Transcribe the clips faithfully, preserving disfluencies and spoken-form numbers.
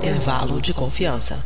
Intervalo de confiança.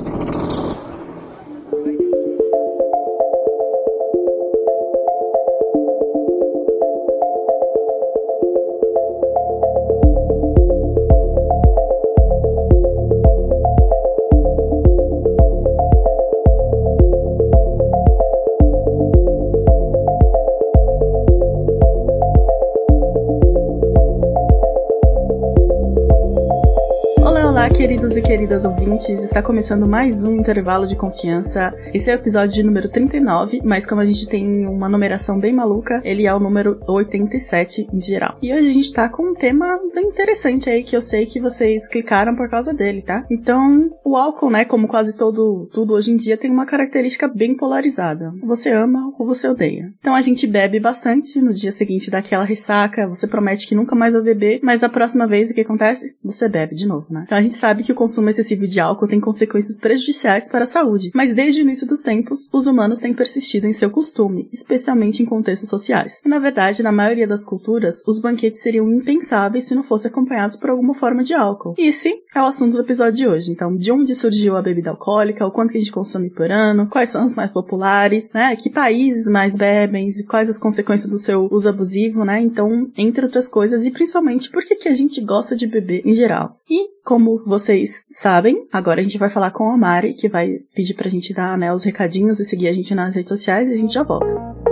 Queridos e queridas ouvintes, está começando mais um Intervalo de Confiança. Esse é o episódio de número trinta e nove, mas como a gente tem uma numeração bem maluca, ele é o número oitenta e sete em geral. E hoje a gente tá com um tema bem interessante aí, que eu sei que vocês clicaram por causa dele, tá? Então, o álcool, né, como quase todo, tudo hoje em dia, tem uma característica bem polarizada. Você ama ou você odeia. Então a gente bebe bastante, no dia seguinte dá aquela ressaca, você promete que nunca mais vai beber, mas da próxima vez o que acontece? Você bebe de novo, né? Então a gente sabe que o consumo excessivo de álcool tem consequências prejudiciais para a saúde, mas desde o início dos tempos, os humanos têm persistido em seu costume, especialmente em contextos sociais. E na verdade, na maioria das culturas, os banquetes seriam impensáveis se não fossem acompanhados por alguma forma de álcool. E esse é o assunto do episódio de hoje. Então, de onde surgiu a bebida alcoólica, o quanto que a gente consome por ano, quais são os mais populares, né? Que países mais bebem e quais as consequências do seu uso abusivo, né? Então, entre outras coisas, e principalmente por que que a gente gosta de beber em geral. E como vocês sabem, agora a gente vai falar com a Mari, que vai pedir pra gente dar, né, os recadinhos e seguir a gente nas redes sociais, e a gente já volta.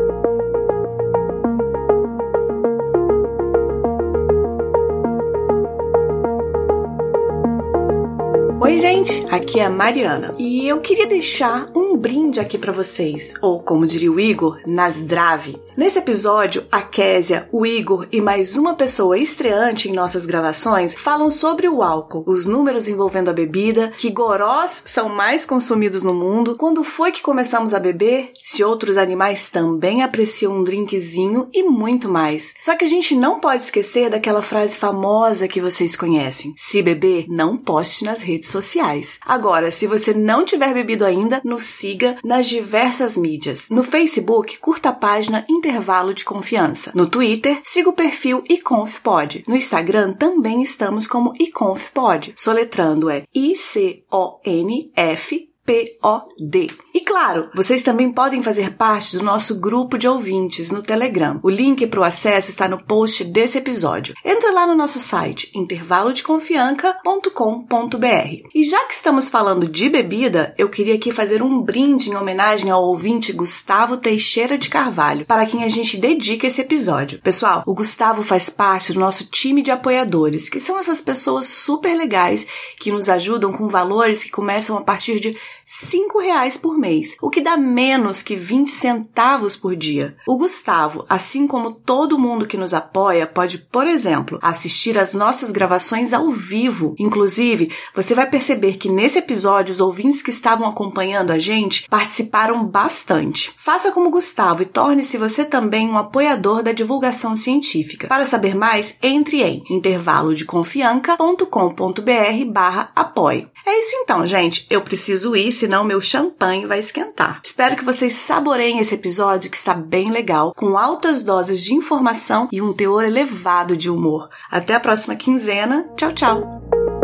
Oi gente, aqui é a Mariana e eu queria deixar um brinde aqui pra vocês, ou como diria o Igor, Nasdrave. Nesse episódio, a Késia, o Igor e mais uma pessoa estreante em nossas gravações falam sobre o álcool, os números envolvendo a bebida, que gorós são mais consumidos no mundo, quando foi que começamos a beber, se outros animais também apreciam um drinkzinho e muito mais. Só que a gente não pode esquecer daquela frase famosa que vocês conhecem: se beber, não poste nas redes sociais. Agora, se você não tiver bebido ainda, nos siga nas diversas mídias. No Facebook, curta a página Intervalo de Confiança. No Twitter, siga o perfil iconfpod. No Instagram, também estamos como iconfpod. Soletrando é I C O N F P O D. E claro, vocês também podem fazer parte do nosso grupo de ouvintes no Telegram. O link para o acesso está no post desse episódio. Entra lá no nosso site, intervalo de confiança ponto com ponto b r. E já que estamos falando de bebida, eu queria aqui fazer um brinde em homenagem ao ouvinte Gustavo Teixeira de Carvalho, para quem a gente dedica esse episódio. Pessoal, o Gustavo faz parte do nosso time de apoiadores, que são essas pessoas super legais que nos ajudam com valores que começam a partir de cinco reais por mês, o que dá menos que vinte centavos por dia. O Gustavo, assim como todo mundo que nos apoia, pode, por exemplo, assistir às nossas gravações ao vivo. Inclusive, você vai perceber que nesse episódio os ouvintes que estavam acompanhando a gente participaram bastante. Faça como Gustavo e torne-se você também um apoiador da divulgação científica. Para saber mais, entre em intervalo de confiança ponto com ponto b r barra apoio. É isso então, gente. Eu preciso ir, senão meu champanhe vai esquentar. Espero que vocês saboreiem esse episódio, que está bem legal, com altas doses de informação e um teor elevado de humor. Até a próxima quinzena. Tchau, tchau!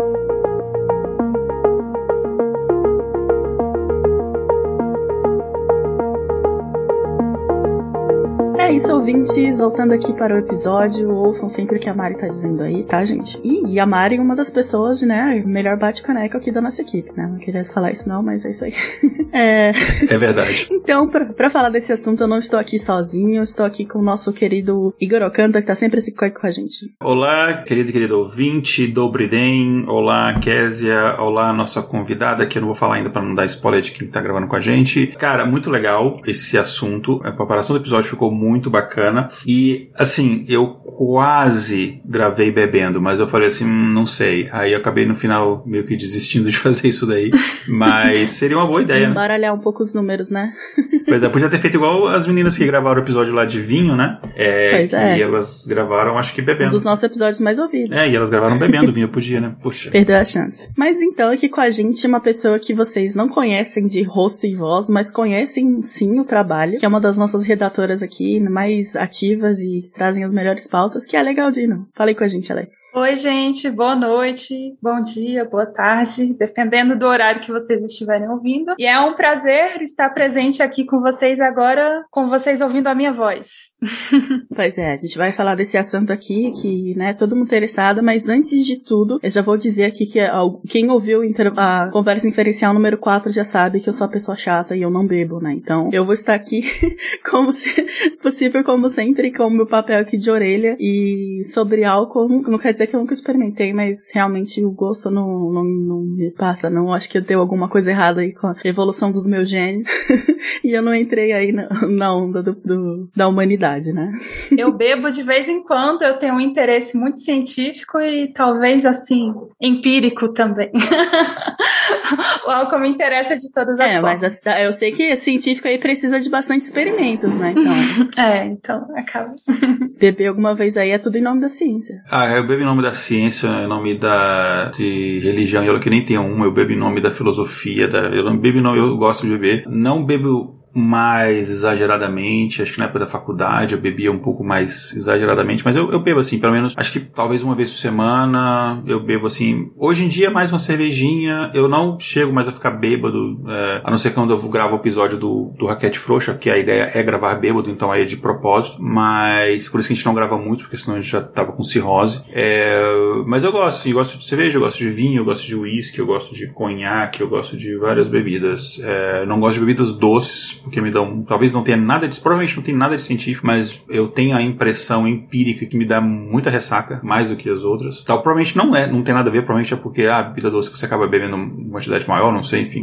É isso, ouvintes, voltando aqui para o episódio, ouçam sempre o que a Mari tá dizendo aí, tá, gente? E, e a Mari é uma das pessoas, né, melhor bate-caneca aqui da nossa equipe, né? Não queria falar isso não, mas é isso aí. é... é verdade. Então, pra, pra falar desse assunto, eu não estou aqui sozinho, eu estou aqui com o nosso querido Igor Okanda, que tá sempre aqui com a gente. Olá, querido e querido ouvinte, Dobry Den, olá, Késia, olá, nossa convidada, que eu não vou falar ainda pra não dar spoiler de quem tá gravando com a gente. Cara, muito legal esse assunto, a preparação do episódio ficou muito muito bacana, e assim, eu quase gravei bebendo, mas eu falei assim, hum, não sei, aí eu acabei no final meio que desistindo de fazer isso daí, mas seria uma boa ideia, né? Embaralhar um pouco os números, né? Pois é, podia ter feito igual as meninas que gravaram o episódio lá de vinho, né? É, pois é. E elas gravaram, acho que bebendo. Um dos nossos episódios mais ouvidos. É, e elas gravaram bebendo vinho, podia, né? Puxa. Perdeu a chance. Mas então, aqui com a gente, uma pessoa que vocês não conhecem de rosto e voz, mas conhecem sim o trabalho, que é uma das nossas redatoras aqui, mais ativas e trazem as melhores pautas, que é a Ale Galdino. Fala aí com a gente, Ale. Oi, gente, boa noite, bom dia, boa tarde, dependendo do horário que vocês estiverem ouvindo. E é um prazer estar presente aqui com vocês agora, com vocês ouvindo a minha voz. Pois é, a gente vai falar desse assunto aqui, que, né, todo mundo interessado, mas antes de tudo, eu já vou dizer aqui que quem ouviu a conversa inferencial número quatro já sabe que eu sou a pessoa chata e eu não bebo, né? Então, eu vou estar aqui como se possível, como sempre, com o meu papel aqui de orelha. E sobre álcool, não quer dizer que eu nunca experimentei, mas realmente o gosto não, não, não me passa, não. Acho que deu alguma coisa errada aí com a evolução dos meus genes. E eu não entrei aí na, na onda do, do, da humanidade, né? Eu bebo de vez em quando, eu tenho um interesse muito científico e talvez, assim, empírico também. O álcool me interessa de todas as é, formas. É, mas a, eu sei que científico aí precisa de bastante experimentos, né? Então... é, então, acaba. Beber alguma vez aí é tudo em nome da ciência. Ah, eu bebo em nome da ciência, em nome da de religião, eu que nem tenho uma, eu bebo em nome da filosofia, da, eu não bebo em nome, eu gosto de beber. Não bebo mais exageradamente, acho que na época da faculdade eu bebia um pouco mais exageradamente, mas eu, eu bebo assim, pelo menos, acho que talvez uma vez por semana eu bebo assim, hoje em dia mais uma cervejinha, eu não chego mais a ficar bêbado, é, a não ser quando eu gravo o episódio do, do Raquete Frouxa, que a ideia é gravar bêbado, então aí é de propósito, mas por isso que a gente não grava muito, porque senão a gente já tava com cirrose, é, mas eu gosto, eu gosto de cerveja, eu gosto de vinho, eu gosto de uísque, eu gosto de conhaque, eu gosto de várias bebidas, é, não gosto de bebidas doces, porque me dão, talvez não tenha nada de, provavelmente não tem nada de científico, mas eu tenho a impressão empírica que me dá muita ressaca, mais do que as outras. Tal, provavelmente não é, não tem nada a ver, provavelmente é porque a ah, bebida doce você acaba bebendo uma quantidade maior, não sei, enfim,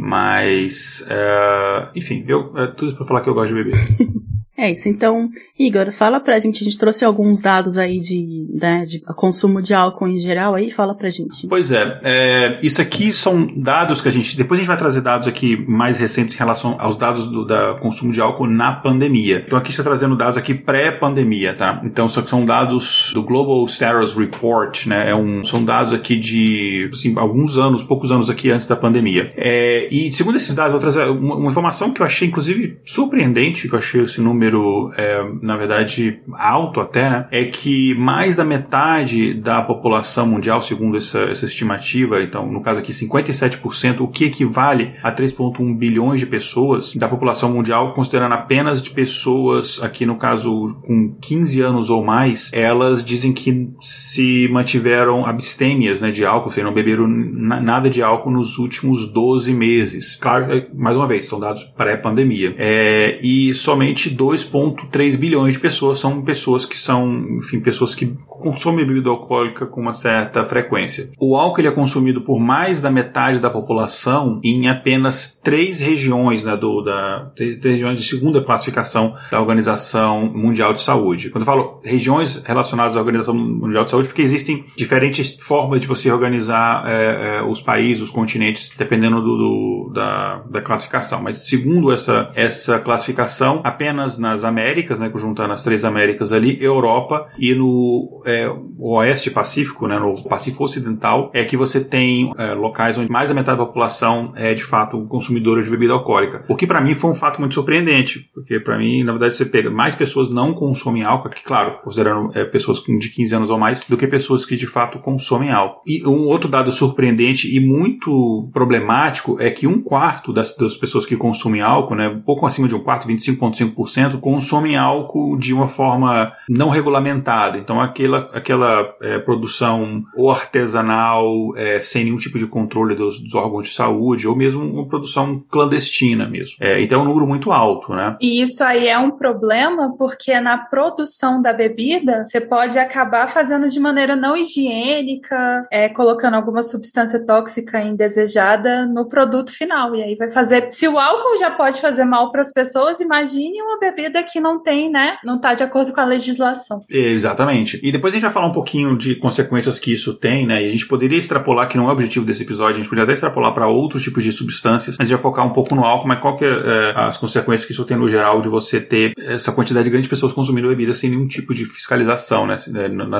mas é, enfim, eu, é tudo isso pra falar que eu gosto de beber. É isso, então, Igor, fala pra gente, a gente trouxe alguns dados aí de, né, de consumo de álcool em geral aí, fala pra gente. Pois é, é, isso aqui são dados que a gente, depois a gente vai trazer dados aqui mais recentes em relação aos dados do da consumo de álcool na pandemia. Então aqui está trazendo dados aqui pré-pandemia, tá? Então são dados do Global Status Report, né? É um, são dados aqui de, assim, alguns anos, poucos anos aqui antes da pandemia. É, e segundo esses dados, vou trazer uma, uma informação que eu achei, inclusive, surpreendente, que eu achei esse número É, na verdade alto até, né, é que mais da metade da população mundial, segundo essa, essa estimativa, então no caso aqui cinquenta e sete por cento, o que equivale a três vírgula um bilhões de pessoas da população mundial, considerando apenas de pessoas aqui no caso com quinze anos ou mais, elas dizem que se mantiveram abstêmias, né, de álcool, ou seja, não beberam na, nada de álcool nos últimos doze meses. Claro, mais uma vez, são dados pré-pandemia. É, e somente dois vírgula três bilhões de pessoas são pessoas que são, enfim, pessoas que consomem bebida alcoólica com uma certa frequência. O álcool ele é consumido por mais da metade da população em apenas três regiões, né, do, da, três regiões de segunda classificação da Organização Mundial de Saúde. Quando eu falo regiões relacionadas à Organização Mundial de Saúde, porque existem diferentes formas de você organizar é, é, os países, os continentes, dependendo do, do, da, da classificação. Mas segundo essa, essa classificação, apenas nas Américas, né, juntando as três Américas ali, Europa e no é, Oeste Pacífico, né, no Pacífico Ocidental, é que você tem é, locais onde mais da metade da população é de fato consumidora de bebida alcoólica. O que para mim foi um fato muito surpreendente, porque para mim, na verdade, você pega mais pessoas não consomem álcool, aqui, claro, considerando é, pessoas de quinze anos ou mais, do que pessoas que de fato consomem álcool. E um outro dado surpreendente e muito problemático é que um quarto das, das pessoas que consomem álcool, né, um pouco acima de um quarto, vinte e cinco vírgula cinco por cento, consomem álcool de uma forma não regulamentada. Então, aquela, aquela é, produção ou artesanal, é, sem nenhum tipo de controle dos, dos órgãos de saúde, ou mesmo uma produção clandestina mesmo. É, então, é um número muito alto, né? E isso aí é um problema, porque na produção da bebida, você pode acabar fazendo de maneira não higiênica, é, colocando alguma substância tóxica indesejada no produto final. E aí vai fazer... Se o álcool já pode fazer mal para as pessoas, imagine uma bebida que não tem, né? Não está de acordo com a legislação. Exatamente. E depois a gente vai falar um pouquinho de consequências que isso tem, né? E a gente poderia extrapolar, que não é o objetivo desse episódio, a gente podia até extrapolar para outros tipos de substâncias, mas a gente vai focar um pouco no álcool, mas qual que é, é as consequências que isso tem no geral de você ter essa quantidade grande de pessoas consumindo bebida sem nenhum tipo de fiscalização, né? Na sua produção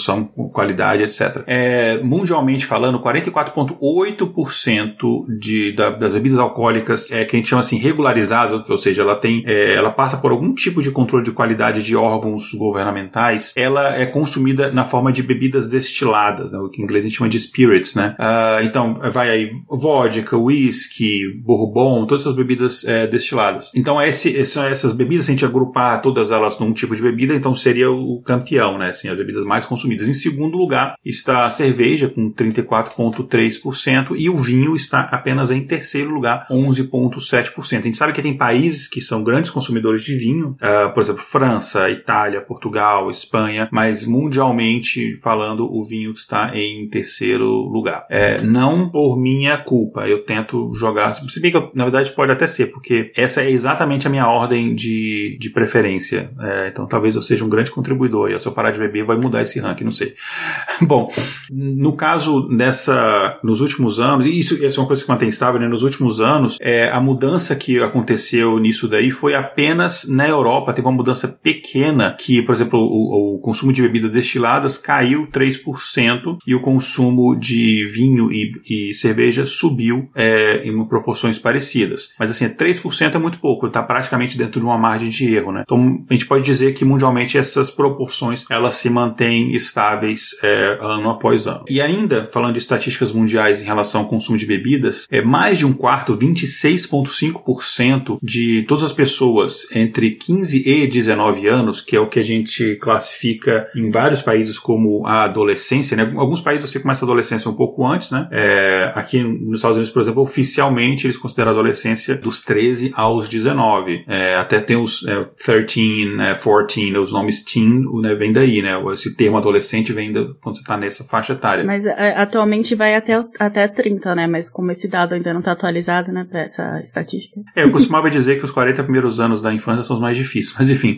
produção, qualidade, etcétera. É, mundialmente falando, quarenta e quatro vírgula oito por cento de, da, das bebidas alcoólicas é que a gente chama assim regularizadas, ou seja, ela tem, é, ela passa por algum tipo de controle de qualidade de órgãos governamentais, ela é consumida na forma de bebidas destiladas, né, o que em inglês a gente chama de spirits, né? Uh, então, vai aí vodka, whisky, bourbon, todas essas bebidas é, destiladas. Então, esse, essas bebidas, se a gente agrupar todas elas num tipo de bebida, então seria o campeão, né? Assim, as bebidas mais consumidas. Em segundo lugar está a cerveja, com trinta e quatro vírgula três por cento, e o vinho está apenas em terceiro lugar, onze vírgula sete por cento. A gente sabe que tem países que são grandes consumidores de vinho, uh, por exemplo, França, Itália, Portugal, Espanha, mas mundialmente falando, o vinho está em terceiro lugar. É, não por minha culpa, eu tento jogar, se bem que eu, na verdade pode até ser, porque essa é exatamente a minha ordem de, de preferência. É, então talvez eu seja um grande contribuidor, e se eu parar de beber vai mudar esse ranking, não sei. Bom, no caso dessa, nos últimos anos, e isso, isso é uma coisa que mantém estável, né? Nos últimos anos, é, a mudança que aconteceu nisso daí foi apenas na Europa, teve uma mudança pequena, que, por exemplo, o, o consumo de bebidas destiladas caiu três por cento e o consumo de vinho e, e cerveja subiu é, em proporções parecidas. Mas assim, três por cento é muito pouco, está praticamente dentro de uma margem de erro, né? Então, a gente pode dizer que mundialmente essas proporções, elas se mantêm estáveis é, ano após ano. E ainda, falando de estatísticas mundiais em relação ao consumo de bebidas, é mais de um quarto, vinte e seis vírgula cinco por cento de todas as pessoas entre quinze e dezenove anos, que é o que a gente classifica em vários países como a adolescência, né? Alguns países você começa a adolescência um pouco antes, né? É, aqui nos Estados Unidos, por exemplo, oficialmente eles consideram a adolescência dos treze aos dezenove. É, até tem os é, treze, né, quatorze, né, os nomes teen, né, vem daí, né? Esse termo adolescente vem da, quando você está nessa faixa etária. Mas é, atualmente vai até, até trinta, né? Mas como esse dado ainda não está atualizado, né, para essa estatística. É, eu costumava dizer que os quarenta primeiros anos da infância são os mais difíceis, mas enfim.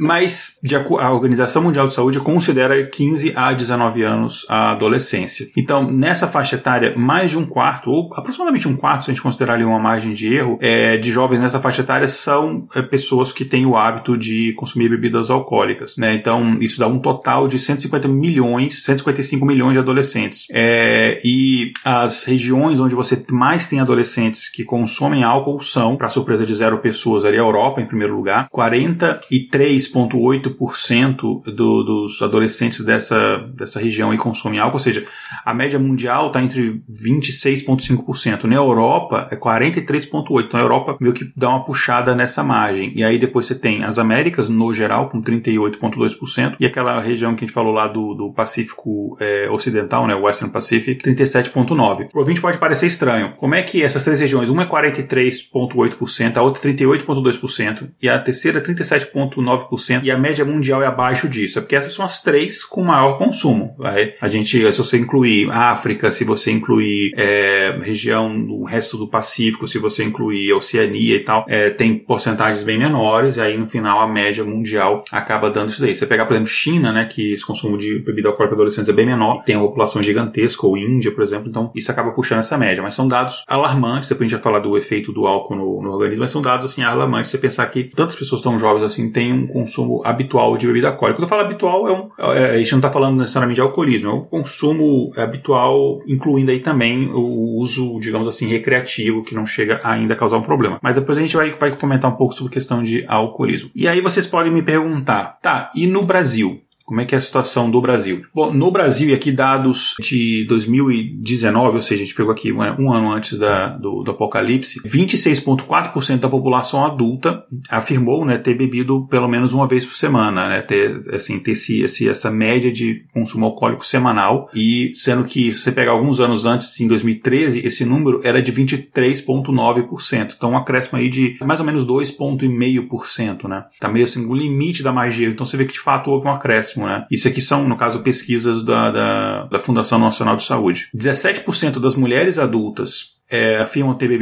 Mas de, a Organização Mundial de Saúde considera quinze a dezenove anos a adolescência. Então, nessa faixa etária, mais de um quarto, ou aproximadamente um quarto, se a gente considerar ali uma margem de erro, é, de jovens nessa faixa etária são é, pessoas que têm o hábito de consumir bebidas alcoólicas, né? Então, isso dá um total de cento e cinquenta milhões, cento e cinquenta e cinco milhões de adolescentes. É, e as regiões onde você mais tem adolescentes que consomem álcool são, para surpresa de zero pessoas, ali a Europa, em primeiro lugar, quarenta e três vírgula oito por cento do, dos adolescentes dessa, dessa região aí consomem álcool, ou seja, a média mundial está entre vinte e seis vírgula cinco por cento. Na Europa, é quarenta e três vírgula oito por cento. Então, a Europa meio que dá uma puxada nessa margem. E aí depois você tem as Américas, no geral, com trinta e oito vírgula dois por cento, e aquela região que a gente falou lá do, do Pacífico é, Ocidental, né, o Western Pacific, trinta e sete vírgula nove por cento. O ouvinte pode parecer estranho. Como é que essas três regiões, uma é quarenta e três vírgula oito por cento, a outra trinta e oito vírgula dois por cento, e a terceira trinta e sete vírgula nove por cento, e a média mundial é abaixo disso? É porque essas são as três com maior consumo. Vai? A gente, se você incluir África, se você incluir é, região, o resto do Pacífico, se você incluir Oceania e tal, é, tem porcentagens bem menores, e aí no final a média mundial acaba dando isso daí. Se você pegar, por exemplo, China, né, que esse consumo de bebida alcoólica para adolescentes é bem menor, tem uma população gigantesca, ou Índia, por exemplo, então isso acaba puxando essa média. Mas são dados alarmantes, depois a gente vai falar do efeito do álcool no, no organismo, mas são dados assim alarmantes, você pensar que tantas pessoas tão jovens assim têm um consumo habitual de bebida alcoólica. Quando eu falo habitual, é um, é, a gente não está falando necessariamente de alcoolismo, é um consumo habitual, incluindo aí também o uso, digamos assim, recreativo, que não chega ainda a causar um problema. Mas depois a gente vai, vai comentar um pouco sobre a questão de alcoolismo. E aí vocês podem me perguntar, tá, e no Brasil? Como é que é a situação do Brasil? Bom, no Brasil, e aqui dados de dois mil e dezenove, ou seja, a gente pegou aqui um, um ano antes da, do, do apocalipse, vinte e seis vírgula quatro por cento da população adulta afirmou, né, ter bebido pelo menos uma vez por semana, né, ter, assim, ter esse, esse, essa média de consumo alcoólico semanal, e sendo que, se você pegar alguns anos antes, em dois mil e treze, esse número era de vinte e três vírgula nove por cento. Então, um acréscimo aí de mais ou menos dois vírgula cinco por cento, né? Tá meio assim, o limite da magia. Então, você vê que, de fato, houve um acréscimo. Né? Isso aqui são, no caso, pesquisas da, da, da Fundação Nacional de Saúde. dezessete por cento das mulheres adultas é, afirmam ter bebido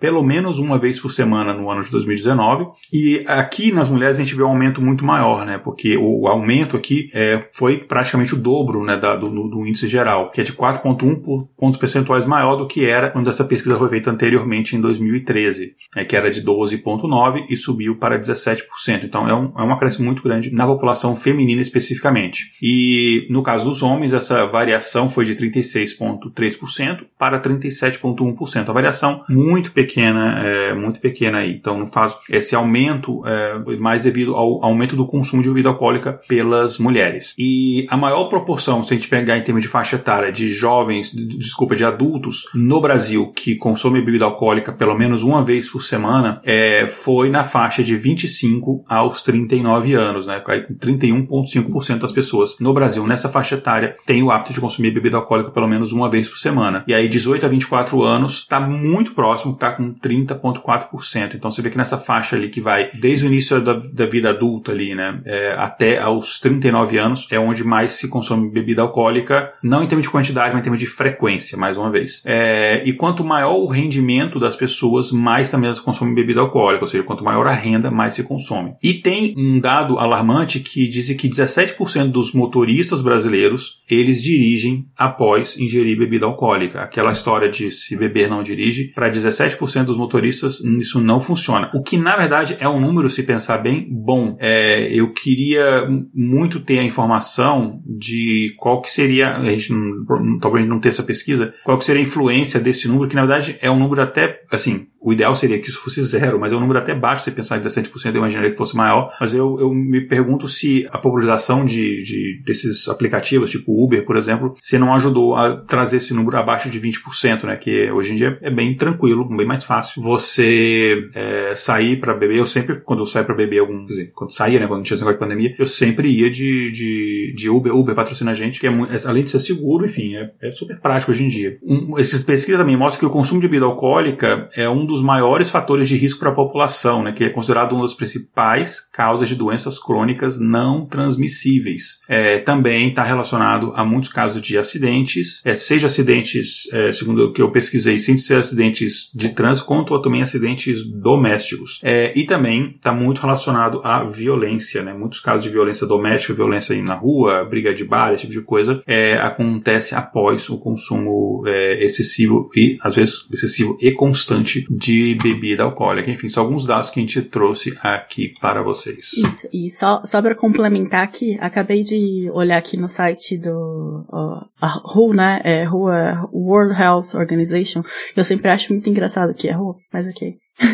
pelo menos uma vez por semana no ano de dois mil e dezenove. E aqui nas mulheres a gente vê um aumento muito maior, né? Porque o aumento aqui é, foi praticamente o dobro, né, da, do, do índice geral, que é de quatro vírgula um pontos percentuais maior do que era quando essa pesquisa foi feita anteriormente em dois mil e treze, né, que era de doze vírgula nove e subiu para dezessete por cento. Então é um, é um acréscimo muito grande na população feminina especificamente. E no caso dos homens, essa variação foi de trinta e seis vírgula três por cento para trinta e sete vírgula um por cento. A variação muito pequena, é, muito pequena aí. Então, no caso, esse aumento é mais devido ao aumento do consumo de bebida alcoólica pelas mulheres. E a maior proporção, se a gente pegar em termos de faixa etária, de jovens, de, desculpa, de adultos no Brasil que consomem bebida alcoólica pelo menos uma vez por semana, é, foi na faixa de vinte e cinco aos trinta e nove anos, né? trinta e um vírgula cinco por cento das pessoas no Brasil, nessa faixa etária, tem o hábito de consumir bebida alcoólica pelo menos uma vez por semana. E aí, dezoito a vinte e quatro anos, está muito próximo, está com trinta vírgula quatro por cento. Então, você vê que nessa faixa ali que vai desde o início da, da vida adulta ali, né, é, até aos trinta e nove anos, é onde mais se consome bebida alcoólica, não em termos de quantidade, mas em termos de frequência, mais uma vez. É, e quanto maior o rendimento das pessoas, mais também elas consomem bebida alcoólica, ou seja, quanto maior a renda, mais se consome. E tem um dado alarmante que diz que dezessete por cento dos motoristas brasileiros, eles dirigem após ingerir bebida alcoólica. Aquela história de se beber não dirige, para dezessete por cento dos motoristas isso não funciona. O que na verdade é um número, se pensar bem, bom. É, eu queria muito ter a informação de qual que seria, a gente não, talvez não ter essa pesquisa, qual que seria a influência desse número, que na verdade é um número até, assim, o ideal seria que isso fosse zero, mas é um número até baixo, se pensar em dezessete por cento, eu imaginaria que fosse maior, mas eu, eu me pergunto se a popularização de, de, desses aplicativos, tipo Uber, por exemplo, se não ajudou a trazer esse número abaixo de vinte por cento, né, que hoje em dia é bem tranquilo, bem mais fácil você é, sair para beber. Eu sempre, quando eu saio para beber algum, quer dizer, quando saía, né, quando tinha esse negócio de pandemia, eu sempre ia de, de, de Uber, Uber patrocina a gente, que é, além de ser seguro, enfim, é, é super prático hoje em dia. Um, essas pesquisas também mostram que o consumo de bebida alcoólica é um dos maiores fatores de risco para a população, né, que é considerado uma das principais causas de doenças crônicas não transmissíveis. É, também está relacionado a muitos casos de acidentes, é, seja acidentes, é, segundo o que eu pesquisei, sem ser acidentes de trânsito, quanto também acidentes domésticos. É, e também está muito relacionado à violência, né, muitos casos de violência doméstica, violência na rua, briga de bar, esse tipo de coisa, é, acontece após o consumo é, excessivo e, às vezes, excessivo e constante de bebida alcoólica. Enfim, são alguns dados que a gente trouxe aqui para vocês. Isso, e só, só para complementar aqui, acabei de olhar aqui no site do uh, a W H O, né, é, W H O é World Health Organization, eu sempre acho muito engraçado que é W H O, mas ok.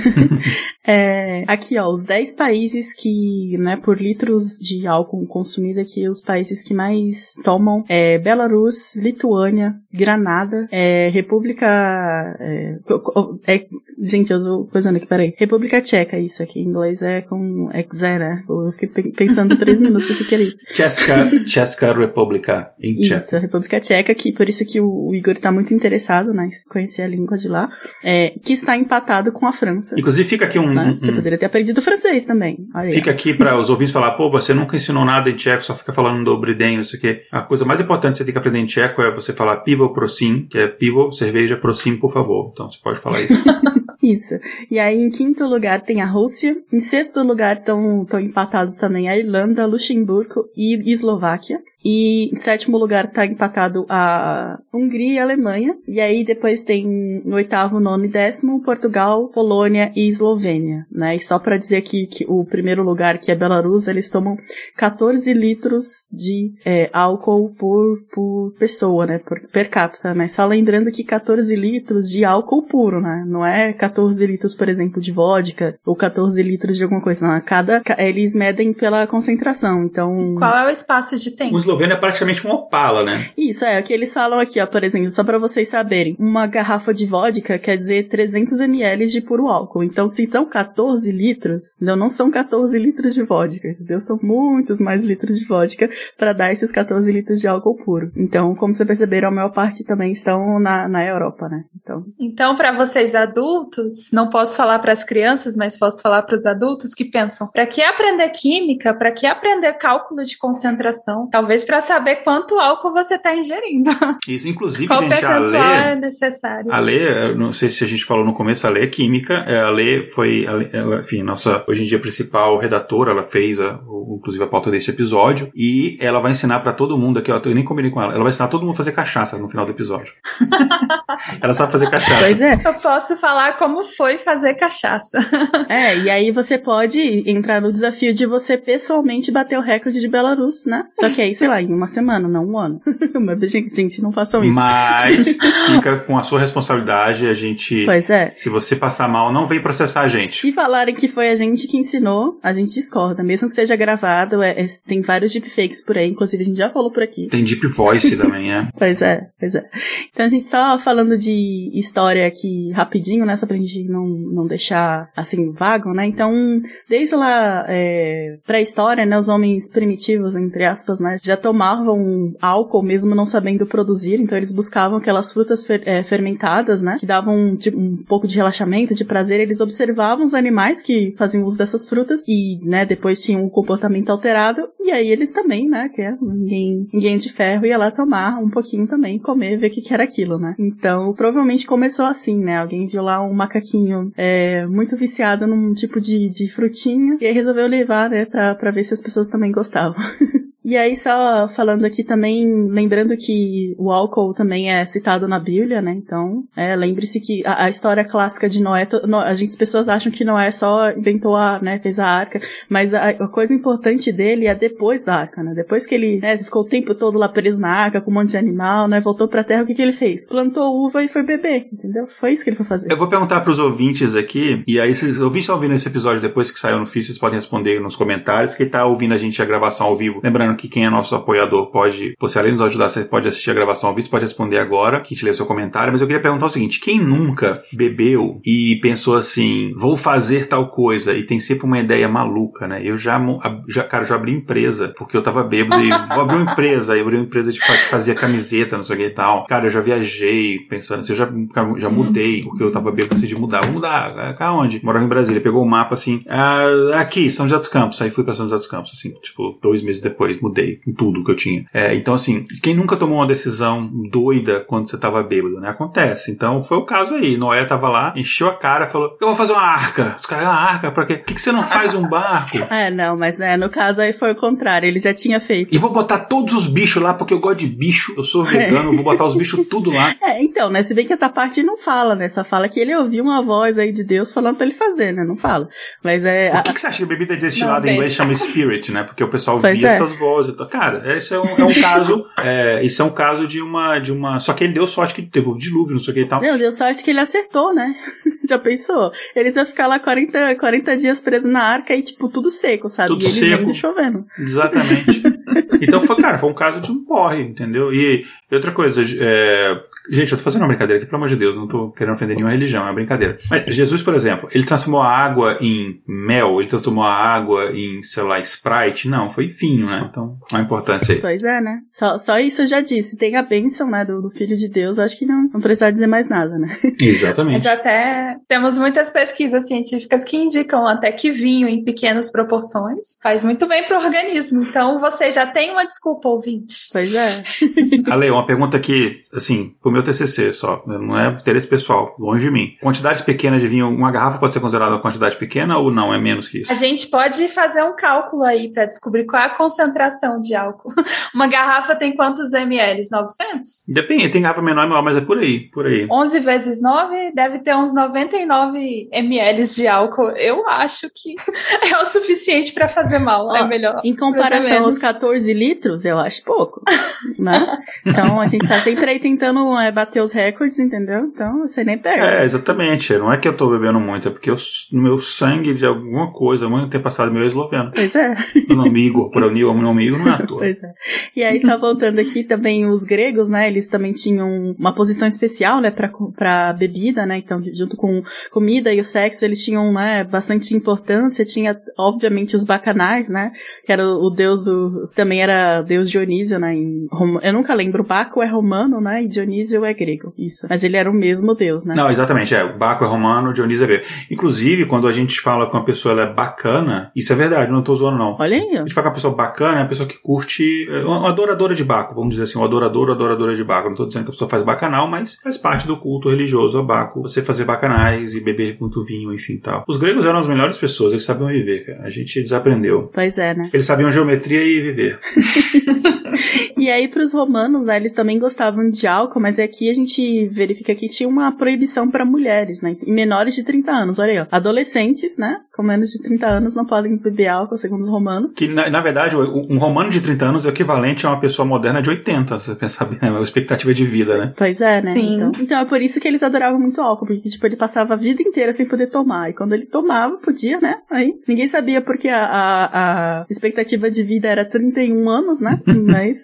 É, aqui ó, os dez países que, né, por litros de álcool consumido aqui, os países que mais tomam é Belarus, Lituânia, Granada, é, República é, é, gente, eu tô coisando aqui, peraí, República Tcheca, isso aqui em inglês é com Xera, eu fiquei pensando três minutos o que que era isso. Česká, Česká República em Tcheca. Isso, a República Tcheca, que por isso que o, o Igor tá muito interessado, né, em conhecer a língua de lá, é, que está empatado com a França. Inclusive fica aqui um... Né? um Você poderia ter aprendido francês também. Aí, fica aqui para os ouvintes falar, pô, você nunca ensinou nada em tcheco, só fica falando dobry den, não sei o quê. A coisa mais importante que você tem que aprender em tcheco é você falar pivo prosim, que é pivo, cerveja, prosim, por favor. Então você pode falar isso. Isso. E aí, em quinto lugar, tem a Rússia. Em sexto lugar, estão empatados também a Irlanda, Luxemburgo e Eslováquia. E em sétimo lugar tá empatado a Hungria e a Alemanha. E aí depois tem no oitavo, nono e décimo, Portugal, Polônia e Eslovênia, né? E só pra dizer aqui que o primeiro lugar, que é Belarus, eles tomam catorze litros de é, álcool por, por pessoa, né? Por, per capita, né? Só lembrando que catorze litros de álcool puro, né? Não é catorze litros, por exemplo, de vodka ou catorze litros de alguma coisa, não. Cada, eles medem pela concentração, então... Qual é o espaço de tempo? O esloveno é praticamente um Opala, né? Isso, é, o que eles falam aqui, ó, por exemplo, só pra vocês saberem, uma garrafa de vodka quer dizer trezentos mililitros de puro álcool, então se são catorze litros, não, não são catorze litros de vodka, entendeu? São muitos mais litros de vodka pra dar esses catorze litros de álcool puro. Então, como vocês perceberam, a maior parte também estão na, na Europa, né? Então, então pra vocês adultos, não posso falar pras crianças, mas posso falar pros adultos que pensam, pra que aprender química, pra que aprender cálculo de concentração? Talvez depois para saber quanto álcool você está ingerindo. Isso, inclusive, qual gente, a Lê... é necessário. A Lê, não sei se a gente falou no começo, a Lê é química, a Lê foi, ela, enfim, nossa, hoje em dia, principal redatora, ela fez, a, inclusive, a pauta deste episódio, e ela vai ensinar para todo mundo aqui, ó, eu nem combinei com ela, ela vai ensinar todo mundo a fazer cachaça no final do episódio. Ela sabe fazer cachaça. Pois é. Eu posso falar como foi fazer cachaça. É, e aí você pode entrar no desafio de você pessoalmente bater o recorde de Belarus, né? Só que aí, sei lá, em uma semana, não um ano. Mas, gente, não façam isso. Mas fica com a sua responsabilidade, a gente... Pois é. Se você passar mal, não vem processar a gente. Se falarem que foi a gente que ensinou, a gente discorda. Mesmo que seja gravado, é, é, tem vários deepfakes por aí, inclusive a gente já falou por aqui. Tem deep voice também, é. Pois é, pois é. Então a gente só falando de história aqui rapidinho, né, só pra gente não, não deixar assim vago, né, então desde lá é, pré-história, né, os homens primitivos, entre aspas, né, já tomavam álcool mesmo não sabendo produzir, então eles buscavam aquelas frutas fer, é, fermentadas, né, que davam tipo, um pouco de relaxamento, de prazer, eles observavam os animais que faziam uso dessas frutas e, né, depois tinham um comportamento alterado, e aí eles também, né, que é, ninguém, ninguém de ferro ia lá tomar um pouquinho também, comer, ver o que, que era aquilo, né. Então, provavelmente começou assim, né, alguém viu lá um macaquinho é, muito viciado num tipo de, de frutinha, e aí resolveu levar, né, pra, pra ver se as pessoas também gostavam. E aí, só falando aqui também, lembrando que o álcool também é citado na Bíblia, né? Então, é, lembre-se que a, a história clássica de Noé, no, a gente, as pessoas acham que Noé só inventou a, né, fez a arca, mas a, a coisa importante dele é depois da arca, né? Depois que ele, né, ficou o tempo todo lá preso na arca, com um monte de animal, né? Voltou pra terra, o que que ele fez? Plantou uva e foi beber, entendeu? Foi isso que ele foi fazer. Eu vou perguntar pros ouvintes aqui, e aí, se os ouvintes estão ouvindo esse episódio depois que saiu no feed, vocês podem responder nos comentários, quem tá ouvindo a gente a gravação ao vivo, lembrando que quem é nosso apoiador pode, você além de nos ajudar, você pode assistir a gravação ao vivo, pode responder agora, que a gente lê o seu comentário, mas eu queria perguntar o seguinte, quem nunca bebeu e pensou assim, vou fazer tal coisa, e tem sempre uma ideia maluca, né? Eu já, já cara, já abri empresa, porque eu tava bêbado e vou abrir uma empresa, aí eu abri uma empresa de que fazia camiseta, não sei o que e tal. Cara, eu já viajei pensando assim, eu já, já mudei, porque eu tava bêbado, decidi mudar. Vou mudar, cá onde? Morava em Brasília, pegou o mapa assim, ah, aqui, São José dos Campos, aí fui pra São José dos Campos, assim, tipo, dois meses depois, mudei. Com tudo que eu tinha. É, então, assim, quem nunca tomou uma decisão doida quando você tava bêbado, né? Acontece. Então, foi o caso aí. Noé tava lá, encheu a cara, falou, eu vou fazer uma arca. Os caras, uma arca? Pra quê? Por que, que você não faz um barco? É, não, mas é, no caso aí foi o contrário. Ele já tinha feito. E vou botar todos os bichos lá, porque eu gosto de bicho, eu sou vegano, é. Vou botar os bichos tudo lá. É, então, né? Se bem que essa parte não fala, né? Só fala que ele ouviu uma voz aí de Deus falando pra ele fazer, né? Não fala. Mas é... Por que, a... que você acha que bebida destilada em inglês chama spirit, né? Porque o pessoal pois via é. essas vozes. Cara, esse é um, é um caso, é, isso é um caso de uma, de uma, só que ele deu sorte que teve o dilúvio, não sei o que e tal. Não, deu sorte que ele acertou, né? Já pensou? Eles iam ficar lá quarenta, quarenta dias presos na arca e, tipo, tudo seco, sabe? Tudo e eles seco. Ainda chovendo. Exatamente. Então foi, cara, foi um caso de um porre, entendeu? E outra coisa, é... gente, eu tô fazendo uma brincadeira aqui, pelo amor de Deus, não tô querendo ofender nenhuma religião, é uma brincadeira. Mas Jesus, por exemplo, ele transformou a água em mel, ele transformou a água em, sei lá, Sprite, não, foi vinho, né? Então, a importância aí. Pois é, né? Só, só isso eu já disse, tem a bênção, né, do, do Filho de Deus, acho que não, não precisa dizer mais nada, né? Exatamente. Mas até temos muitas pesquisas científicas que indicam até que vinho em pequenas proporções faz muito bem pro organismo, então você já tem uma desculpa, ouvinte. Pois é. Ale, uma pergunta aqui, assim, pro meu T C C só, não é interesse pessoal, longe de mim. Quantidades pequenas de vinho, uma garrafa pode ser considerada uma quantidade pequena ou não, é menos que isso? A gente pode fazer um cálculo aí pra descobrir qual é a concentração de álcool. Uma garrafa tem quantos ml? novecentos? Depende, tem garrafa menor e maior, mas é por aí, por aí. onze vezes nove deve ter uns noventa e nove mililitros de álcool. Eu acho que é o suficiente pra fazer mal, Ó, é melhor. Em comparação aos catorze litros, eu acho pouco, né? Então a gente tá sempre aí tentando é, bater os recordes, entendeu? Então você nem pega. É, exatamente. Não é que eu tô bebendo muito, é porque eu, no meu sangue de alguma coisa, muito tempo passado meu é esloveno. Pois é. Meu nome Igor, por unir o meu nome Igor não é à toa. Pois é. E aí, só voltando aqui, também os gregos, né, eles também tinham uma posição especial, né, pra, pra bebida, né, então junto com comida e o sexo, eles tinham, né, bastante importância, tinha, obviamente, os bacanais, né, que era o, o deus do, também era deus Dionísio, né, em, eu nunca lembro, Baco é romano, né, e Dionísio é grego, isso, mas ele era o mesmo deus, né. Não, exatamente, é, o Baco é romano, Dionísio é grego. Inclusive, quando a gente fala que uma pessoa ela é bacana, isso é verdade, não tô zoando não. Olha aí, ó. A gente fala que uma pessoa bacana, pessoa que curte, uma adoradora de Baco, vamos dizer assim, um adorador ou adoradora de Baco. Não estou dizendo que a pessoa faz bacanal, mas faz parte do culto religioso a Baco, você fazer bacanais e beber muito vinho, enfim, tal. Os gregos eram as melhores pessoas, eles sabiam viver, cara. A gente desaprendeu. Pois é, né? Eles sabiam geometria e viver. E aí, pros romanos, né, eles também gostavam de álcool, mas aqui a gente verifica que tinha uma proibição para mulheres, né, e menores de trinta anos, olha aí, ó. Adolescentes, né, com menos de trinta anos não podem beber álcool, segundo os romanos. Que, na, na verdade, um romano de trinta anos é o equivalente a uma pessoa moderna de oitenta, se você pensar bem, é uma expectativa de vida, né? Pois é, né? Sim. Então, então é por isso que eles adoravam muito álcool, porque, tipo, ele passava a vida inteira sem poder tomar, e quando ele tomava, podia, né, aí ninguém sabia porque a, a, a expectativa de vida era trinta e um anos, né, mas...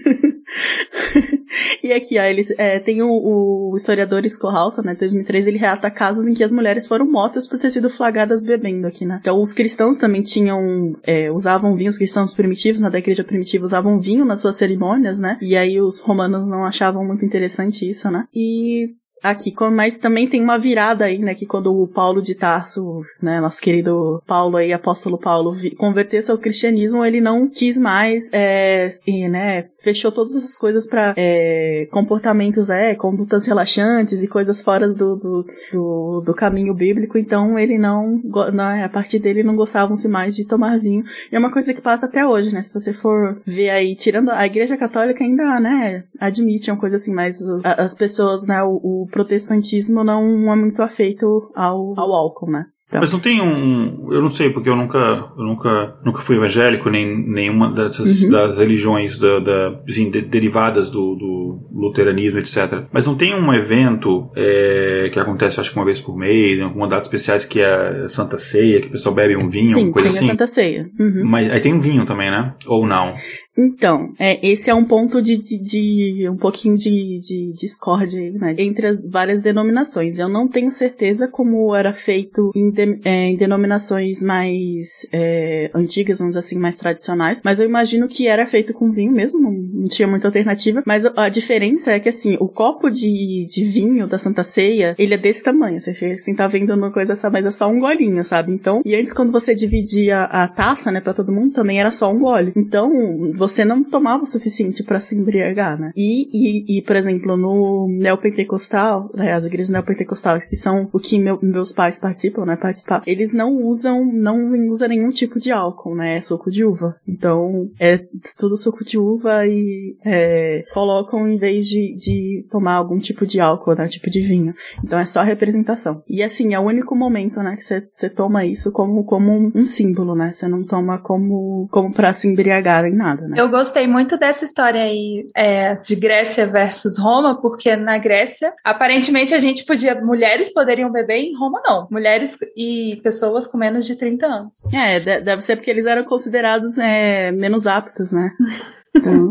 E aqui, ó, eles é, tem o, o historiador Scohalton, né, dois mil e três, ele relata casos em que as mulheres foram mortas por ter sido flagradas bebendo aqui, né. Então, os cristãos também tinham, é, usavam vinho, os cristãos primitivos, na da igreja primitiva, usavam vinho nas suas cerimônias, né, e aí os romanos não achavam muito interessante isso, né, e... Aqui, mas também tem uma virada aí, né, que quando o Paulo de Tarso, né, nosso querido Paulo aí, apóstolo Paulo, converteu-se ao cristianismo, ele não quis mais, é, e, né, fechou todas as coisas para é, comportamentos, é, condutas relaxantes e coisas fora do, do, do, do caminho bíblico, então ele não, né, a partir dele não gostavam-se mais de tomar vinho, e é uma coisa que passa até hoje, né, se você for ver aí, tirando a igreja católica ainda, né, admite uma coisa assim, mas as pessoas, né, o, o protestantismo não é muito afeito ao, ao álcool, né? Então. Mas não tem um... Eu não sei, porque eu nunca eu nunca, nunca fui evangélico, nem nenhuma dessas uhum. das religiões da, da, assim, de, derivadas do, do luteranismo, etcétera. Mas não tem um evento é, que acontece, acho que uma vez por mês, em alguma data especiais, que é a Santa Ceia, que o pessoal bebe um vinho, Sim, coisa tem assim? a Santa Ceia. Uhum. Mas aí tem um vinho também, né? Ou não? Então, é, esse é um ponto de, de, de um pouquinho de, de discórdia, né, entre as várias denominações. Eu não tenho certeza como era feito em, de, é, em denominações mais é, antigas, vamos dizer assim, mais tradicionais, mas eu imagino que era feito com vinho mesmo, não, não tinha muita alternativa, mas a, a diferença é que, assim, o copo de, de vinho da Santa Ceia, ele é desse tamanho, você assim, tá vendo uma coisa essa, mas é só um golinho, sabe? Então, e antes quando você dividia a taça, né, pra todo mundo, também era só um gole. Então, você não tomava o suficiente pra se embriagar, né? E, e, e por exemplo, no neopentecostal, né, as igrejas neopentecostais, que são o que meu, meus pais participam, né, participar, eles não usam, não usam nenhum tipo de álcool, né, é suco de uva. Então, é tudo suco de uva e é, colocam em vez de, de tomar algum tipo de álcool, né, tipo de vinho. Então, é só representação. E assim, é o único momento, né, que você toma isso como, como um, um símbolo, né, você não toma como, como pra se embriagar em nada, né. Eu gostei muito dessa história aí é, de Grécia versus Roma, porque na Grécia, aparentemente a gente podia, mulheres poderiam beber, em Roma não. Mulheres e pessoas com menos de trinta anos. É, deve ser porque eles eram considerados é, menos aptos, né? Então.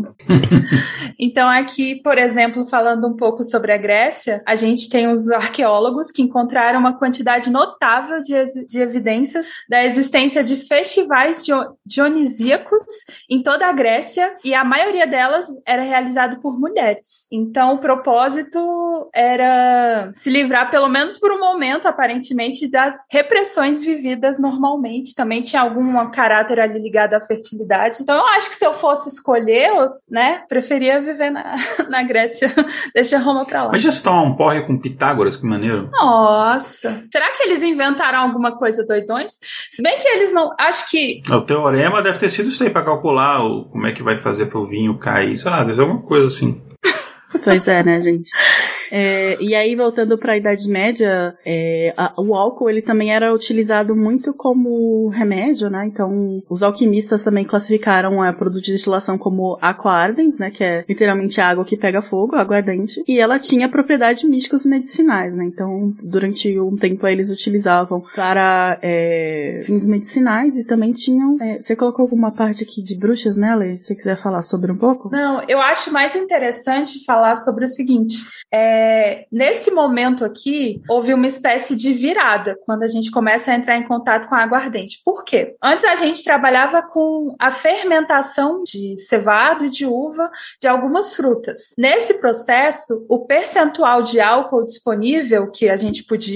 Então aqui, por exemplo, falando um pouco sobre a Grécia, a gente tem os arqueólogos que encontraram uma quantidade notável de, de evidências da existência de festivais dionisíacos em toda a Grécia, e a maioria delas era realizado por mulheres. Então o propósito era se livrar, pelo menos por um momento, aparentemente, das repressões vividas normalmente. Também tinha algum caráter ali ligado à fertilidade. Então eu acho que se eu fosse escolher, eu, né, preferia viver na, na Grécia. Deixa Roma pra lá. Mas já se tomar um porre com Pitágoras, que maneiro. Nossa. Será que eles inventaram alguma coisa doidões? Se bem que eles não... Acho que... O teorema deve ter sido isso aí, pra calcular o, como é que vai fazer pro vinho cair. Sei lá, deve ser alguma coisa assim. Pois é, né, gente? É, e aí, voltando para a Idade Média, é, a, o álcool ele também era utilizado muito como remédio, né? Então, os alquimistas também classificaram a produto de destilação como aqua ardens, né? Que é literalmente a água que pega fogo, água ardente. E ela tinha propriedades místicas medicinais, né? Então, durante um tempo eles utilizavam para é, fins medicinais e também tinham... É, você colocou alguma parte aqui de bruxas nela? Se você quiser falar sobre um pouco? Não, eu acho mais interessante falar sobre o seguinte... É, É, nesse momento aqui, houve uma espécie de virada quando a gente começa a entrar em contato com a água ardente. Por quê? Antes a gente trabalhava com a fermentação de cevado e de uva de algumas frutas. Nesse processo, o percentual de álcool disponível que a gente podia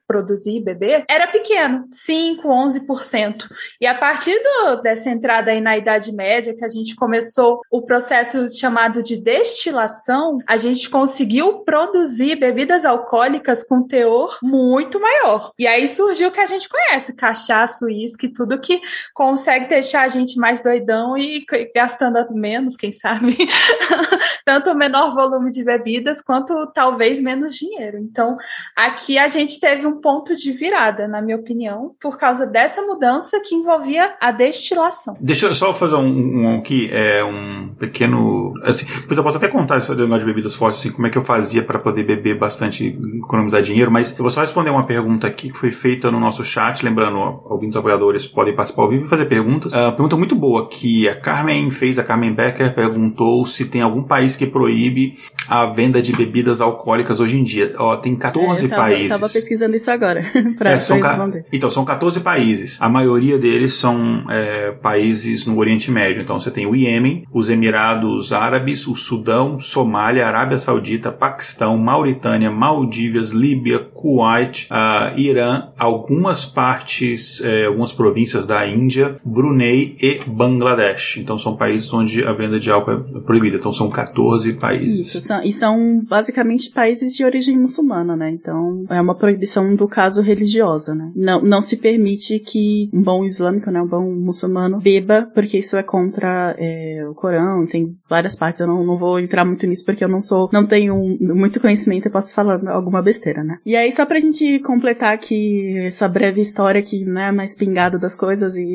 produzir e beber, era pequeno, cinco, onze por cento. E a partir do, dessa entrada aí na Idade Média, que a gente começou o processo chamado de destilação, a gente conseguiu produzir bebidas alcoólicas com teor muito maior. E aí surgiu o que a gente conhece, cachaça, uísque, tudo que consegue deixar a gente mais doidão e gastando menos, quem sabe, tanto o menor volume de bebidas, quanto talvez menos dinheiro. Então, aqui a gente teve um ponto de virada, na minha opinião, por causa dessa mudança que envolvia a destilação. Deixa eu só fazer um, um aqui, é um pequeno... Assim, depois eu posso até contar isso de bebidas fortes, assim, como é que eu fazia para poder beber bastante, economizar dinheiro, mas eu vou só responder uma pergunta aqui que foi feita no nosso chat, lembrando, ouvintes apoiadores podem participar ao vivo e fazer perguntas. Uh, pergunta muito boa que a Carmen fez, a Carmen Becker perguntou se tem algum país que proíbe a venda de bebidas alcoólicas hoje em dia. Ó, tem catorze é, eu tava, países. Eu tava pesquisando isso agora pra, é, são pra responder. Ca... Então, são catorze países. A maioria deles são é, países no Oriente Médio. Então, você tem o Iêmen, os Emirados Árabes, o Sudão, Somália, Arábia Saudita, Paquistão, Mauritânia, Maldívias, Líbia, Kuwait, uh, Irã, algumas partes, é, algumas províncias da Índia, Brunei e Bangladesh. Então, são países onde a venda de álcool é proibida. Então, são catorze países. Isso, são, e são basicamente países de origem muçulmana, né? Então, é uma proibição do caso religiosa, né? Não, não se permite que um bom islâmico, né, um bom muçulmano, beba, porque isso é contra é, o Corão, tem várias partes, eu não, não vou entrar muito nisso, porque eu não sou, não tenho muito conhecimento, eu posso falar alguma besteira, né? E aí, só pra gente completar aqui essa breve história que, né, mais pingada das coisas e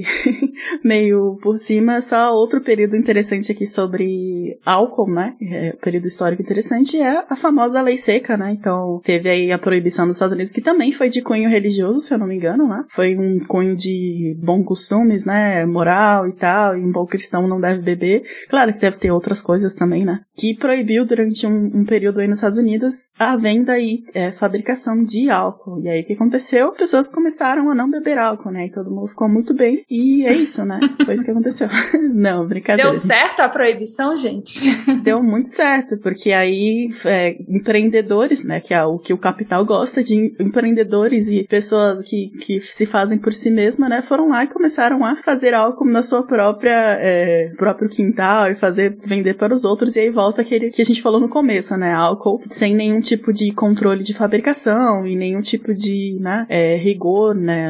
meio por cima, só outro período interessante aqui sobre álcool, né? É, período histórico interessante é a famosa lei seca, né? Então, teve aí a proibição dos Estados Unidos, que também foi de cunho religioso, se eu não me engano, né? Foi um cunho de bons costumes, né? Moral e tal, e um bom cristão não deve beber. Claro que deve ter outras coisas também, né? Que proibiu durante um, um período aí nos Estados Unidos a venda e é, fabricação de álcool. E aí o que aconteceu? Pessoas começaram a não beber álcool, né? E todo mundo ficou muito bem. E é isso, né? Foi isso que aconteceu. Não, brincadeira. Deu certo a proibição, gente? Deu muito certo, porque aí é, empreendedores, né? Que é o que o capital gosta de empreendedores e pessoas que, que se fazem por si mesmas, né? Foram lá e começaram a fazer álcool na sua própria é, próprio quintal e fazer, vender para os outros. E aí volta aquele que a gente falou no começo, né? Álcool sem nenhum tipo de controle de fabricação e nenhum tipo de, né, é, rigor, né,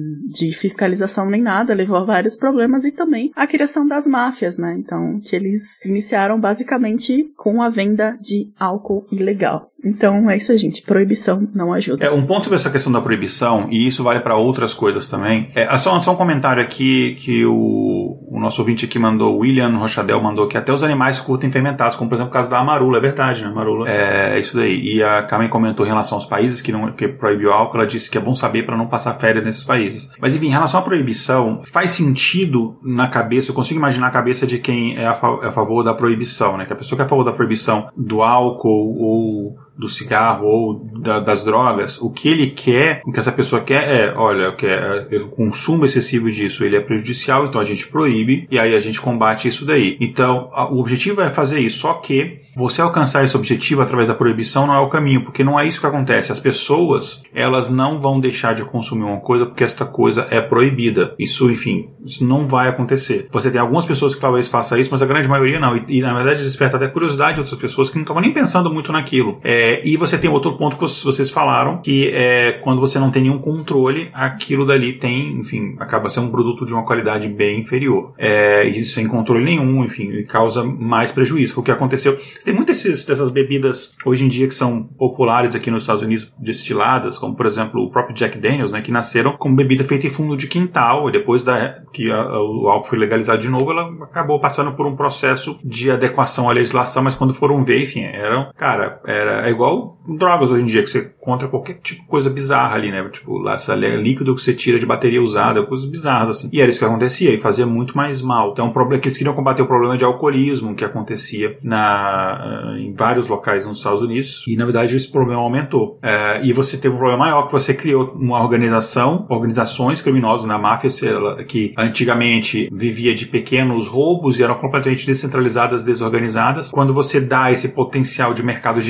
de fiscalização nem nada, levou a vários problemas e também a criação das máfias, né? Então, que eles iniciaram basicamente com a venda de álcool ilegal. Então, é isso, gente. Proibição não ajuda. É, um ponto sobre essa questão da proibição, e isso vale para outras coisas também, é só, só um comentário aqui que o, o nosso ouvinte aqui mandou, o William Rochadel mandou, que até os animais curtem fermentados, como por exemplo o caso da amarula. É verdade, né? Amarula é, é isso daí. E a Carmen comentou em relação aos países que, não, que proibiu álcool, ela disse que é bom saber para não passar férias nesses países. Mas enfim, em relação à proibição, faz sentido na cabeça, eu consigo imaginar a cabeça de quem é a, fa- é a favor da proibição, né? Que a pessoa que é a favor da proibição do álcool ou do cigarro ou da, das drogas, o que ele quer, o que essa pessoa quer é, olha, quer, o consumo excessivo disso, ele é prejudicial, então a gente proíbe e aí a gente combate isso daí. Então, a, o objetivo é fazer isso, só que você alcançar esse objetivo através da proibição não é o caminho, porque não é isso que acontece. As pessoas, elas não vão deixar de consumir uma coisa porque esta coisa é proibida. Isso, enfim, isso não vai acontecer. Você tem algumas pessoas que talvez façam isso, mas a grande maioria não. E, e na verdade, desperta até curiosidade de outras pessoas que não estavam nem pensando muito naquilo. É, e você tem outro ponto que vocês falaram, que é quando você não tem nenhum controle, aquilo dali tem, enfim, acaba sendo um produto de uma qualidade bem inferior. É, e sem controle nenhum, enfim, causa mais prejuízo. Foi o que aconteceu. Tem muitas dessas bebidas hoje em dia que são populares aqui nos Estados Unidos, destiladas, como por exemplo o próprio Jack Daniels, né, que nasceram como bebida feita em fundo de quintal, e depois da, que a, o álcool foi legalizado de novo, ela acabou passando por um processo de adequação à legislação, mas quando foram ver, enfim, eram, cara, era é igual drogas hoje em dia, que você encontra qualquer tipo de coisa bizarra ali, né, tipo, lá, líquido que você tira de bateria usada, coisas bizarras assim, e era isso que acontecia, e fazia muito mais mal. Então, o problema é que eles queriam combater o problema de alcoolismo que acontecia na em vários locais nos Estados Unidos, e na verdade esse problema aumentou. É, e você teve um problema maior, que você criou uma organização, organizações criminosas na máfia, que antigamente vivia de pequenos roubos e eram completamente descentralizadas, desorganizadas. Quando você dá esse potencial de mercado gigantesco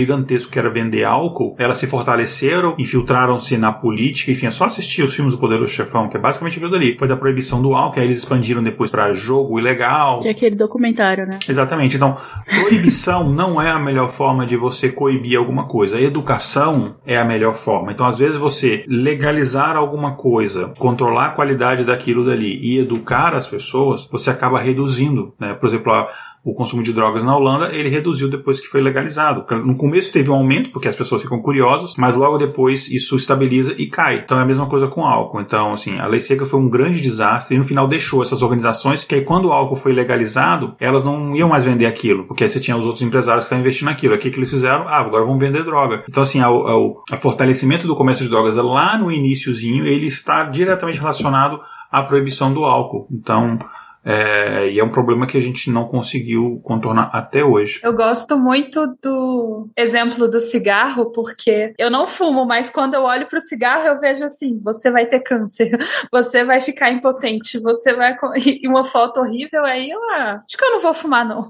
que era vender álcool, elas se fortaleceram, infiltraram-se na política, enfim, é só assistir os filmes do Poderoso Chefão, que é basicamente aquilo dali. Foi da proibição do álcool, aí eles expandiram depois pra jogo ilegal. Que é aquele documentário, né? Exatamente. Então, proibição não é a melhor forma de você coibir alguma coisa. A educação é a melhor forma. Então, às vezes, você legalizar alguma coisa, controlar a qualidade daquilo dali e educar as pessoas, você acaba reduzindo, né? Por exemplo, a o consumo de drogas na Holanda, ele reduziu depois que foi legalizado. No começo teve um aumento, porque as pessoas ficam curiosas, mas logo depois isso estabiliza e cai. Então é a mesma coisa com o álcool. Então, assim, a lei seca foi um grande desastre e no final deixou essas organizações que aí quando o álcool foi legalizado, elas não iam mais vender aquilo, porque aí você tinha os outros empresários que estavam investindo naquilo. Aqui que eles fizeram, ah, agora vamos vender droga. Então, assim, o fortalecimento do comércio de drogas lá no iniciozinho, ele está diretamente relacionado à proibição do álcool. Então, É, e é um problema que a gente não conseguiu contornar até hoje. Eu gosto muito do exemplo do cigarro, porque eu não fumo, mas quando eu olho pro cigarro eu vejo assim, você vai ter câncer, você vai ficar impotente, você vai... E uma foto horrível, aí eu ah, acho que eu não vou fumar não.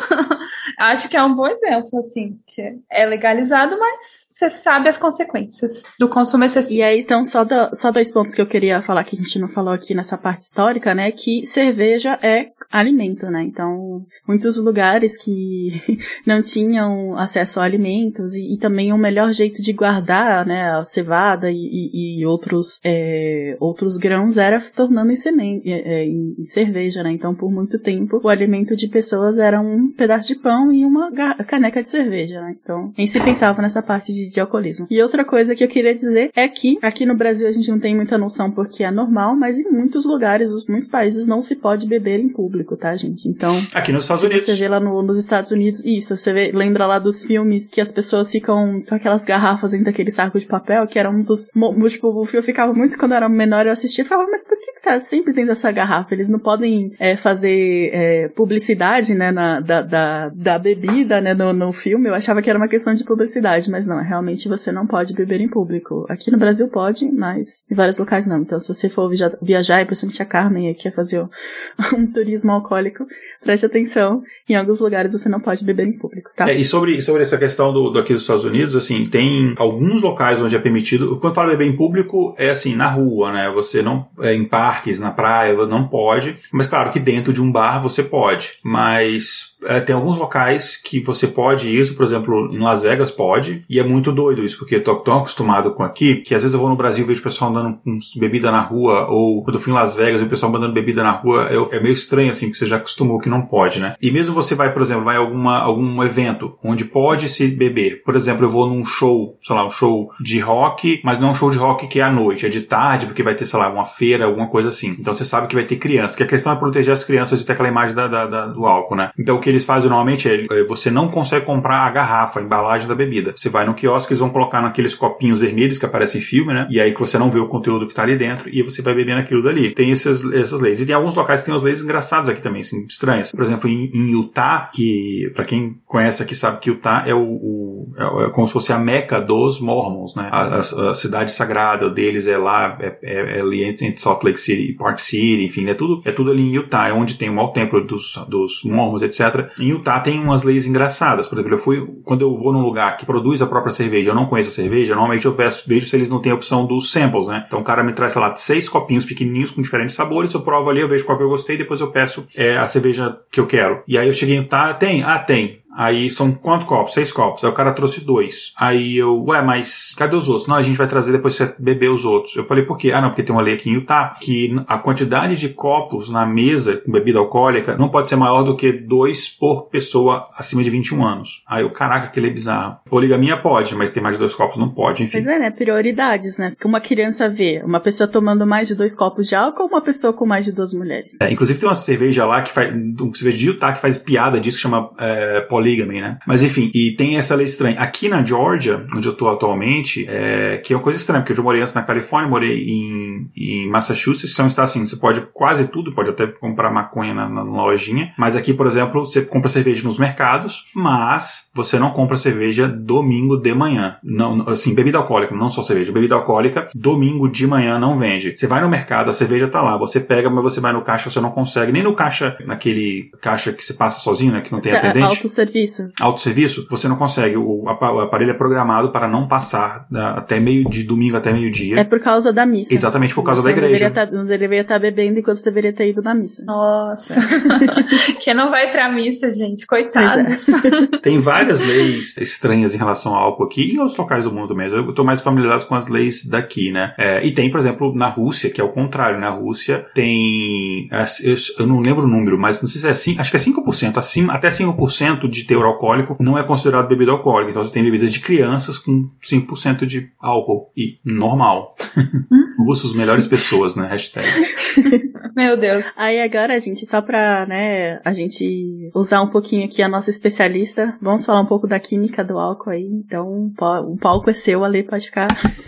Acho que é um bom exemplo, assim, que é legalizado, mas você sabe as consequências do consumo excessivo. E aí, então, só, do, só dois pontos que eu queria falar que a gente não falou aqui nessa parte histórica, né, que cerveja é alimento, né, então muitos lugares que não tinham acesso a alimentos e, e também o melhor jeito de guardar, né, a cevada e, e, e outros, é, outros grãos era tornando em, semente, é, em, em cerveja, né, então por muito tempo o alimento de pessoas era um pedaço de pão e uma caneca de cerveja, né, então nem se pensava nessa parte de de alcoolismo. E outra coisa que eu queria dizer é que aqui no Brasil a gente não tem muita noção porque é normal, mas em muitos lugares, em muitos países não se pode beber em público, tá, gente? Então, aqui nos Estados se Unidos. você vê lá no, nos Estados Unidos, isso, você vê, lembra lá dos filmes que as pessoas ficam com aquelas garrafas dentro daquele saco de papel, que era um dos, tipo, eu ficava muito quando eu era menor, eu assistia e falava, mas por que que tá sempre dentro dessa garrafa? Eles não podem é, fazer é, publicidade, né, na, da, da, da bebida, né, no, no filme. Eu achava que era uma questão de publicidade, mas não, é realmente Realmente você não pode beber em público. Aqui no Brasil pode, mas em vários locais não. Então, se você for viajar, viajar e principalmente a Carmen aqui quer fazer um turismo alcoólico, preste atenção. Em alguns lugares você não pode beber em público, tá? É, e sobre, sobre essa questão do, do aqui dos Estados Unidos, assim, tem alguns locais onde é permitido. Quando fala beber em público, é assim, na rua, né? Você não, é, em parques, na praia, não pode. Mas claro que dentro de um bar você pode. Mas é, tem alguns locais que você pode isso, por exemplo, em Las Vegas pode, e é muito doido isso, porque eu tô tão acostumado com aqui, que às vezes eu vou no Brasil e vejo o pessoal andando com bebida na rua, ou quando eu fui em Las Vegas e o pessoal mandando bebida na rua, eu, é meio estranho assim, porque você já acostumou que não pode, né? E mesmo você vai, por exemplo, vai a alguma, algum evento onde pode se beber, por exemplo, eu vou num show, sei lá, um show de rock, mas não é um show de rock que é à noite, é de tarde, porque vai ter, sei lá, uma feira, alguma coisa assim. Então você sabe que vai ter crianças, que a questão é proteger as crianças de ter aquela imagem da, da, da, do álcool, né? Então o que eles fazem normalmente é, você não consegue comprar a garrafa, a embalagem da bebida. Você vai no quiosque, eles vão colocar naqueles copinhos vermelhos que aparecem em filme, né? E aí que você não vê o conteúdo que tá ali dentro e você vai bebendo aquilo dali. Tem essas, essas leis. E tem alguns locais que tem as leis engraçadas aqui também, assim, estranhas. Por exemplo, em, em Utah, que pra quem conhece aqui sabe que Utah é o, o é, é como se fosse a meca dos Mormons, né? A, a, a cidade sagrada deles é lá, é, é, é ali entre Salt Lake City e Park City, enfim, é tudo, é tudo ali em Utah, é onde tem o maior templo dos, dos Mormons, etcétera. Em Utah tem umas leis engraçadas. Por exemplo, eu fui, quando eu vou num lugar que produz a própria cerveja, eu não conheço a cerveja, normalmente eu vejo, vejo se eles não têm a opção dos samples, né? Então o cara me traz, sei lá, seis copinhos pequenininhos com diferentes sabores, eu provo ali, eu vejo qual que eu gostei, depois eu peço é, a cerveja que eu quero. E aí eu cheguei em Utah, tem? Ah, tem. Aí são quantos copos? Seis copos. Aí o cara trouxe dois. Aí eu, ué, mas cadê os outros? Não, a gente vai trazer depois você beber os outros. Eu falei, por quê? Ah, não, porque tem uma lei aqui em Utah que a quantidade de copos na mesa com bebida alcoólica não pode ser maior do que dois por pessoa acima de vinte e um anos. Aí eu, caraca, aquele é bizarro. Poligamia pode, mas ter mais de dois copos não pode, enfim. Mas é, né? Prioridades, né? Porque uma criança vê uma pessoa tomando mais de dois copos de álcool ou uma pessoa com mais de duas mulheres? É, inclusive tem uma cerveja lá que faz, uma cerveja de Utah que faz piada disso, que chama é, polygamy, né? Mas enfim, e tem essa lei estranha. Aqui na Georgia, onde eu tô atualmente, é, que é uma coisa estranha, porque eu já morei antes na Califórnia, morei em, em Massachusetts, são estados assim, você pode quase tudo, pode até comprar maconha na, na, na lojinha, mas aqui, por exemplo, você compra cerveja nos mercados, mas você não compra cerveja domingo de manhã. Não, assim, bebida alcoólica, não só cerveja, bebida alcoólica, domingo de manhã não vende. Você vai no mercado, a cerveja tá lá, você pega, mas você vai no caixa, você não consegue, nem no caixa, naquele caixa que você passa sozinho, né, que não tem atendente. autosserviço? Autosserviço, você não consegue. O aparelho é programado para não passar até meio de domingo até meio-dia. É por causa da missa. Exatamente, por causa você da igreja. Não deveria, tá, não deveria estar bebendo enquanto você deveria ter ido na missa. Nossa. Quem não vai pra missa, gente? Coitados. É. Tem várias leis estranhas em relação ao álcool aqui e em outros locais do mundo mesmo. Eu tô mais familiarizado com as leis daqui, né? É, e tem, por exemplo, na Rússia, que é o contrário. Na Rússia tem... Eu, eu não lembro o número, mas não sei se é assim, acho que é cinco por cento. Acima, até cinco por cento de teor alcoólico não é considerado bebida alcoólica. Então você tem bebidas de crianças com cinco por cento de álcool. E normal. Russos, melhores pessoas, né? Hashtag. Meu Deus. Aí agora, gente, só pra, né, a gente usar um pouquinho aqui a nossa especialista, vamos falar um pouco da química do álcool aí. Então, o palco é seu, ali, pode ficar...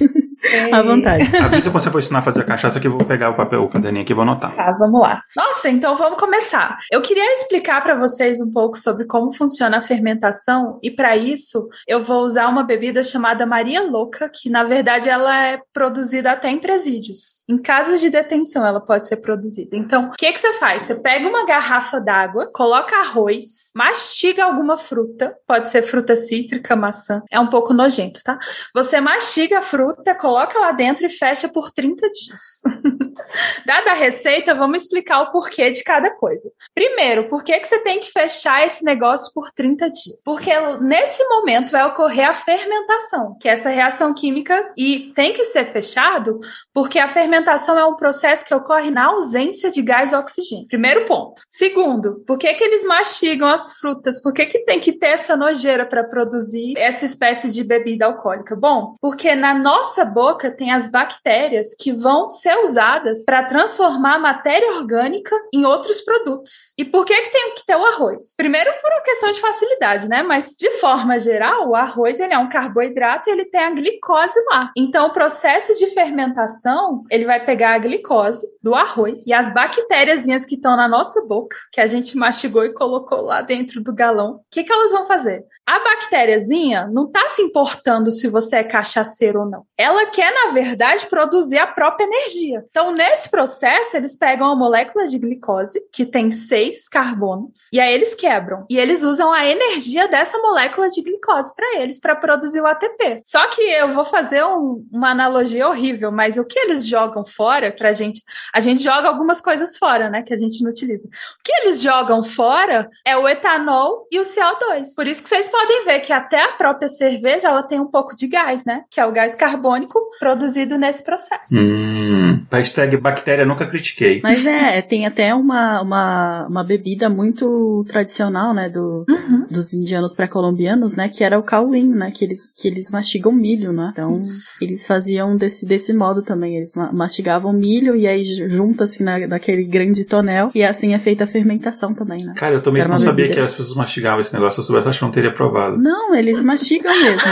Ei. À vontade. Avisa quando você for ensinar a fazer a cachaça que eu vou pegar o papel, o caderninho aqui e vou anotar. Tá, vamos lá. Nossa, então vamos começar. Eu queria explicar para vocês um pouco sobre como funciona a fermentação e para isso eu vou usar uma bebida chamada Maria Louca, que na verdade ela é produzida até em presídios. Em casas de detenção ela pode ser produzida. Então, o que que você faz? Você pega uma garrafa d'água, coloca arroz, mastiga alguma fruta, pode ser fruta cítrica, maçã, é um pouco nojento, tá? Você mastiga a fruta, coloca lá dentro e fecha por trinta dias. Dada a receita, vamos explicar o porquê de cada coisa. Primeiro, por que que você tem que fechar esse negócio por trinta dias? Porque nesse momento vai ocorrer a fermentação, que é essa reação química, e tem que ser fechado porque a fermentação é um processo que ocorre na ausência de gás e oxigênio. Primeiro ponto. Segundo, por que que eles mastigam as frutas? Por que que tem que ter essa nojeira para produzir essa espécie de bebida alcoólica? Bom, porque na nossa boca tem as bactérias que vão ser usadas para transformar a matéria orgânica em outros produtos. E por que que tem que ter o arroz? Primeiro por uma questão de facilidade, né? Mas de forma geral, o arroz ele é um carboidrato e ele tem a glicose lá. Então o processo de fermentação, ele vai pegar a glicose do arroz e as bactériazinhas que estão na nossa boca, que a gente mastigou e colocou lá dentro do galão, o que que elas vão fazer? A bactériazinha não tá se importando se você é cachaceiro ou não. Ela quer, na verdade, produzir a própria energia. Então, nesse processo, eles pegam a molécula de glicose, que tem seis carbonos, e aí eles quebram. E eles usam a energia dessa molécula de glicose para eles, para produzir o A T P. Só que eu vou fazer um, uma analogia horrível, mas o que eles jogam fora, pra gente... A gente joga algumas coisas fora, né, que a gente não utiliza. O que eles jogam fora é o etanol e o C O dois. Por isso que vocês podem ver que até a própria cerveja, ela tem um pouco de gás, né? Que é o gás carbônico produzido nesse processo. Hum, hashtag bactéria nunca critiquei. Mas é, tem até uma, uma, uma bebida muito tradicional, né? Do, uhum. Dos indianos pré-colombianos, né? Que era o cauim, né? Que eles, que eles mastigam milho, né? Então, Isso. eles faziam desse, desse modo também. Eles mastigavam milho e aí junta assim na, naquele grande tonel. E assim é feita a fermentação também, né? Cara, eu também não sabia que as pessoas mastigavam esse negócio. Se eu soubesse, acho que não teria provado. Não, eles mastigam mesmo.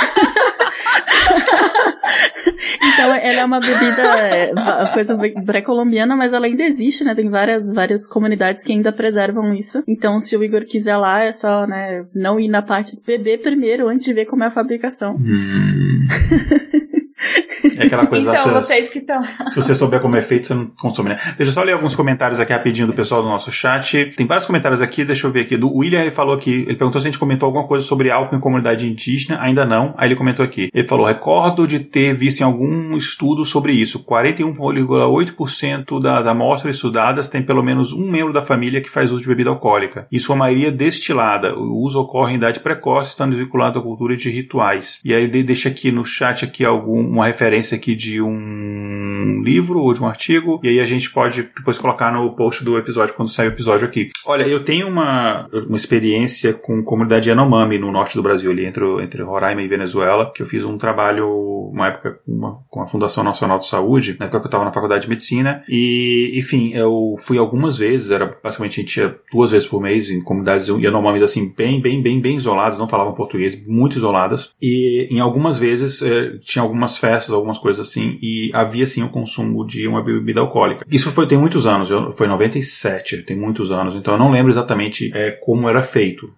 Então, ela é uma bebida, coisa pré-colombiana, mas ela ainda existe, né? Tem várias, várias comunidades que ainda preservam isso. Então, se o Igor quiser lá, é só, né, não ir na parte de beber primeiro, antes de ver como é a fabricação. Hum. É aquela coisa então, da vocês que estão... Se você souber como é feito, você não consome, né? Deixa eu só ler alguns comentários aqui rapidinho do pessoal do nosso chat. Tem vários comentários aqui, deixa eu ver aqui. Do William, ele falou aqui, ele perguntou se a gente comentou alguma coisa sobre álcool em comunidade indígena. Ainda não. Aí ele comentou aqui. Ele falou, recordo de ter visto em algum estudo sobre isso. quarenta e um vírgula oito por cento das amostras estudadas tem pelo menos um membro da família que faz uso de bebida alcoólica. E sua maioria destilada. O uso ocorre em idade precoce, estando vinculado à cultura de rituais. E aí ele deixa aqui no chat aqui alguma referência aqui de um livro ou de um artigo, e aí a gente pode depois colocar no post do episódio, quando sair o episódio aqui. Olha, eu tenho uma, uma experiência com comunidade Yanomami no norte do Brasil, ali entre, entre Roraima e Venezuela, que eu fiz um trabalho, uma época, com, uma, com a Fundação Nacional de Saúde, na época que eu estava na faculdade de Medicina, e, enfim, eu fui algumas vezes, era basicamente a gente ia duas vezes por mês em comunidades Yanomamis, assim, bem, bem, bem, bem isoladas, não falavam português, muito isoladas, e em algumas vezes eh, tinha algumas festas, algumas algumas coisas assim, e havia sim o consumo de uma bebida alcoólica. Isso foi tem muitos anos, eu, foi em noventa e sete, tem muitos anos, então eu não lembro exatamente é, como era feito,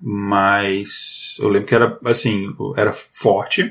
mas eu lembro que era assim, era forte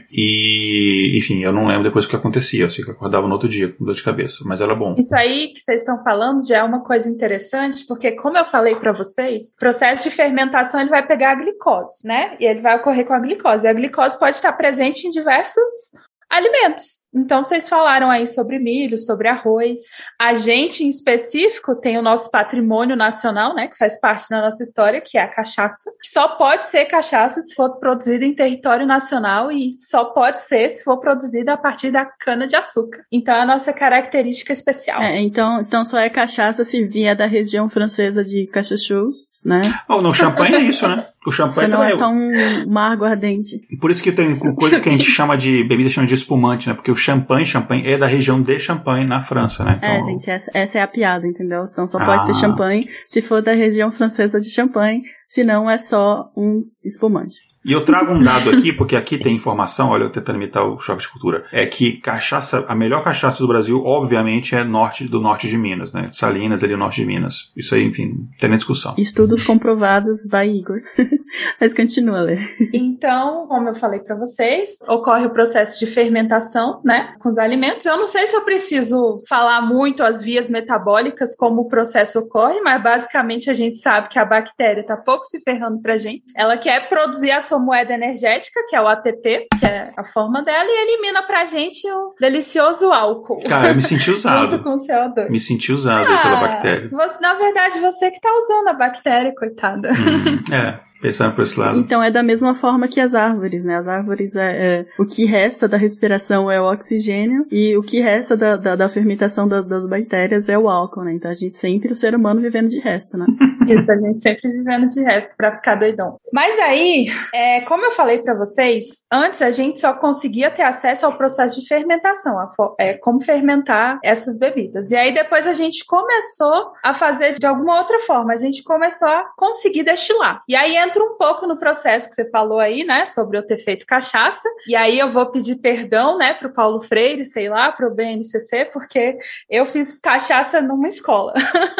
e, enfim, eu não lembro depois o que acontecia, eu sei que eu acordava no outro dia com dor de cabeça, mas era bom. Isso aí que vocês estão falando já é uma coisa interessante, porque como eu falei pra vocês, o processo de fermentação ele vai pegar a glicose, né? E ele vai ocorrer com a glicose. E a glicose pode estar presente em diversos alimentos. Então, vocês falaram aí sobre milho, sobre arroz. A gente, em específico, tem o nosso patrimônio nacional, né, que faz parte da nossa história, que é a cachaça. Que só pode ser cachaça se for produzida em território nacional e só pode ser se for produzida a partir da cana-de-açúcar. Então, é a nossa característica especial. É, então, então só é cachaça se vier da região francesa de Cachuchus, né? Oh, no champanhe é isso, né? O champanhe não também é só um margo ardente. Por isso que tem coisas que a gente chama de bebida, chama de espumante, né? Porque o champanhe, champanhe é da região de Champagne, na França, né? Então... É, gente, essa, essa é a piada, entendeu? Então só ah. pode ser champanhe se for da região francesa de Champagne, senão é só um espumante. E eu trago um dado aqui, porque aqui tem informação, olha, eu tentando imitar o choque de cultura, é que cachaça, a melhor cachaça do Brasil, obviamente, é norte, do norte de Minas, né? Salinas, ali, o norte de Minas. Isso aí, enfim, não tem nem discussão. Estudos comprovados by Igor. Mas continua, Lê. Então, como eu falei pra vocês, ocorre o processo de fermentação, né, com os alimentos. Eu não sei se eu preciso falar muito as vias metabólicas, como o processo ocorre, mas basicamente a gente sabe que a bactéria tá pouco se ferrando pra gente. Ela quer produzir a sua moeda energética, que é o A T P, que é a forma dela, e elimina pra gente o delicioso álcool. Cara, eu me senti usado. Junto com o C O dois. Me senti usado ah, pela bactéria. Você, na verdade, você que tá usando a bactéria, coitada. Hum, é. Pensando por esse lado. Então é da mesma forma que as árvores, né? As árvores, é, é o que resta da respiração é o oxigênio e o que resta da, da, da fermentação da, das bactérias é o álcool, né? Então a gente sempre, o ser humano vivendo de resto, né? Isso, a gente sempre vivendo de resto pra ficar doidão. Mas aí, é, como eu falei pra vocês, antes a gente só conseguia ter acesso ao processo de fermentação, a fo- é, como fermentar essas bebidas. E aí depois a gente começou a fazer de alguma outra forma, a gente começou a conseguir destilar. E aí entra um pouco no processo que você falou aí, né, sobre eu ter feito cachaça, e aí eu vou pedir perdão, né, pro Paulo Freire, sei lá, pro B N C C, porque eu fiz cachaça numa escola.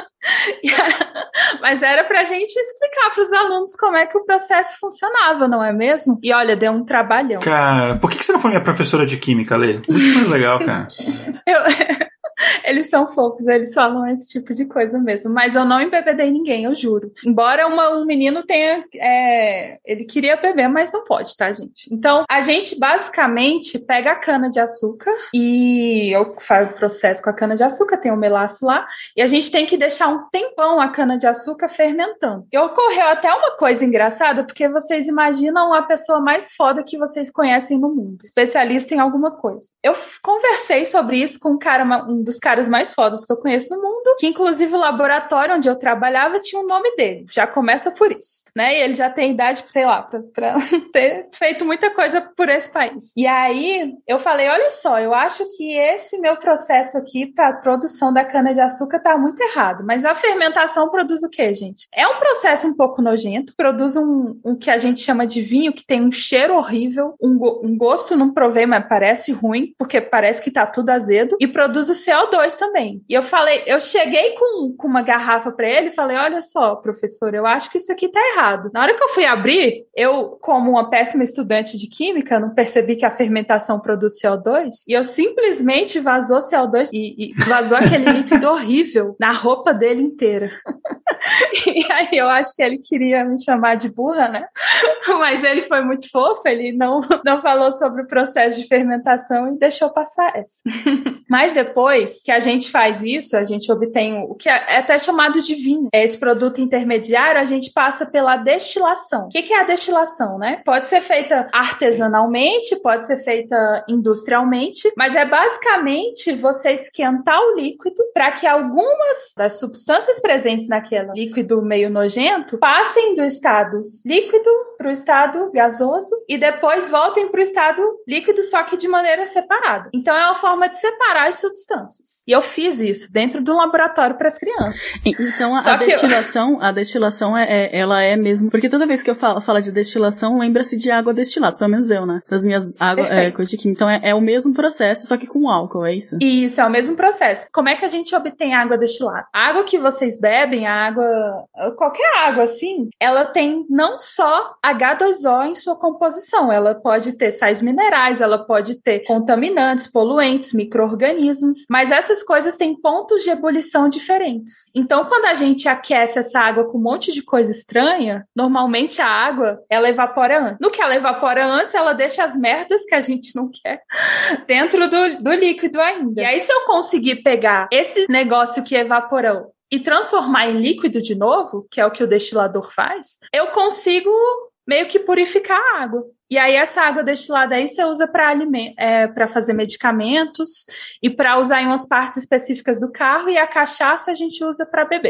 Mas era pra gente explicar pros alunos como é que o processo funcionava, não é mesmo? E olha, deu um trabalhão. Cara, por que você não foi minha professora de química, Lê? Muito mais legal, cara. Eu... Eles são fofos, eles falam esse tipo de coisa mesmo. Mas eu não embebedei ninguém, eu juro. Embora uma, um menino tenha... É, ele queria beber, mas não pode, tá, gente? Então, a gente basicamente pega a cana-de-açúcar e eu faço o processo com a cana-de-açúcar, tem o melaço lá, e a gente tem que deixar um tempão a cana-de-açúcar fermentando. E ocorreu até uma coisa engraçada, porque vocês imaginam a pessoa mais foda que vocês conhecem no mundo, especialista em alguma coisa. Eu conversei sobre isso com um cara, um dos caras mais fodas que eu conheço no mundo, que inclusive o laboratório onde eu trabalhava tinha o nome dele. Já começa por isso, né? E ele já tem idade, sei lá, pra, pra ter feito muita coisa por esse país. E aí, eu falei, olha só, eu acho que esse meu processo aqui pra produção da cana-de-açúcar tá muito errado. Mas a fermentação produz o quê, gente? É um processo um pouco nojento, produz um, um que a gente chama de vinho, que tem um cheiro horrível, um, go- um gosto não provei, mas parece ruim, porque parece que tá tudo azedo, e produz o C O dois também. E eu falei, eu cheguei com, com uma garrafa pra ele e falei, olha só, professor, eu acho que isso aqui tá errado. Na hora que eu fui abrir, eu, como uma péssima estudante de química, não percebi que a fermentação produz C O dois, e eu simplesmente vazou C O dois e, e vazou aquele líquido horrível na roupa dele inteira. E aí eu acho que ele queria me chamar de burra, né? Mas ele foi muito fofo, ele não, não falou sobre o processo de fermentação e deixou passar essa. Mas depois que a gente faz isso, a gente obtém o que é até chamado de vinho. Esse produto intermediário, a gente passa pela destilação. O que é a destilação, né? Pode ser feita artesanalmente, pode ser feita industrialmente, mas é basicamente você esquentar o líquido para que algumas das substâncias presentes naquela líquido meio nojento, passem do estado líquido para o estado gasoso e depois voltem para o estado líquido, só que de maneira separada. Então é uma forma de separar as substâncias. E eu fiz isso dentro de um laboratório para as crianças. Então a, a destilação, eu... a destilação é, é, ela é mesmo, porque toda vez que eu falo, falo de destilação, lembra-se de água destilada, pelo menos eu, né? Das minhas águas, é, coisa de química. Então é, é o mesmo processo, só que com álcool, é isso? Isso, é o mesmo processo. Como é que a gente obtém água destilada? A água que vocês bebem, a água, qualquer água assim, ela tem não só agá dois ó em sua composição, ela pode ter sais minerais, ela pode ter contaminantes, poluentes, micro-organismos, mas essas coisas têm pontos de ebulição diferentes. Então, quando a gente aquece essa água com um monte de coisa estranha, normalmente a água, ela evapora antes. No que ela evapora antes, ela deixa as merdas que a gente não quer dentro do, do líquido ainda. E aí, se eu conseguir pegar esse negócio que evaporou e transformar em líquido de novo, que é o que o destilador faz, eu consigo meio que purificar a água. E aí essa água destilada aí você usa para aliment- é, para fazer medicamentos e para usar em umas partes específicas do carro, e a cachaça a gente usa para beber.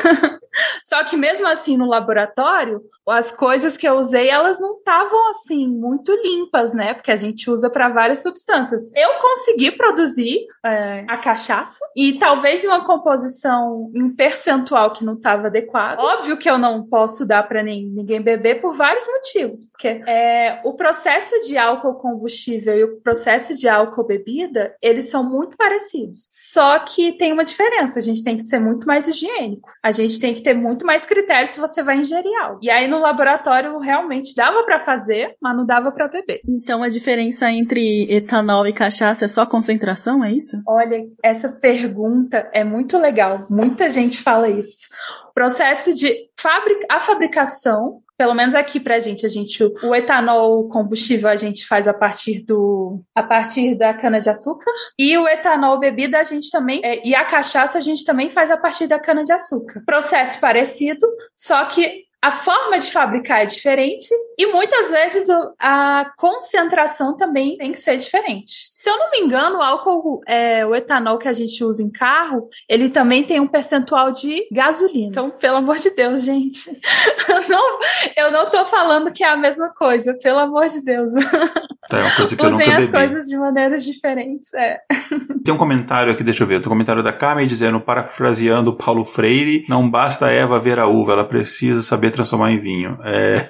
Só que mesmo assim no laboratório, as coisas que eu usei, elas não estavam assim muito limpas, né? Porque a gente usa para várias substâncias. Eu consegui produzir é, a cachaça e talvez em uma composição, em um percentual que não estava adequado. Óbvio que eu não posso dar para ninguém beber por vários motivos, porque é, o processo de álcool combustível e o processo de álcool bebida, eles são muito parecidos. Só que tem uma diferença, a gente tem que ser muito mais higiênico. A gente tem que ter muito mais critérios se você vai ingerir álcool. E aí no laboratório realmente dava pra fazer, mas não dava pra beber. Então a diferença entre etanol e cachaça é só concentração, é isso? Olha, essa pergunta é muito legal. Muita gente fala isso. O processo de fabric... a fabricação, pelo menos aqui pra gente, a gente, o etanol combustível a gente faz a partir do, a partir da cana-de-açúcar, e o etanol bebida a gente também, é, e a cachaça a gente também faz a partir da cana-de-açúcar. Processo parecido, só que a forma de fabricar é diferente e muitas vezes a concentração também tem que ser diferente. Se eu não me engano, o álcool, é, o etanol que a gente usa em carro, ele também tem um percentual de gasolina. Então, pelo amor de Deus, gente, eu não, eu não tô falando que é a mesma coisa, pelo amor de Deus. Tá, é uma coisa que eu nunca Usem as bebi. coisas de maneiras diferentes, é. Tem um comentário aqui, deixa eu ver, tem um comentário da Carmen dizendo, parafraseando Paulo Freire, não basta a Eva ver a uva, ela precisa saber transformar em vinho. É...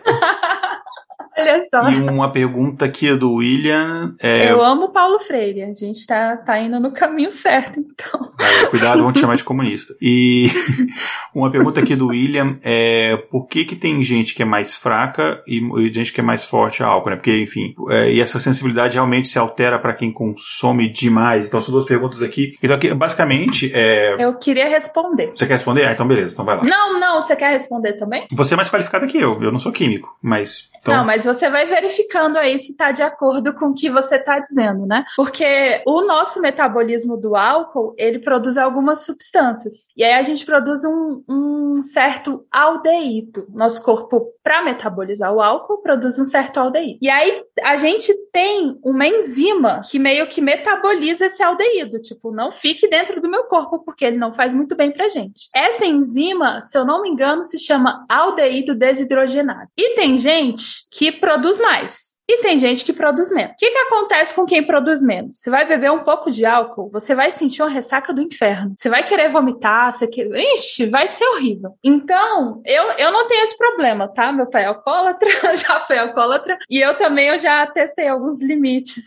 Olha só. E uma pergunta aqui do William. É... Eu amo Paulo Freire, a gente tá, tá indo no caminho certo, então. É, cuidado, vão te chamar de comunista. E uma pergunta aqui do William é por que que tem gente que é mais fraca e, e gente que é mais forte a álcool, né? Porque, enfim, é, e essa sensibilidade realmente se altera para quem consome demais. Então, são duas perguntas aqui. Então, aqui, basicamente, é... Eu queria responder. Você quer responder? Ah, então beleza, então vai lá. Não, não, você quer responder também? Você é mais qualificada que eu, eu não sou químico, mas... Então... Não, mas você vai verificando aí se tá de acordo com o que você tá dizendo, né? Porque o nosso metabolismo do álcool, ele produz algumas substâncias. E aí a gente produz um, um certo aldeído. Nosso corpo, para metabolizar o álcool, produz um certo aldeído. E aí a gente tem uma enzima que meio que metaboliza esse aldeído. Tipo, não fique dentro do meu corpo, porque ele não faz muito bem pra gente. Essa enzima, se eu não me engano, se chama aldeído desidrogenase. E tem gente que produz mais. E tem gente que produz menos. O que que acontece com quem produz menos? Você vai beber um pouco de álcool, você vai sentir uma ressaca do inferno. Você vai querer vomitar, você quer... Ixi, vai ser horrível. Então, eu, eu não tenho esse problema, tá? Meu pai é alcoólatra, já foi alcoólatra, e eu também eu já testei alguns limites.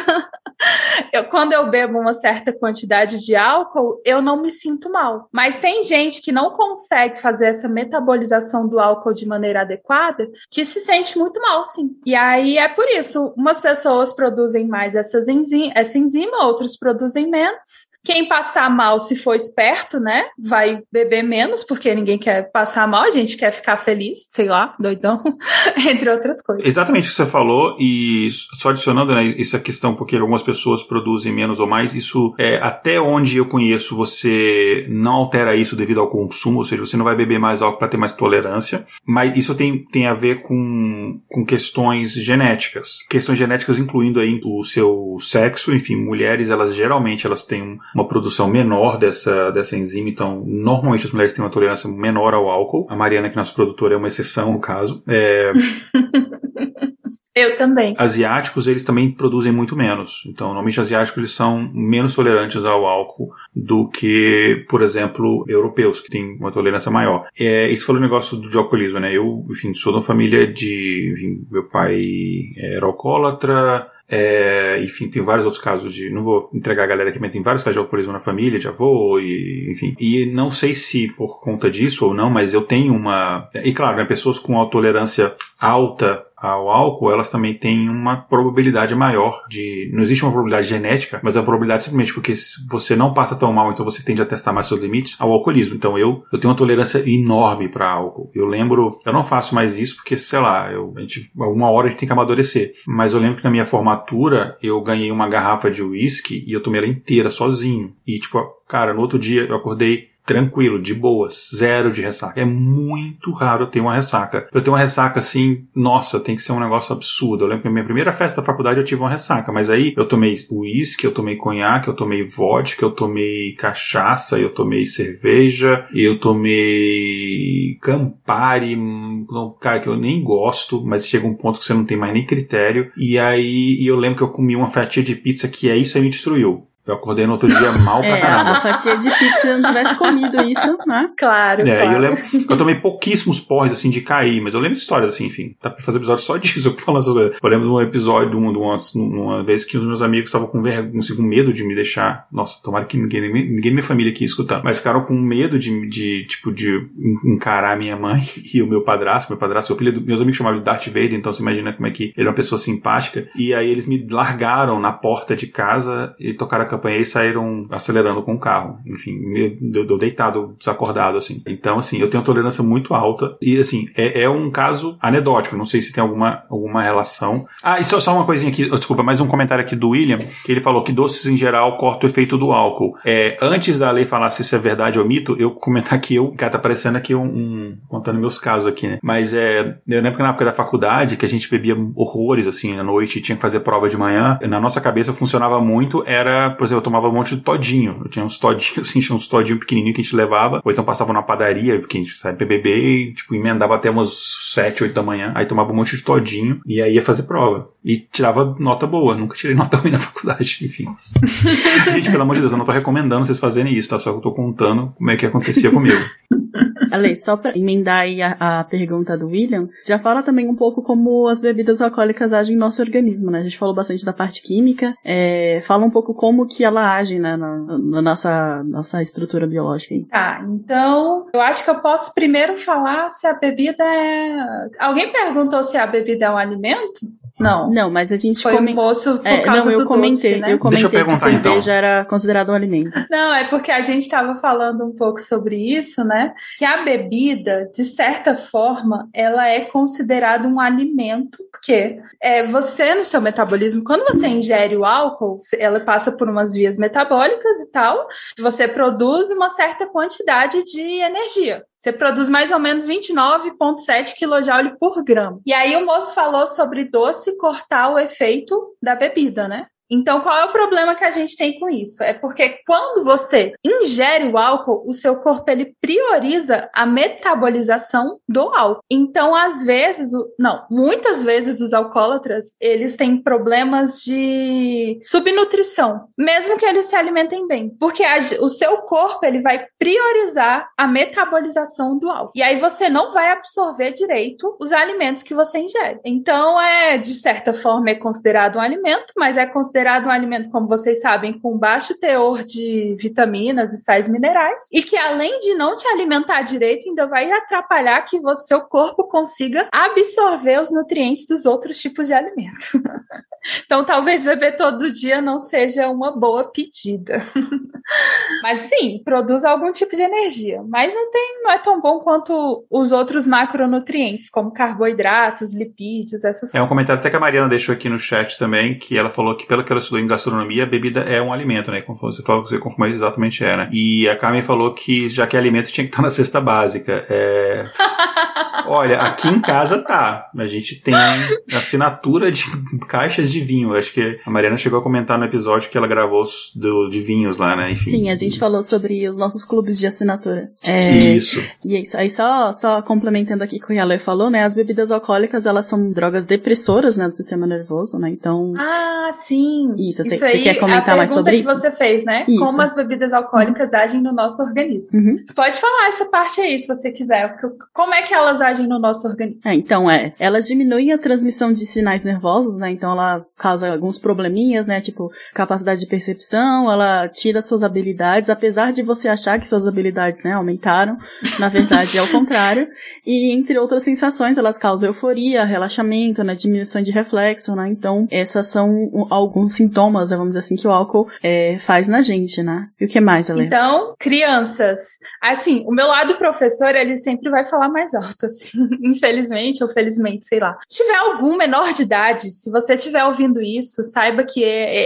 eu, quando eu bebo uma certa quantidade de álcool, eu não me sinto mal. Mas tem gente que não consegue fazer essa metabolização do álcool de maneira adequada, que se sente muito mal, sim. E aí é por isso, umas pessoas produzem mais essas enzima, essa enzima, outros produzem menos. Quem passar mal, se for esperto, né, vai beber menos, porque ninguém quer passar mal, a gente quer ficar feliz, sei lá, doidão, entre outras coisas. Exatamente o que você falou, e só adicionando, né, essa questão, porque algumas pessoas produzem menos ou mais, isso é, até onde eu conheço, você não altera isso devido ao consumo, ou seja, você não vai beber mais álcool para ter mais tolerância, mas isso tem, tem a ver com, com questões genéticas, questões genéticas incluindo aí o seu sexo, enfim, mulheres, elas geralmente, elas têm um uma produção menor dessa, dessa enzima, então normalmente as mulheres têm uma tolerância menor ao álcool. A Mariana, que é nossa produtora, é uma exceção no caso. É... Eu também. Asiáticos, eles também produzem muito menos. Então, normalmente asiáticos, eles são menos tolerantes ao álcool do que, por exemplo, europeus, que têm uma tolerância maior. É, isso foi o negócio do alcoolismo, né? Eu, enfim, sou de uma família de... Enfim, meu pai era alcoólatra... É, enfim, tem vários outros casos de... Não vou entregar a galera aqui, mas tem vários casos de alcoolismo na família, de avô, e, enfim. E não sei se por conta disso ou não, mas eu tenho uma... E claro, né, pessoas com uma tolerância alta ao álcool, elas também têm uma probabilidade maior de... Não existe uma probabilidade genética, mas é uma probabilidade simplesmente porque você não passa tão mal, então você tende a testar mais seus limites ao alcoolismo. Então eu, eu tenho uma tolerância enorme para álcool. Eu lembro... Eu não faço mais isso porque, sei lá, eu, a gente, uma hora a gente tem que amadurecer. Mas eu lembro que na minha formatura eu ganhei uma garrafa de uísque e eu tomei ela inteira sozinho. E tipo, cara, no outro dia eu acordei tranquilo, de boas, zero de ressaca. É muito raro eu ter uma ressaca. Eu tenho uma ressaca assim, nossa, tem que ser um negócio absurdo. Eu lembro que na minha primeira festa da faculdade eu tive uma ressaca, mas aí eu tomei uísque, eu tomei conhaque, eu tomei vodka, eu tomei cachaça, eu tomei cerveja, eu tomei Campari, cara, que eu nem gosto, mas chega um ponto que você não tem mais nem critério. E aí eu lembro que eu comi uma fatia de pizza que é isso aí me destruiu. Eu acordei no outro dia mal pra é, caramba. A fatia de pizza, se eu não tivesse comido isso, né? Claro, é, claro. Eu lembro, eu tomei pouquíssimos porres, assim, de cair, mas eu lembro de histórias, assim, enfim. Dá pra fazer episódio só disso, eu falando essas coisas. Eu lembro de um episódio, de uma, de uma, uma vez que os meus amigos estavam com, vergonha, assim, com medo de me deixar... Nossa, tomara que ninguém, ninguém da minha família aqui escutando. Mas ficaram com medo de, de, tipo, de encarar a minha mãe e o meu padrasto. Meu padrasto, o apelido, meus amigos chamavam de Darth Vader, então você imagina como é que ele é uma pessoa simpática. E aí eles me largaram na porta de casa e tocaram a campanha e saíram acelerando com o carro. Enfim, eu, eu deitado, desacordado, assim. Então, assim, eu tenho uma tolerância muito alta. E, assim, é, é um caso anedótico. Não sei se tem alguma, alguma relação. Ah, e só, só uma coisinha aqui. Desculpa, mais um comentário aqui do William, que ele falou que doces, em geral, cortam o efeito do álcool. É, antes da lei falar se isso é verdade ou mito, eu comentar aqui, eu, cara, tá aparecendo aqui um, um... contando meus casos aqui, né? Mas, é... Eu lembro que na época da faculdade, que a gente bebia horrores, assim, à noite, tinha que fazer prova de manhã. Na nossa cabeça, funcionava muito. Era, por exemplo, eu tomava um monte de todinho. Eu tinha uns todinhos, assim, tinha uns todinhos pequenininhos que a gente levava, ou então passava na padaria, porque a gente sabe beber e, tipo, emendava até umas sete, oito da manhã, aí tomava um monte de todinho, e aí ia fazer prova. E tirava nota boa, nunca tirei nota ruim na faculdade, enfim. Gente, pelo amor de Deus, eu não tô recomendando vocês fazerem isso, tá? Só que eu tô contando como é que acontecia comigo. Ale, só pra emendar aí a, a pergunta do William, já fala também um pouco como as bebidas alcoólicas agem no nosso organismo, né? A gente falou bastante da parte química, é, fala um pouco como que ela age, né, na, na nossa, nossa estrutura biológica aí. Tá, então, eu acho que eu posso primeiro falar se a bebida é... Alguém perguntou se a bebida é um alimento? Não. Não, mas a gente... Foi come... um moço por é, causa não, eu do comentei, doce, né? Eu comentei Deixa eu perguntar, que cerveja então. era considerado um alimento. Não, é porque a gente estava falando um pouco sobre isso, né? Que a bebida, de certa forma, ela é considerada um alimento, porque é, você, no seu metabolismo, quando você ingere o álcool, ela passa por umas vias metabólicas e tal, você produz uma certa quantidade de energia. Você produz mais ou menos vinte e nove vírgula sete quilojoule por grama. E aí o moço falou sobre doce cortar o efeito da bebida, né? Então, qual é o problema que a gente tem com isso? É porque quando você ingere o álcool, o seu corpo ele prioriza a metabolização do álcool. Então, às vezes, não, muitas vezes os alcoólatras, eles têm problemas de subnutrição, mesmo que eles se alimentem bem. Porque a, o seu corpo ele vai priorizar a metabolização do álcool. E aí você não vai absorver direito os alimentos que você ingere. Então, é, de certa forma, é considerado um alimento, mas é considerado considerado um alimento, como vocês sabem, com baixo teor de vitaminas e sais minerais, e que além de não te alimentar direito, ainda vai atrapalhar que o seu corpo consiga absorver os nutrientes dos outros tipos de alimento. Então, talvez beber todo dia não seja uma boa pedida. Mas sim, produz algum tipo de energia, mas não, tem, não é tão bom quanto os outros macronutrientes, como carboidratos, lipídios, essas coisas. É um comentário até que a Mariana deixou aqui no chat também, que ela falou que pelo que ela estudou em gastronomia, a bebida é um alimento, né? Como você falou, você confirmou exatamente é, né? E a Carmen falou que já que é alimento tinha que estar na cesta básica. É... Olha, aqui em casa tá. A gente tem assinatura de caixas de vinho. Acho que a Mariana chegou a comentar no episódio que ela gravou do, de vinhos lá, né? Enfim. Sim, a gente falou sobre os nossos clubes de assinatura. É, isso. E é isso. Aí só, só complementando aqui o que o Yalê falou, né? As bebidas alcoólicas, elas são drogas depressoras, né? Do sistema nervoso, né? Então... Ah, sim. Isso, você quer comentar mais sobre isso? A pergunta que você fez, né? Isso. Como as bebidas alcoólicas uhum. agem no nosso organismo. Uhum. Você pode falar essa parte aí, se você quiser. Como é que elas agem no nosso organismo? É, então, é. Elas diminuem a transmissão de sinais nervosos, né? Então, ela causa alguns probleminhas, né? Tipo, capacidade de percepção, ela tira suas habilidades, apesar de você achar que suas habilidades, né, aumentaram. Na verdade, é o contrário. E, entre outras sensações, elas causam euforia, relaxamento, né? Diminuição de reflexo, né? Então, essas são alguns sintomas, né, vamos dizer assim, que o álcool é, faz na gente, né? E o que mais, Helena? Então, crianças. Assim, o meu lado professor, ele sempre vai falar mais alto, assim. Infelizmente ou felizmente, sei lá. Se tiver algum menor de idade, se você estiver ouvindo isso, saiba que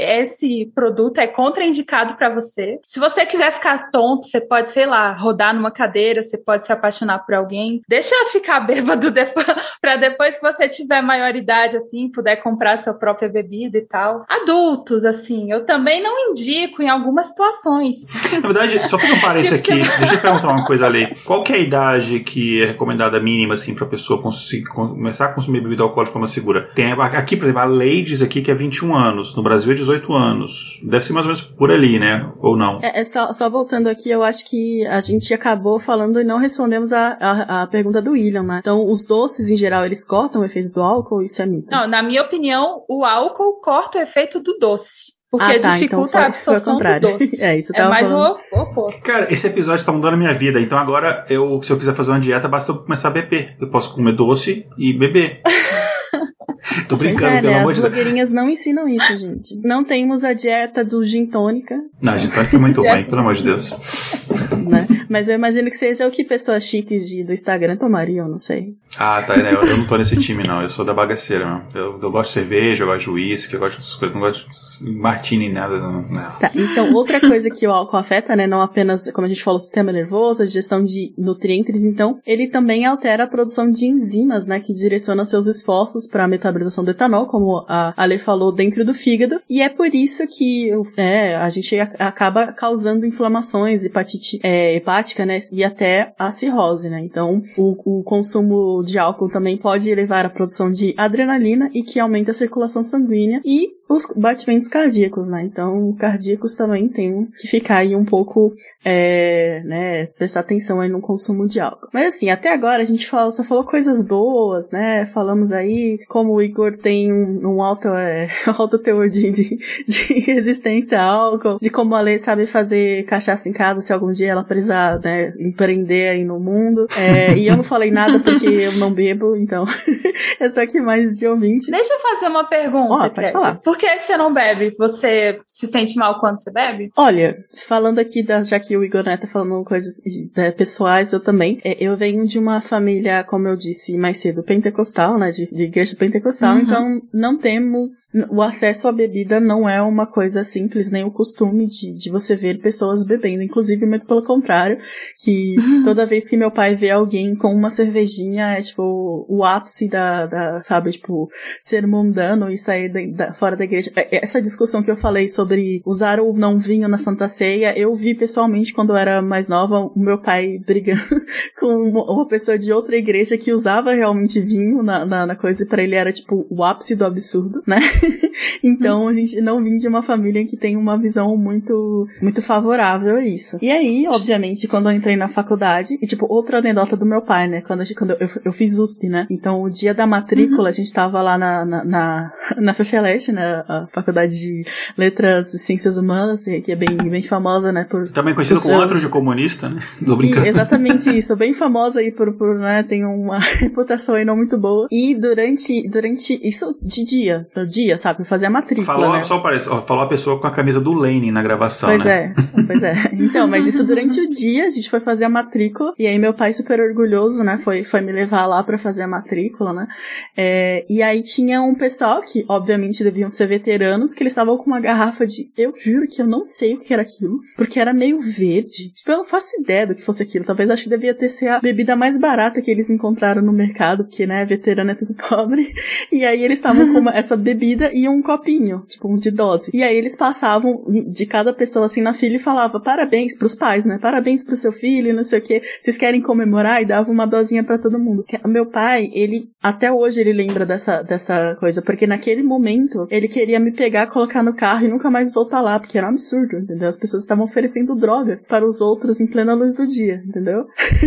esse produto é contraindicado para você. Se você quiser ficar tonto, você pode, sei lá, rodar numa cadeira, você pode se apaixonar por alguém. Deixa ficar bêbado depois, pra depois que você tiver maioridade, assim, puder comprar sua própria bebida e tal. Adultos, assim, eu também não indico em algumas situações. Na verdade, só fazer um parênteses tipo, aqui, você... deixa eu perguntar uma coisa ali. Qual que é a idade que é recomendada mínima, assim, pra pessoa conseguir, começar a consumir bebida alcoólica de forma segura? Tem aqui, por exemplo, a lei diz aqui que é vinte e um anos, no Brasil é dezoito anos. Deve ser mais ou menos por ali, né? Ou não? É, é só, só voltando aqui, eu acho que a gente acabou falando e não respondemos a, a, a pergunta do William, né? Então, os doces, em geral, eles cortam o efeito do álcool? Isso é mito? Não, na minha opinião, o álcool corta o efeito do doce. Porque ah, tá, dificulta então foi, a absorção do doce. É, isso é mais falando. o oposto. Cara, esse episódio tá mudando a minha vida. Então agora, eu, se eu quiser fazer uma dieta, basta eu começar a beber. Eu posso comer doce e beber. Tô brincando, é, pelo né? amor de Deus. As blogueirinhas não ensinam isso, gente. Não temos a dieta do gin tônica. Não, a gin tônica é muito ruim, pelo amor de Deus. Né? Mas eu imagino que seja o que pessoas chiques de, do Instagram tomariam, não sei. Ah, tá. Né? Eu, eu não tô nesse time, não. Eu sou da bagaceira, não. Eu, eu gosto de cerveja, eu gosto de uísque, eu gosto dessas coisas. Não gosto de martini, nada. Não. Tá, então outra coisa que o álcool afeta, né? Não apenas, como a gente falou, o sistema nervoso, a digestão de nutrientes, então ele também altera a produção de enzimas, né? Que direcionam seus esforços para a metabolização do etanol, como a Ale falou, dentro do fígado. E é por isso que é, a gente acaba causando inflamações, hepatite é, hepática, né? E até a cirrose, né? Então, o, o consumo de álcool também pode levar à produção de adrenalina e que aumenta a circulação sanguínea e os batimentos cardíacos, né? Então, cardíacos também tem que ficar aí um pouco, é, né? Prestar atenção aí no consumo de álcool. Mas assim, até agora a gente falou, só falou coisas boas, né? Falamos aí como o Igor tem um, um alto, é, alto teor de, de, de resistência ao álcool, de como a Lê sabe fazer cachaça em casa se algum dia ela precisar, né, empreender aí no mundo. É, e eu não falei nada porque eu não bebo, então é só que mais de ouvinte. Deixa eu fazer uma pergunta, oh, pode falar. Por que você não bebe? Você se sente mal quando você bebe? Olha, falando aqui, da, já que o Igor né, tá falando coisas né, pessoais, eu também, é, eu venho de uma família, como eu disse mais cedo, pentecostal, né, de, de igreja pentecostal, uhum. Então não temos, o acesso à bebida não é uma coisa simples, nem o costume de, de você ver pessoas bebendo, inclusive muito pelo contrário, que uhum. toda vez que meu pai vê alguém com uma cervejinha, é tipo o ápice da, da sabe, tipo, ser mundano e sair da, da, fora da igreja. Essa discussão que eu falei sobre usar ou não vinho na Santa Ceia, eu vi pessoalmente quando eu era mais nova, o meu pai brigando com uma pessoa de outra igreja que usava realmente vinho na, na, na coisa, e pra ele era tipo o ápice do absurdo, né? Então a gente não vem de uma família que tem uma visão muito, muito favorável a isso. E aí, obviamente, quando eu entrei na faculdade, e tipo, outra anedota do meu pai, né? Quando, a gente, quando eu, eu fiz U S P, né? Então o dia da matrícula, uhum. a gente tava lá na, na, na, na FEFELESH, né? A Faculdade de Letras e Ciências Humanas, que é bem, bem famosa, né? Por, também conhecido como antro de comunista, né? Tô brincando. E, exatamente isso, bem famosa aí por, por, né? Tem uma reputação aí não muito boa. E durante, durante, isso de dia, no dia, sabe? Fazer a matrícula, falou, né? Só parece, ó, falou a pessoa com a camisa do Lenin na gravação, pois né? Pois é, pois é. Então, mas isso durante o dia, a gente foi fazer a matrícula, e aí meu pai super orgulhoso, né? Foi, foi me levar lá pra fazer a matrícula, né? É, e aí tinha um pessoal que, obviamente, deviam ser veteranos, que eles estavam com uma garrafa de... Eu juro que eu não sei o que era aquilo, porque era meio verde. Tipo, eu não faço ideia do que fosse aquilo. Talvez acho que devia ter sido a bebida mais barata que eles encontraram no mercado, porque, né, veterano é tudo pobre. E aí eles estavam com uma, essa bebida e um copinho, tipo, um de dose. E aí eles passavam de cada pessoa, assim, na fila e falava parabéns pros pais, né? Parabéns pro seu filho, não sei o quê. Vocês querem comemorar? E dava uma dosinha pra todo mundo. O meu pai, ele, até hoje ele lembra dessa, dessa coisa, porque naquele momento ele queria me pegar, colocar no carro e nunca mais voltar lá, porque era um absurdo, entendeu? As pessoas estavam oferecendo drogas para os outros em plena luz do dia, entendeu?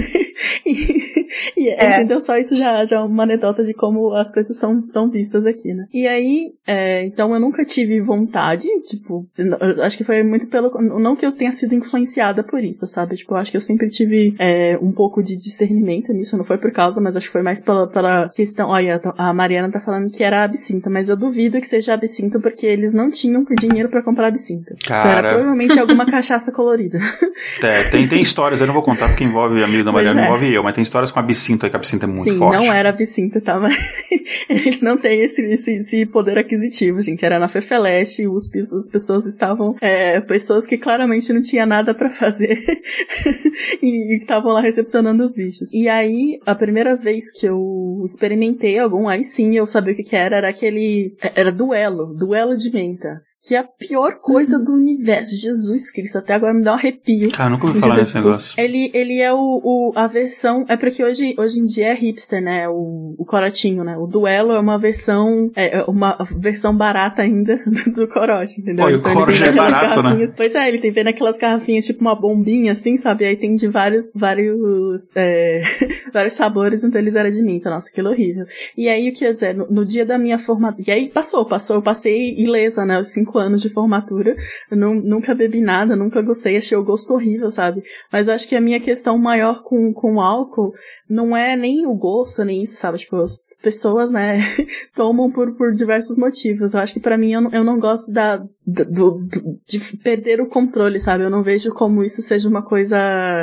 e, e é. Entendeu? Só isso já, já é uma anedota de como as coisas são, são vistas aqui, né? E aí, é, então eu nunca tive vontade, tipo, eu acho que foi muito pelo, não que eu tenha sido influenciada por isso, sabe? Tipo, eu acho que eu sempre tive é, um pouco de discernimento nisso, não foi por causa, mas acho que foi mais pela, pela questão, olha, a Mariana tá falando que era absinto, mas eu duvido que seja absinto porque eles não tinham dinheiro pra comprar absinto. Cara... Então era provavelmente alguma cachaça colorida. É, tem, tem histórias, eu não vou contar porque envolve amigo da Mariana, é. envolve eu, mas tem histórias com absinto aí, que absinto é muito Sim, forte. Não era absinto, tá? Mas eles não têm esse, esse, esse poder aquisitivo, gente. Era na Fefeleste, U S P, as pessoas estavam, é, pessoas que claramente não tinha nada pra fazer e estavam lá recepcionando os bichos. E aí, a primeira vez que eu experimentei algum, aí sim eu sabia o que que era, era aquele, era duelo, duelo de menta. Que é a pior coisa do universo. Jesus Cristo, até agora me dá um arrepio. Cara, nunca ouvi falar nesse negócio. Ele, ele é o, o, a versão... É porque hoje, hoje em dia é hipster, né? O, o corotinho, né? O duelo é uma versão... É uma versão barata ainda do, do corote, entendeu? Pô, e o então, corote é barato, né? Pois é, ele tem vendo aquelas garrafinhas tipo uma bombinha, assim, sabe? E aí tem de vários, vários, é, vários sabores, então eles eram de menta. Nossa, aquilo horrível. E aí, o que eu ia dizer? No, no dia da minha formatura... E aí passou, passou. Eu passei ilesa, né? Os cinco anos de formatura, eu não, nunca bebi nada, nunca gostei, achei o gosto horrível, sabe? Mas eu acho que a minha questão maior com, com o álcool não é nem o gosto, nem isso, sabe? Tipo, as pessoas, né, tomam por, por diversos motivos. Eu acho que pra mim, eu não, eu não gosto da, do, do, de perder o controle, sabe? Eu não vejo como isso seja uma coisa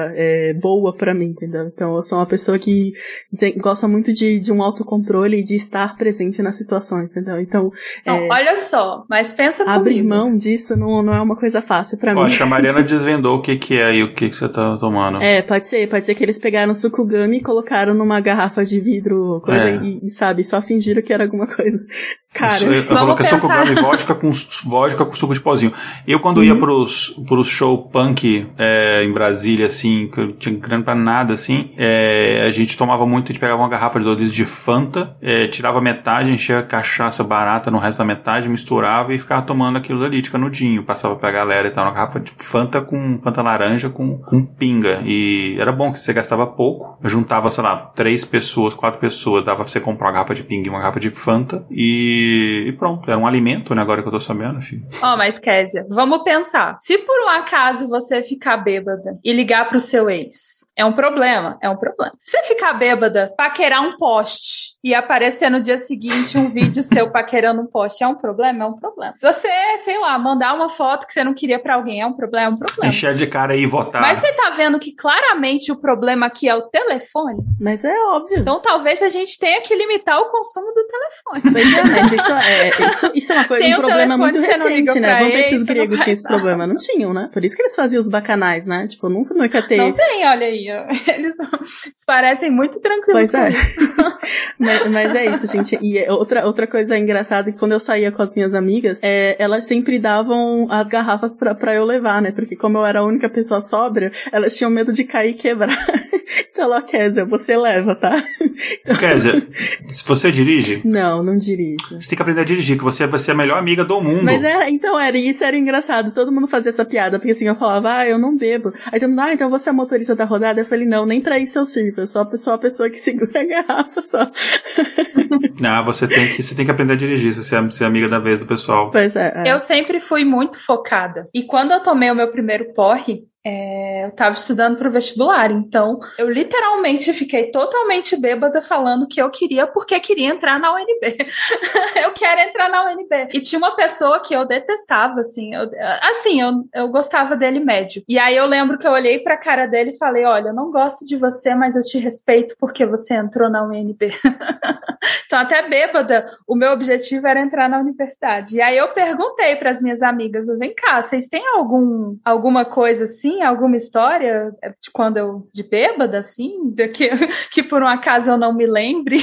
é, boa pra mim, entendeu? Então, eu sou uma pessoa que tem, gosta muito de, de um autocontrole e de estar presente nas situações, entendeu? Então, não, é, olha só, mas pensa comigo. Abrir mão disso não, não é uma coisa fácil pra Pô, mim. Acho que a Mariana desvendou o que que é e o que que você tá tomando. É, pode ser, pode ser que eles pegaram Sukugami e colocaram numa garrafa de vidro, coisa, É. e, e, sabe, só fingiram que era alguma coisa. Cara, eu, eu coloquei Sukugami e vodka com, vodka com suco de pozinho. Eu, quando uhum. ia pros, pros show punk é, em Brasília, assim, que eu tinha grana pra nada, assim, é, a gente tomava muito, a gente pegava uma garrafa de dois litros de Fanta, é, tirava metade, enchia cachaça barata no resto da metade, misturava e ficava tomando aquilo dali de canudinho, passava pra galera e tal, uma garrafa de Fanta com Fanta laranja com, com pinga. E era bom que você gastava pouco, eu juntava, sei lá, três pessoas, quatro pessoas, dava pra você comprar uma garrafa de pinga e uma garrafa de Fanta e E pronto, era um alimento, né? Agora que eu tô sabendo, filho. Ó, oh, mas Kézia, vamos pensar. Se por um acaso você ficar bêbada e ligar pro seu ex, é um problema? É um problema. Se ficar bêbada, paquerar um poste e aparecer no dia seguinte um vídeo seu paquerando um poste, é um problema? É um problema. Se você, sei lá, mandar uma foto que você não queria pra alguém, é um problema? É um problema. Encher de cara aí e votar. Mas você tá vendo que claramente o problema aqui é o telefone? Mas é óbvio. Então talvez a gente tenha que limitar o consumo do telefone. Pois é, mas isso é, isso, isso é uma coisa, um problema muito recente, né? Vamos ver se os gregos tinham esse problema. Não tinham, né? Por isso que eles faziam os bacanais, né? Tipo, nunca, nunca ter... Não tem, olha aí. Eles, eles parecem muito tranquilos. Pois é. mas, mas é isso, gente. E outra, outra coisa engraçada é que quando eu saía com as minhas amigas, é, elas sempre davam as garrafas pra, pra eu levar, né? Porque como eu era a única pessoa sóbria, elas tinham medo de cair e quebrar. Então, ó, Kézia, você leva, tá? Então... Kézia, se você dirige... Não, não dirijo. Você tem que aprender a dirigir, que você vai ser a melhor amiga do mundo. Mas era, então era, isso era engraçado. Todo mundo fazia essa piada, porque assim, eu falava, ah, eu não bebo. Aí todo mundo, ah, então você é a motorista da rodada? Eu falei, não, nem pra isso eu sirvo. Eu sou a pessoa, a pessoa que segura a garrafa só. Não, você tem que, você tem que aprender a dirigir, você é, você é amiga da vez do pessoal. Pois é, é. Eu sempre fui muito focada. E quando eu tomei o meu primeiro porre, É, eu tava estudando pro vestibular, então eu literalmente fiquei totalmente bêbada falando que eu queria porque queria entrar na U N B. Eu quero entrar na U N B. E tinha uma pessoa que eu detestava, assim, eu, assim, eu, eu gostava dele médio. E aí eu lembro que eu olhei pra cara dele e falei, olha, eu não gosto de você, mas eu te respeito porque você entrou na U N B. Então, até bêbada, o meu objetivo era entrar na universidade. E aí eu perguntei para as minhas amigas, vem cá, vocês têm algum, alguma coisa assim, alguma história de quando eu, de bêbada, assim, de que, que por um acaso eu não me lembre?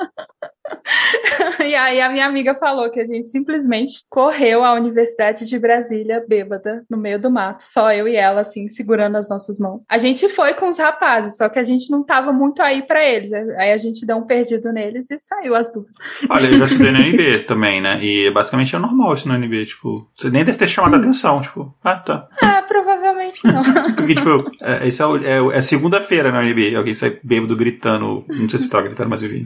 E aí a minha amiga falou que a gente simplesmente correu à Universidade de Brasília bêbada, no meio do mato, só eu e ela, assim, segurando as nossas mãos. A gente foi com os rapazes, só que a gente não tava muito aí pra eles, aí a gente deu um perdido neles e saiu as duas. Olha, eu já estudei na U N B também, né, e basicamente é normal isso na U N B, tipo, você nem deve ter chamado Sim. a atenção, tipo, ah, tá. Ah, provavelmente não. Porque, tipo, é, isso é, é, é segunda-feira na U N B, alguém sai bêbado gritando, não sei se tá gritando, mas enfim.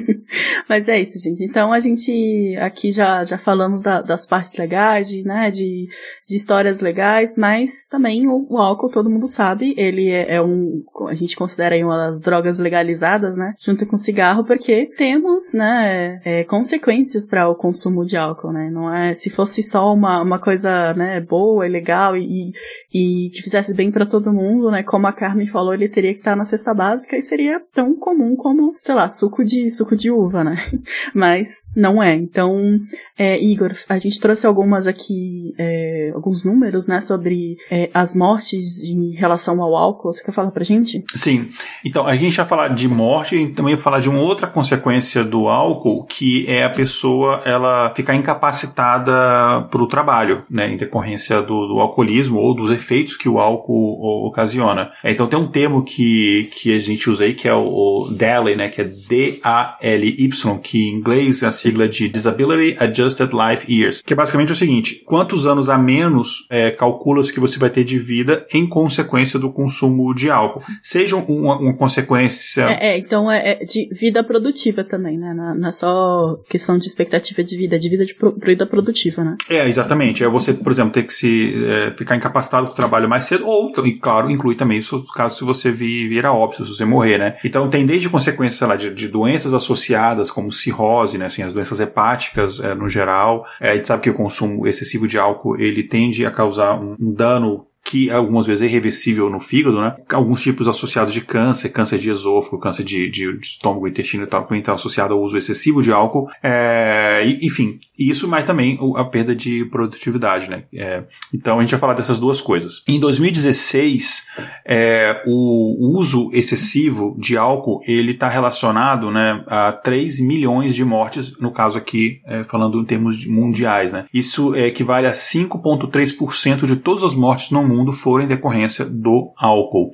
Mas é isso, gente. Então a gente aqui já, já falamos da, das partes legais, de, né, de, de histórias legais, mas também o, o álcool, todo mundo sabe, ele é, é um, a gente considera aí uma das drogas legalizadas, né, junto com o cigarro, porque temos, né, é, consequências para o consumo de álcool, né, não é, se fosse só uma, uma coisa, né, boa e legal e, e que fizesse bem para todo mundo, né, como a Carmen falou, ele teria que estar na cesta básica e seria tão comum como, sei lá, suco de, suco de uva, né, mas não é. Então, é, Igor, a gente trouxe algumas aqui, é, alguns números, né, sobre é, as mortes em relação ao álcool. Você quer falar pra gente? Sim. Então, a gente vai falar de morte e também vai falar de uma outra consequência do álcool, que é a pessoa, ela ficar incapacitada pro trabalho, né, em decorrência do, do alcoolismo ou dos efeitos que o álcool ocasiona. Então, tem um termo que, que a gente usa aí, que é o, o D A L Y, né, que é D A L Y, que em inglês é a sigla de Disability Adjusted Life Years, que é basicamente o seguinte: quantos anos a menos é, calcula-se que você vai ter de vida em consequência do consumo de álcool. Seja uma, uma consequência... É, é então é, é de vida produtiva também, né? Não, não é só questão de expectativa de vida, é de vida de pro, vida produtiva, né? É, exatamente. É você, por exemplo, ter que se é, ficar incapacitado com o trabalho mais cedo, ou, e claro, inclui também isso caso se você vir, vir a óbito, se você morrer, né? Então tem desde consequências, sei lá, de, de doenças associadas, como cirrose, né, assim, as doenças hepáticas é, no geral. É, a gente sabe que o consumo excessivo de álcool, ele tende a causar um, um dano que algumas vezes é irreversível no fígado, né? Alguns tipos associados de câncer, câncer de esôfago, câncer de, de, de estômago, intestino e tal, que estão associado ao uso excessivo de álcool. É, enfim, isso, mas também a perda de produtividade, né? É, então a gente vai falar dessas duas coisas. Em dois mil e dezesseis, é, o uso excessivo de álcool, ele está relacionado, né, a três milhões de mortes, no caso aqui, é, falando em termos mundiais, né? Isso é, equivale a cinco vírgula três por cento de todas as mortes no mundo foram em decorrência do álcool.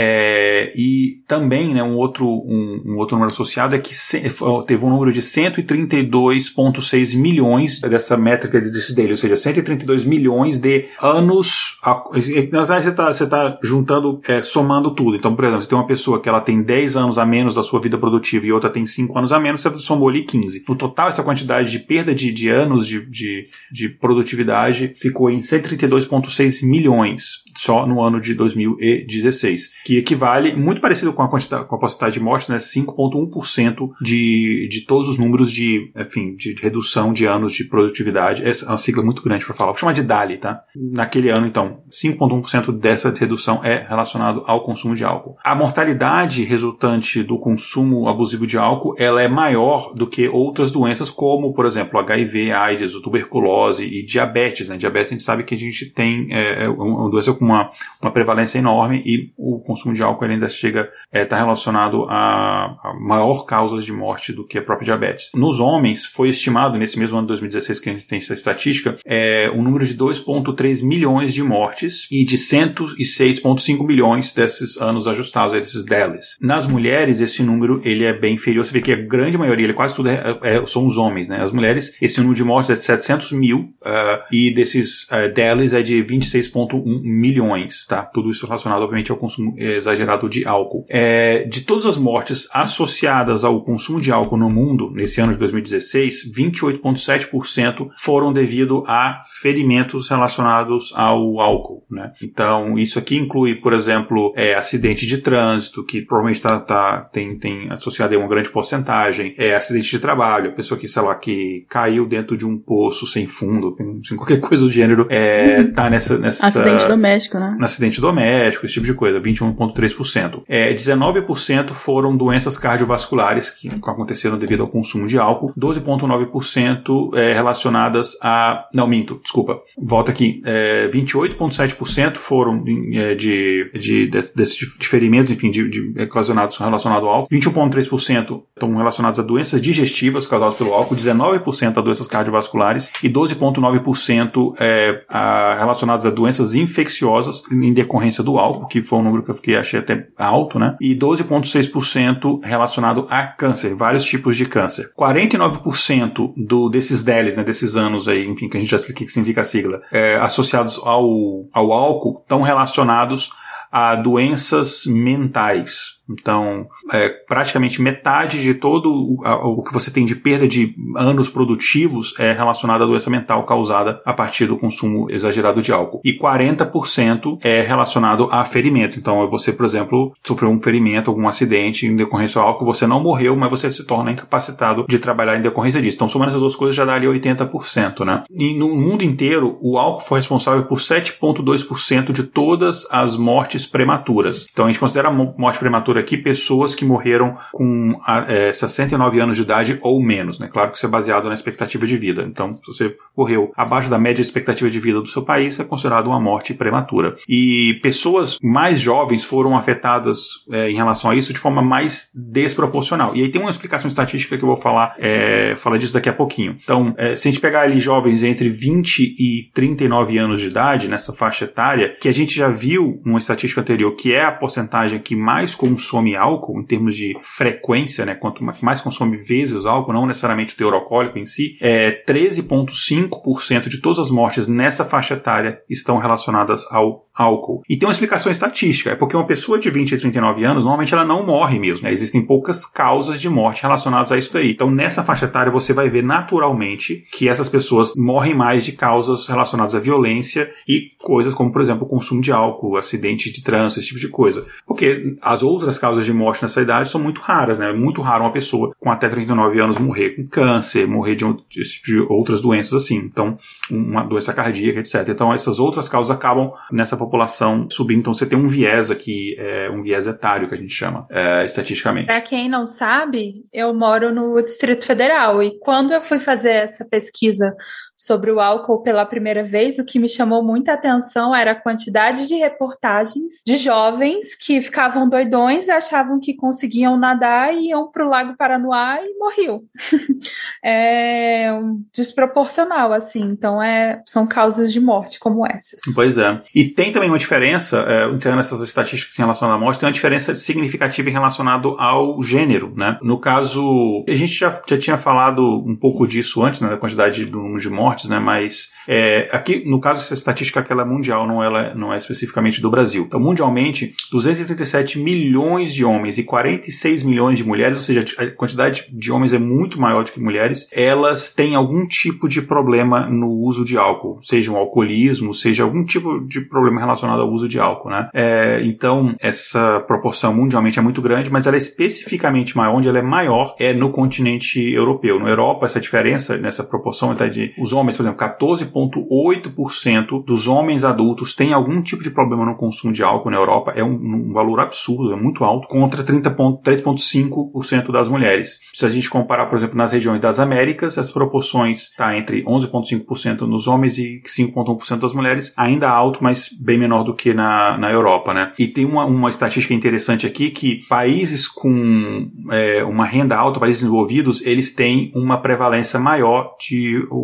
É, e também, né, um outro, um, um outro número associado é que se, teve um número de cento e trinta e dois vírgula seis milhões dessa métrica desse dele, ou seja, cento e trinta e dois milhões de anos. Na verdade, você está você tá juntando, é, somando tudo. Então, por exemplo, você tem uma pessoa que ela tem dez anos a menos da sua vida produtiva e outra tem cinco anos a menos, você somou ali quinze. No total, essa quantidade de perda de, de anos de, de, de produtividade ficou em cento e trinta e dois vírgula seis milhões. Só no ano de dois mil e dezesseis, que equivale, muito parecido com a quantidade, com a porcentagem de mortes, né, cinco vírgula um por cento de, de todos os números de, enfim, de redução de anos de produtividade. Essa é uma sigla muito grande para falar. Vou chamar de D A L Y, tá? Naquele ano, então, cinco vírgula um por cento dessa redução é relacionado ao consumo de álcool. A mortalidade resultante do consumo abusivo de álcool, ela é maior do que outras doenças, como, por exemplo, H I V, AIDS, tuberculose e diabetes, né? Diabetes, a gente sabe que a gente tem é, uma doença com uma, uma prevalência enorme e o consumo de álcool ainda chega a é, estar relacionado a, a maior causas de morte do que a própria diabetes. Nos homens, foi estimado, nesse mesmo ano de dois mil e dezesseis que a gente tem essa estatística, é, um número de dois vírgula três milhões de mortes e de cento e seis vírgula cinco milhões desses anos ajustados, esses D A L Ys. Nas mulheres, esse número ele é bem inferior. Você vê que a grande maioria, ele quase tudo é, é, são os homens, né? As mulheres, esse número de mortes é de setecentos mil uh, e desses uh, D A L Ys é de vinte e seis vírgula um milhões. milhões, tá? Tudo isso relacionado, obviamente, ao consumo exagerado de álcool. É, de todas as mortes associadas ao consumo de álcool no mundo, nesse ano de dois mil e dezesseis, vinte e oito vírgula sete por cento foram devido a ferimentos relacionados ao álcool, né? Então, isso aqui inclui, por exemplo, é, acidente de trânsito, que provavelmente tá, tá, tem, tem associado a uma grande porcentagem, é, acidente de trabalho, a pessoa que, sei lá, que caiu dentro de um poço sem fundo, sem qualquer coisa do gênero, é, tá nessa, nessa... Acidente doméstico, né? Acidente doméstico, esse tipo de coisa, vinte e um vírgula três por cento. É, dezenove por cento foram doenças cardiovasculares que aconteceram devido ao consumo de álcool, doze vírgula nove por cento é, relacionadas a... Não, minto, desculpa. Volta aqui. É, vinte e oito vírgula sete por cento foram é, de, de, de, desses de ferimentos, enfim, de, de, ocasionados relacionados ao álcool. vinte e um vírgula três por cento estão relacionados a doenças digestivas causadas pelo álcool, dezenove por cento a doenças cardiovasculares e doze vírgula nove por cento é, a, relacionados a doenças infecciosas em decorrência do álcool, que foi um número que eu fiquei, achei até alto, né? E doze vírgula seis por cento relacionado a câncer, vários tipos de câncer. quarenta e nove por cento do, desses D L s, né, desses anos aí, enfim, que a gente já expliquei o que significa a sigla, é, associados ao, ao álcool, estão relacionados a doenças mentais. Então, é, praticamente metade de todo o, a, o que você tem de perda de anos produtivos é relacionado à doença mental causada a partir do consumo exagerado de álcool. E quarenta por cento é relacionado a ferimentos. Então, você, por exemplo, sofreu um ferimento, algum acidente em decorrência ao álcool, você não morreu, mas você se torna incapacitado de trabalhar em decorrência disso. Então, somando essas duas coisas, já dá ali oitenta por cento, né? E no mundo inteiro, o álcool foi responsável por sete vírgula dois por cento de todas as mortes prematuras. Então, a gente considera a morte prematura aqui pessoas que morreram com é, sessenta e nove anos de idade ou menos, né? Claro que isso é baseado na expectativa de vida. Então, se você morreu abaixo da média de expectativa de vida do seu país, é considerado uma morte prematura. E pessoas mais jovens foram afetadas é, em relação a isso de forma mais desproporcional. E aí tem uma explicação estatística que eu vou falar, é, falar disso daqui a pouquinho. Então, é, se a gente pegar ali jovens entre vinte e trinta e nove anos de idade, nessa faixa etária, que a gente já viu uma estatística anterior, que é a porcentagem que mais consome álcool, em termos de frequência, né? Quanto mais consome vezes álcool, não necessariamente o teor alcoólico em si, é treze vírgula cinco por cento de todas as mortes nessa faixa etária estão relacionadas ao álcool. E tem uma explicação estatística, é porque uma pessoa de vinte e trinta e nove anos, normalmente ela não morre mesmo, né? Existem poucas causas de morte relacionadas a isso daí. Então, nessa faixa etária, você vai ver naturalmente que essas pessoas morrem mais de causas relacionadas à violência e coisas como, por exemplo, o consumo de álcool, acidente de trânsito, esse tipo de coisa. Porque as outras causas de morte nessa idade são muito raras, né? É muito raro uma pessoa com até trinta e nove anos morrer com câncer, morrer de, de outras doenças assim. Então, uma doença cardíaca, etcétera. Então, essas outras causas acabam nessa população subindo. Então, você tem um viés aqui, é, um viés etário que a gente chama, é, estatisticamente. Para quem não sabe, eu moro no Distrito Federal e quando eu fui fazer essa pesquisa sobre o álcool pela primeira vez, o que me chamou muita atenção era a quantidade de reportagens de jovens que ficavam doidões e achavam que conseguiam nadar e iam para o Lago Paranoá e morriam. É desproporcional, assim. Então, é, são causas de morte como essas. Pois é. E tem também uma diferença, é, entrando nessas estatísticas em relação à morte, tem uma diferença significativa em relacionado ao gênero, né? No caso, a gente já, já tinha falado um pouco disso antes, né, da quantidade do número de mortes, né? Mas é, aqui, no caso, essa estatística aquela é mundial, não, ela, não é especificamente do Brasil. Então, mundialmente, duzentos e trinta e sete milhões de homens e quarenta e seis milhões de mulheres, ou seja, a quantidade de homens é muito maior do que mulheres, elas têm algum tipo de problema no uso de álcool, seja um alcoolismo, seja algum tipo de problema relacionado ao uso de álcool, né? É, então, essa proporção mundialmente é muito grande, mas ela é especificamente maior, onde ela é maior, é no continente europeu. Na Europa, essa diferença, nessa proporção, está de os homens, por exemplo, quatorze vírgula oito por cento dos homens adultos têm algum tipo de problema no consumo de álcool na Europa. É um, um valor absurdo, é muito alto, contra trinta três vírgula cinco por cento das mulheres. Se a gente comparar, por exemplo, nas regiões das Américas, as proporções estão entre onze vírgula cinco por cento nos homens e cinco vírgula um por cento das mulheres, ainda alto, mas bem menor do que na, na Europa, né? E tem uma, uma estatística interessante aqui que países com é, uma renda alta, países desenvolvidos, eles têm uma prevalência maior de o uso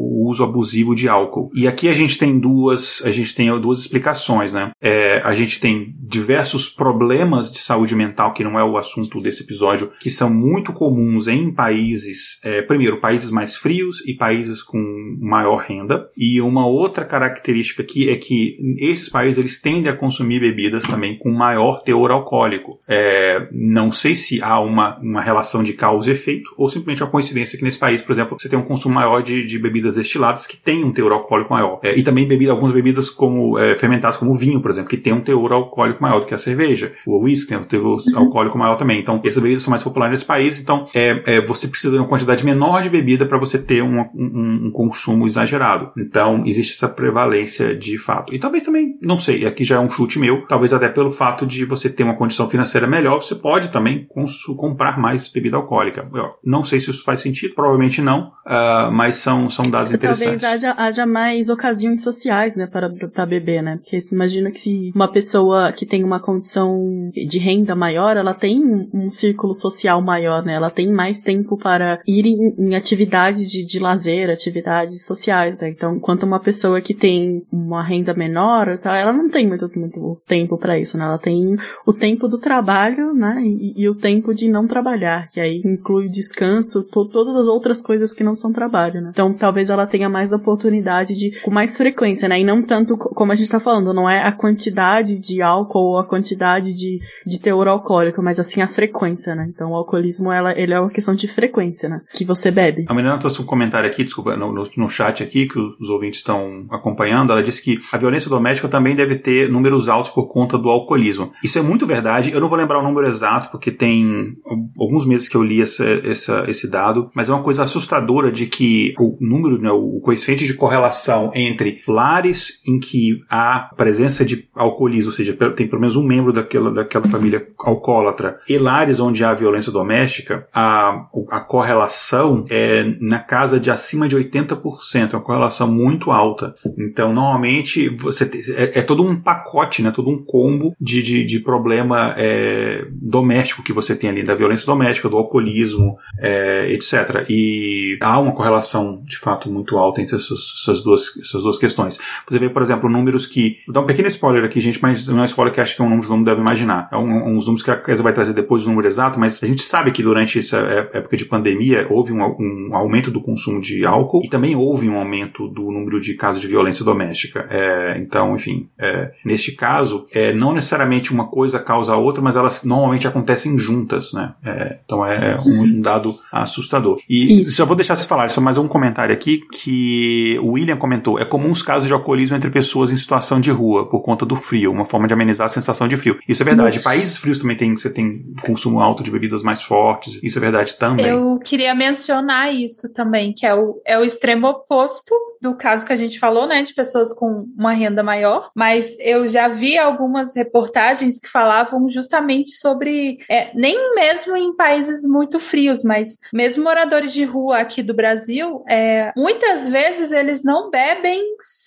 abusivo de álcool. E aqui a gente tem duas, a gente tem duas explicações, né? É, a gente tem diversos problemas de saúde mental, que não é o assunto desse episódio, que são muito comuns em países, é, primeiro, países mais frios e países com maior renda. E uma outra característica aqui é que esses países, eles tendem a consumir bebidas também com maior teor alcoólico. É, não sei se há uma, uma relação de causa e efeito, ou simplesmente uma coincidência que nesse país, por exemplo, você tem um consumo maior de, de bebidas destiladas que tem um teor alcoólico maior. É, e também bebida, algumas bebidas como, é, fermentadas, como o vinho, por exemplo, que tem um teor alcoólico maior do que a cerveja. O whisky tem um teor alcoólico maior também. Então, essas bebidas são mais populares nesse país. Então, é, é, você precisa de uma quantidade menor de bebida para você ter um, um, um consumo exagerado. Então, existe essa prevalência de fato. E talvez também, não sei, aqui já é um chute meu, talvez até pelo fato de você ter uma condição financeira melhor, você pode também cons- comprar mais bebida alcoólica. Eu não sei se isso faz sentido, provavelmente não, uh, mas são, são dados interessantes. Talvez haja, haja mais ocasiões sociais, né, para, para beber, né? Porque você imagina que se uma pessoa que tem uma condição de renda maior, ela tem um, um círculo social maior, né? Ela tem mais tempo para ir em, em atividades de, de lazer, atividades sociais, né? Então, enquanto uma pessoa que tem uma renda menor, tá, ela não tem muito, muito tempo para isso, né? Ela tem o tempo do trabalho, né? E, e o tempo de não trabalhar, que aí inclui descanso, to, todas as outras coisas que não são trabalho, né? Então, talvez ela tenha mais oportunidade de, com mais frequência, né? E não tanto, como a gente tá falando, não é a quantidade de álcool ou a quantidade de, de teor alcoólico, mas assim a frequência, né? Então, o alcoolismo, ela, ele é uma questão de frequência, né? Que você bebe. A Mariana trouxe um comentário aqui, desculpa, no, no, no chat aqui, que os ouvintes estão acompanhando. Ela disse que a violência doméstica também deve ter números altos por conta do alcoolismo. Isso é muito verdade. Eu não vou lembrar o número exato, porque tem alguns meses que eu li essa, essa, esse dado, mas é uma coisa assustadora de que o número, né, o coeficiente de correlação entre lares em que há presença de alcoolismo, ou seja, tem pelo menos um membro daquela, daquela família alcoólatra, e lares onde há violência doméstica, a, a correlação é na casa de acima de oitenta por cento, é uma correlação muito alta. Então, normalmente, você tem, é, é todo um pacote, né, todo um combo de, de, de problema é, doméstico que você tem ali, da violência doméstica, do alcoolismo, é, etcétera. E há uma correlação, de fato, muito alta entre essas, essas, duas, essas duas questões. Você vê, por exemplo, números que... Vou dar um pequeno spoiler aqui, gente, mas não é spoiler que acho que é um número que todo mundo deve imaginar. É um, uns números que a Kézia vai trazer depois do número exato, mas a gente sabe que durante essa época de pandemia houve um, um aumento do consumo de álcool e também houve um aumento do número de casos de violência doméstica. É, então, enfim, é, neste caso, é, não necessariamente uma coisa causa a outra, mas elas normalmente acontecem juntas, né? É, então é um dado assustador. E Isso. já vou deixar vocês falarem, só mais um comentário aqui que o William comentou. É comum os casos de alcoolismo entre pessoas em situação de rua, por conta do frio, uma forma de amenizar a sensação de frio. Isso é verdade. Nossa. Países frios também tem, você tem consumo alto de bebidas mais fortes. Isso é verdade também. Eu queria mencionar isso também, que é o, é o extremo oposto do caso que a gente falou, né, de pessoas com uma renda maior, mas eu já vi algumas reportagens que falavam justamente sobre, é, nem mesmo em países muito frios, mas mesmo moradores de rua aqui do Brasil, é, muitas vezes eles não bebem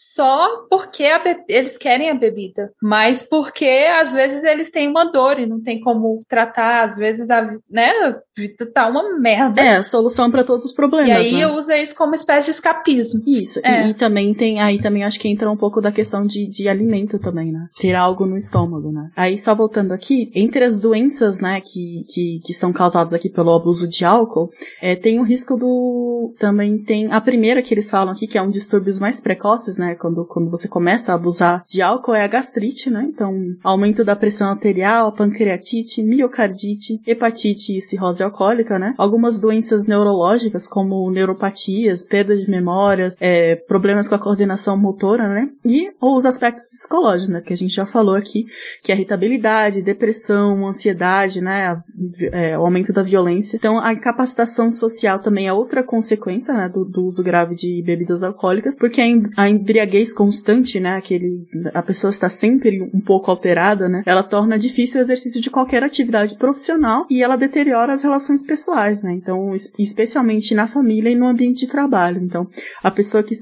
só porque a be- eles querem a bebida, mas porque às vezes eles têm uma dor e não tem como tratar, às vezes a, né, a vida tá uma merda. É, a solução para todos os problemas, e aí né? usa isso como espécie de escapismo. Isso, é. e, e também tem, aí também acho que entra um pouco da questão de, de alimento também, né? Ter algo no estômago, né? Aí só voltando aqui, entre as doenças, né, que, que, que são causadas aqui pelo abuso de álcool, é, tem o risco do, também tem a primeira que eles falam aqui, que é um distúrbios mais precoces, né? Quando, quando você começa a abusar de álcool, é a gastrite, né? Então, aumento da pressão arterial, pancreatite, miocardite, hepatite e cirrose alcoólica, né? Algumas doenças neurológicas, como neuropatias, perda de memórias, é, problemas com a coordenação motora, né? E ou os aspectos psicológicos, né? Que a gente já falou aqui, que é irritabilidade, depressão, ansiedade, né? A, é, o aumento da violência. Então, a incapacitação social também é outra consequência, né? Do, do uso grave de bebidas alcoólicas, porque a, em, a embriaguez constante, né? Aquele, a pessoa está sempre um pouco alterada, né? Ela torna difícil o exercício de qualquer atividade profissional e ela deteriora as relações pessoais, né? Então, especialmente na família e no ambiente de trabalho. Então, a pessoa que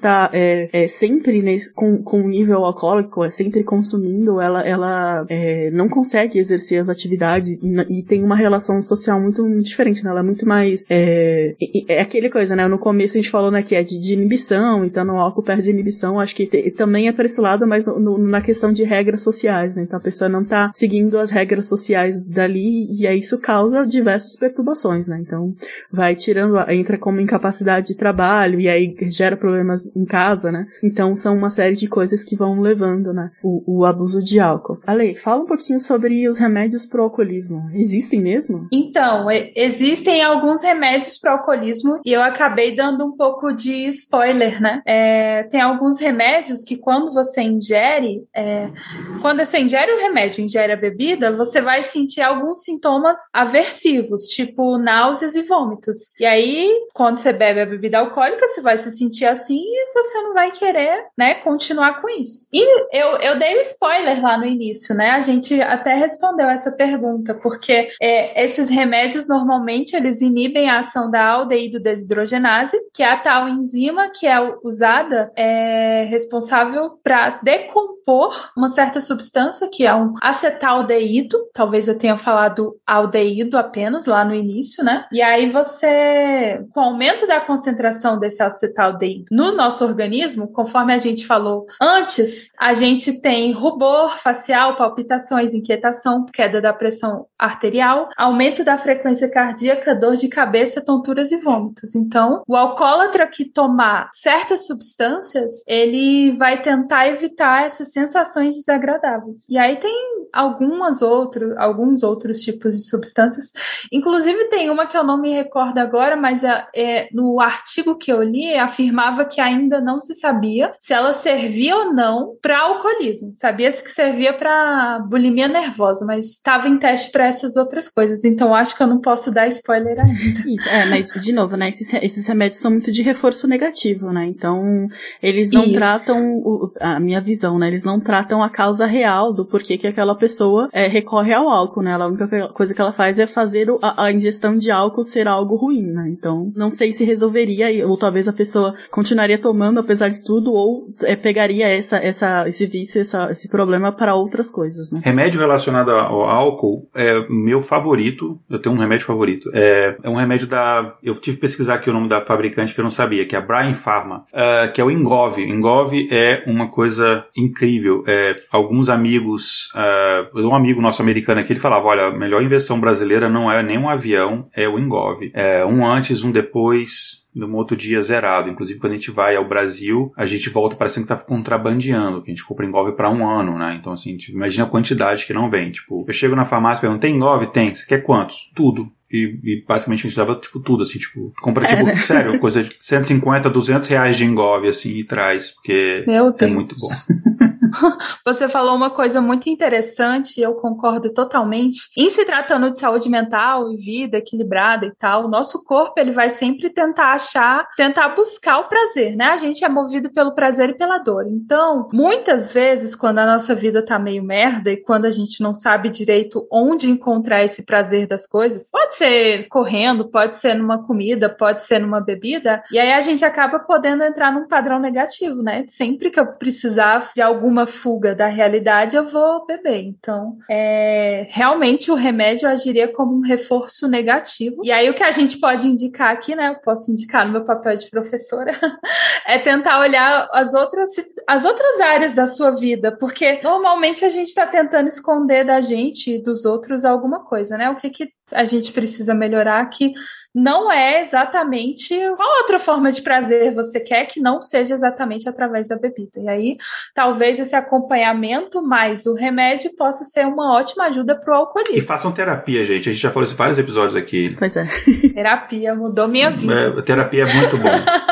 está é, é, sempre nesse, com, com nível alcoólico, é sempre consumindo, ela, ela é, não consegue exercer as atividades e, e tem uma relação social muito, muito diferente, né? Ela é muito mais... É, é, é aquele coisa, né? No começo a gente falou, né, que é de, de inibição, então no álcool perde inibição, acho que te, também é pra esse lado, mas no, na questão de regras sociais, né? Então a pessoa não tá seguindo as regras sociais dali e aí isso causa diversas perturbações, né? Então vai tirando, entra como incapacidade de trabalho e aí gera problemas em casa, né? Então são uma série de coisas que vão levando, né, o, o abuso de álcool. Ale, fala um pouquinho sobre os remédios pro alcoolismo. Existem mesmo? Então, existem alguns remédios pro alcoolismo e eu acabei dando um pouco de spoiler, né? É, tem alguns remédios que quando você ingere, é, quando você ingere o remédio, ingere a bebida, você vai sentir alguns sintomas aversivos, tipo náuseas e vômitos. E aí, quando você bebe a bebida alcoólica, você vai se sentir assim e você não vai querer, né, continuar com isso. E eu, eu dei um spoiler lá no início, né? A gente até respondeu essa pergunta, porque é, esses remédios, normalmente, eles inibem a ação da aldeído desidrogenase, que é a tal enzima que é usada, é responsável para decompor uma certa substância, que é um acetaldeído. Talvez eu tenha falado aldeído apenas lá no início, né? E aí você, com o aumento da concentração desse acetaldeído no nosso organismo, conforme a gente falou antes, a gente tem rubor facial, palpitações, inquietação, queda da pressão arterial, aumento da frequência cardíaca, dor de cabeça, tonturas e vômitos. Então, o alcoólatra que tomar certas substâncias, ele vai tentar evitar essas sensações desagradáveis. E aí tem algumas outro, alguns outros tipos de substâncias. Inclusive tem uma que eu não me recordo agora, mas é, é, no artigo que eu li, afirmava que ainda não se sabia se ela servia ou não para alcoolismo. Sabia-se que servia para bulimia nervosa, mas estava em teste para essas outras coisas. Então acho que eu não posso dar spoiler ainda. Isso, é, mas de novo, né? Esses, esses remédios são muito de reforço negativo, né? Então eles não Isso. tratam o, a minha visão, né? Eles não tratam a causa real do porquê que aquela pessoa é, recorre ao álcool, né? A única coisa que ela faz é fazer o, a, a ingestão de álcool ser algo ruim, né? Então, não sei se resolveria, ou talvez a pessoa continuaria tomando apesar de tudo, ou é, pegaria essa, essa, esse vício, essa, esse problema para outras coisas, né? Remédio relacionado ao álcool é meu favorito. Eu tenho um remédio favorito. É, é um remédio da... Eu tive que pesquisar aqui o nome da fabricante que eu não sabia, que é a Brian Pharma, uh, que é o Engov. Engov é uma coisa incrível. É, alguns amigos, uh, um amigo nosso americano aqui, ele falava, olha, a melhor invenção brasileira não é nem um avião, é o Engov. É um antes, um depois, num outro dia zerado. Inclusive, quando a gente vai ao Brasil, a gente volta parecendo que tá contrabandeando, que a gente compra Engov para um ano, né? Então, assim, a gente imagina a quantidade que não vem. Tipo, eu chego na farmácia e pergunto, tem Engov? Tem. Você quer quantos? Tudo. E, e basicamente a gente dava, tipo, tudo, assim, tipo, compra, tipo, é, né? Sério, coisa de cento e cinquenta, duzentos reais de Engov, assim, e traz, porque Meu Deus. É muito bom. Você falou uma coisa muito interessante, eu concordo totalmente. Em se tratando de saúde mental e vida equilibrada e tal, o nosso corpo, ele vai sempre tentar achar, tentar buscar o prazer, né? A gente é movido pelo prazer e pela dor. Então, muitas vezes, quando a nossa vida tá meio merda e quando a gente não sabe direito onde encontrar esse prazer das coisas, pode ser correndo, pode ser numa comida, pode ser numa bebida, e aí a gente acaba podendo entrar num padrão negativo, né? Sempre que eu precisar de alguma fuga da realidade, eu vou beber. Então, é, realmente o remédio agiria como um reforço negativo. E aí o que a gente pode indicar aqui, né? Eu posso indicar no meu papel de professora, é tentar olhar as outras, as outras áreas da sua vida, porque normalmente a gente está tentando esconder da gente e dos outros alguma coisa, né? O que que a gente precisa melhorar que não é exatamente qual outra forma de prazer você quer que não seja exatamente através da bebida. E aí, talvez esse acompanhamento mais o remédio possa ser uma ótima ajuda pro alcoolismo. E façam terapia, gente. A gente já falou isso em vários episódios aqui. Pois é. Terapia mudou minha vida. É, terapia é muito bom.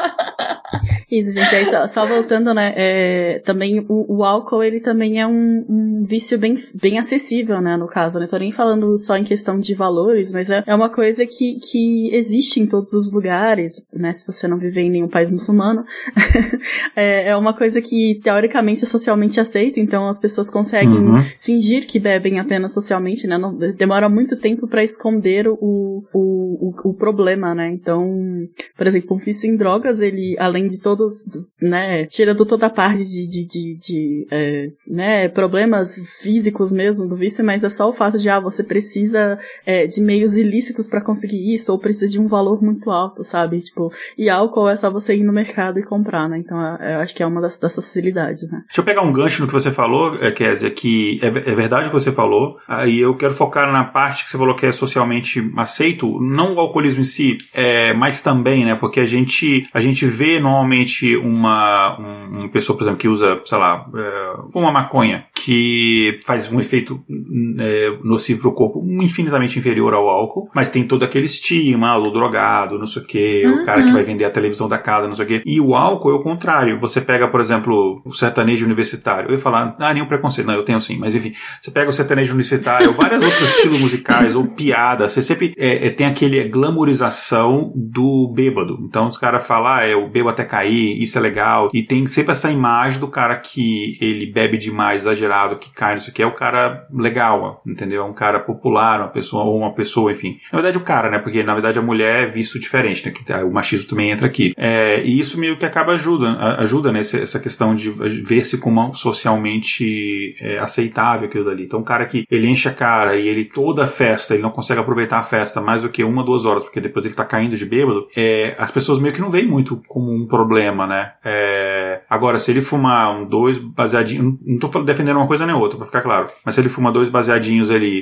Isso, gente, aí só, só voltando, né, é, também o, o álcool, ele também é um, um vício bem, bem acessível, né, no caso, né, tô nem falando só em questão de valores, mas é, é uma coisa que, que existe em todos os lugares, né, se você não viver em nenhum país muçulmano, é, é uma coisa que teoricamente é socialmente aceita, então as pessoas conseguem uhum. fingir que bebem apenas socialmente, né, não, demora muito tempo pra esconder o, o, o, o problema, né, então, por exemplo, o vício em drogas, ele, além de todo todos, né, tirando toda a parte de, de, de, de é, né, problemas físicos mesmo do vício, mas é só o fato de, ah, você precisa é, de meios ilícitos pra conseguir isso, ou precisa de um valor muito alto, sabe? Tipo, e álcool é só você ir no mercado e comprar, né? Então, eu acho que é uma das, das facilidades, né? Deixa eu pegar um gancho no que você falou, Kézia, que é, é verdade o que você falou, e eu quero focar na parte que você falou que é socialmente aceito, não o alcoolismo em si, é, mas também, né? Porque a gente, a gente vê normalmente uma, um, uma pessoa, por exemplo, que usa, sei lá, é, uma maconha, que faz um efeito é, nocivo pro corpo infinitamente inferior ao álcool, mas tem todo aquele estigma, o drogado, não sei o que, uhum. o cara que vai vender a televisão da casa, não sei o que. E o álcool é o contrário. Você pega, por exemplo, o sertanejo universitário. Eu ia falar, ah, nenhum preconceito. Não, eu tenho sim, mas enfim. Você pega o sertanejo universitário, ou vários outros estilos musicais, ou piadas. Você sempre é, é, tem aquele glamorização do bêbado. Então os caras falam, ah, eu bebo até cair, isso é legal. E tem sempre essa imagem do cara que ele bebe demais, exagerado, que cai, não sei o que, é o cara legal, entendeu? É um cara popular, uma pessoa, ou uma pessoa, enfim. Na verdade o cara, né? Porque na verdade a mulher é visto diferente, né? Que o machismo também entra aqui. É, e isso meio que acaba ajuda, ajuda nessa né? essa questão de ver-se como socialmente é, aceitável aquilo dali. Então, um cara que ele enche a cara e ele toda a festa, ele não consegue aproveitar a festa mais do que uma, duas horas, porque depois ele tá caindo de bêbado, é, as pessoas meio que não veem muito como um problema, né? É, agora, se ele fumar um, dois baseadinhos, não tô defendendo uma coisa nem outra, pra ficar claro, mas se ele fuma dois baseadinhos ali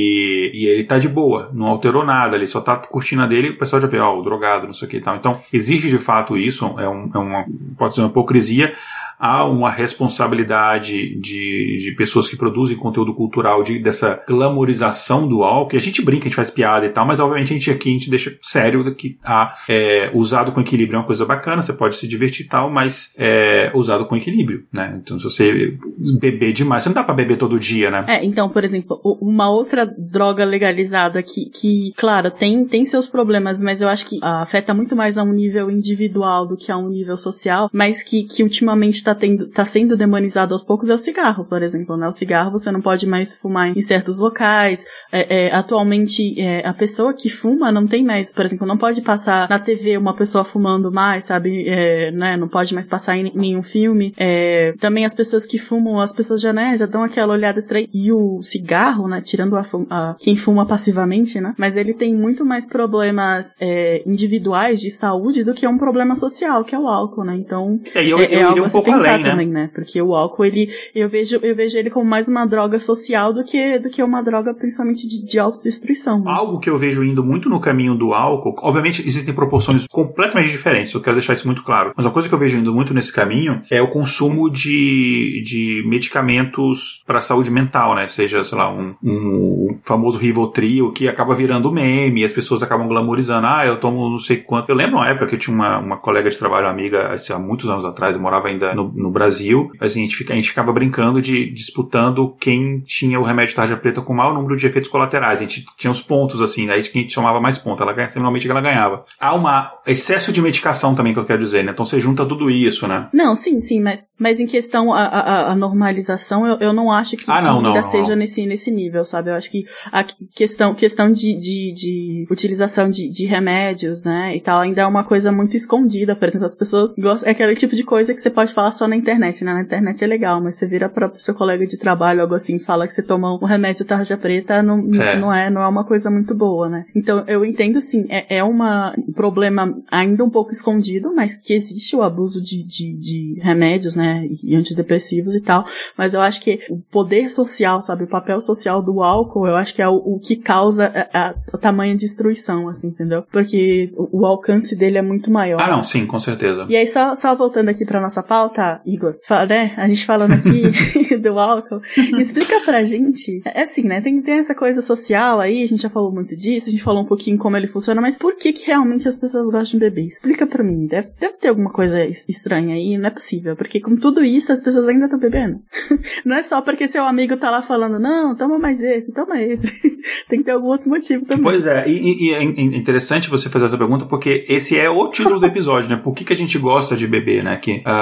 e, e ele tá de boa, não alterou nada, ele só tá curtindo a dele, o pessoal já vê, ó, oh, o drogado, não sei o que e tal. Então, existe de fato isso, é, um, é uma, pode ser uma hipocrisia, há uma responsabilidade de, de pessoas que produzem conteúdo cultural de, dessa glamorização do álcool, e a gente brinca, a gente faz piada e tal, mas obviamente a gente aqui a gente deixa sério que a, é, usado com equilíbrio é uma coisa bacana, você pode se divertir e tal, mas é usado com equilíbrio, né? Então se você beber demais, você não dá pra beber todo dia, né? É, então, por exemplo, uma outra droga legalizada que, que claro, tem, tem seus problemas, mas eu acho que afeta muito mais a um nível individual do que a um nível social, mas que, que ultimamente tá, tendo, tá sendo demonizado aos poucos é o cigarro, por exemplo, né? O cigarro você não pode mais fumar em certos locais. É, é, atualmente, é, a pessoa que fuma não tem mais, por exemplo, não pode passar na T V uma pessoa fumando mais, sabe? É, né? Não pode mais passar em nenhum filme. É, também as pessoas que fumam, as pessoas já, né, já dão aquela olhada estranha. E o cigarro, né, tirando a, a, quem fuma passivamente, né? Mas ele tem muito mais problemas é, individuais de saúde do que um problema social, que é o álcool, né? Então, é, eu, é, eu é algo um a se pouco pensar além, né? também, né? Porque o álcool, ele, eu vejo, eu vejo ele como mais uma droga social do que, do que uma droga principalmente de, de autodestruição. Né? Algo que eu vejo indo muito no caminho do álcool, obviamente existem proporções completamente diferentes, eu quero deixar isso muito claro, mas uma coisa que eu vejo indo muito nesse caminho é o consumo de, de medicamentos para a saúde mental, né? Seja, sei lá, um, um famoso Rivotril que acaba virando meme e as pessoas acabam glamorizando, ah, eu tomo não sei quanto. Eu lembro uma época que eu tinha uma, uma colega de trabalho, uma amiga, assim, há muitos anos atrás, eu morava ainda no, no Brasil, assim, a, gente fica, a gente ficava brincando de disputando quem tinha o remédio tarja preta com maior número de efeitos colaterais. A gente tinha os pontos, assim, aí quem somava mais pontos, ela ganha, normalmente ela ganhava. Há um excesso de medicação também, que eu quero dizer, né? Então você junta tudo isso, né? Não, sim, sim, mas, mas em questão a, a, a normalização, eu, eu não acho que ah, não, ainda não, não, seja não. Nesse, nesse nível, sabe? Eu acho que a questão, questão de, de, de utilização de, de remédios, né, e tal, ainda é uma coisa muito escondida. Por exemplo, as pessoas gostam, é aquele tipo de coisa que você pode falar só na internet, né? Na internet é legal, mas você vira para o seu colega de trabalho, algo assim, fala que você toma um remédio tarja preta, não é. não é, não é uma coisa muito boa, né? Então, eu entendo, sim, é, é uma, um problema ainda um pouco escondido, mas que existe o abuso de, de, de remédios, né, e antidepressivos e tal, mas eu acho que o poder social, sabe, o papel social do álcool, eu acho que é o, o que causa a, a, a tamanha destruição, assim, entendeu? Porque o, o alcance dele é muito maior. Ah, não, sim, com certeza. E aí, só, só voltando aqui pra nossa pauta, Igor, fala, né, a gente falando aqui do álcool, explica pra gente, é assim, né, tem, tem essa coisa social aí, a gente já falou muito disso, a gente falou um pouquinho como ele funciona, mas por que que realmente as pessoas gostam de beber? Explica pra mim, deve, deve ter alguma coisa estranha aí, não é possível, porque com tudo isso as pessoas ainda estão bebendo. Não é só porque seu amigo tá lá falando, não, toma mais esse, toma esse. Tem que ter algum outro motivo também. Pois é, e, e é interessante você fazer essa pergunta, porque esse é o título do episódio, né? Por que que a gente gosta de beber, né? Que, uh,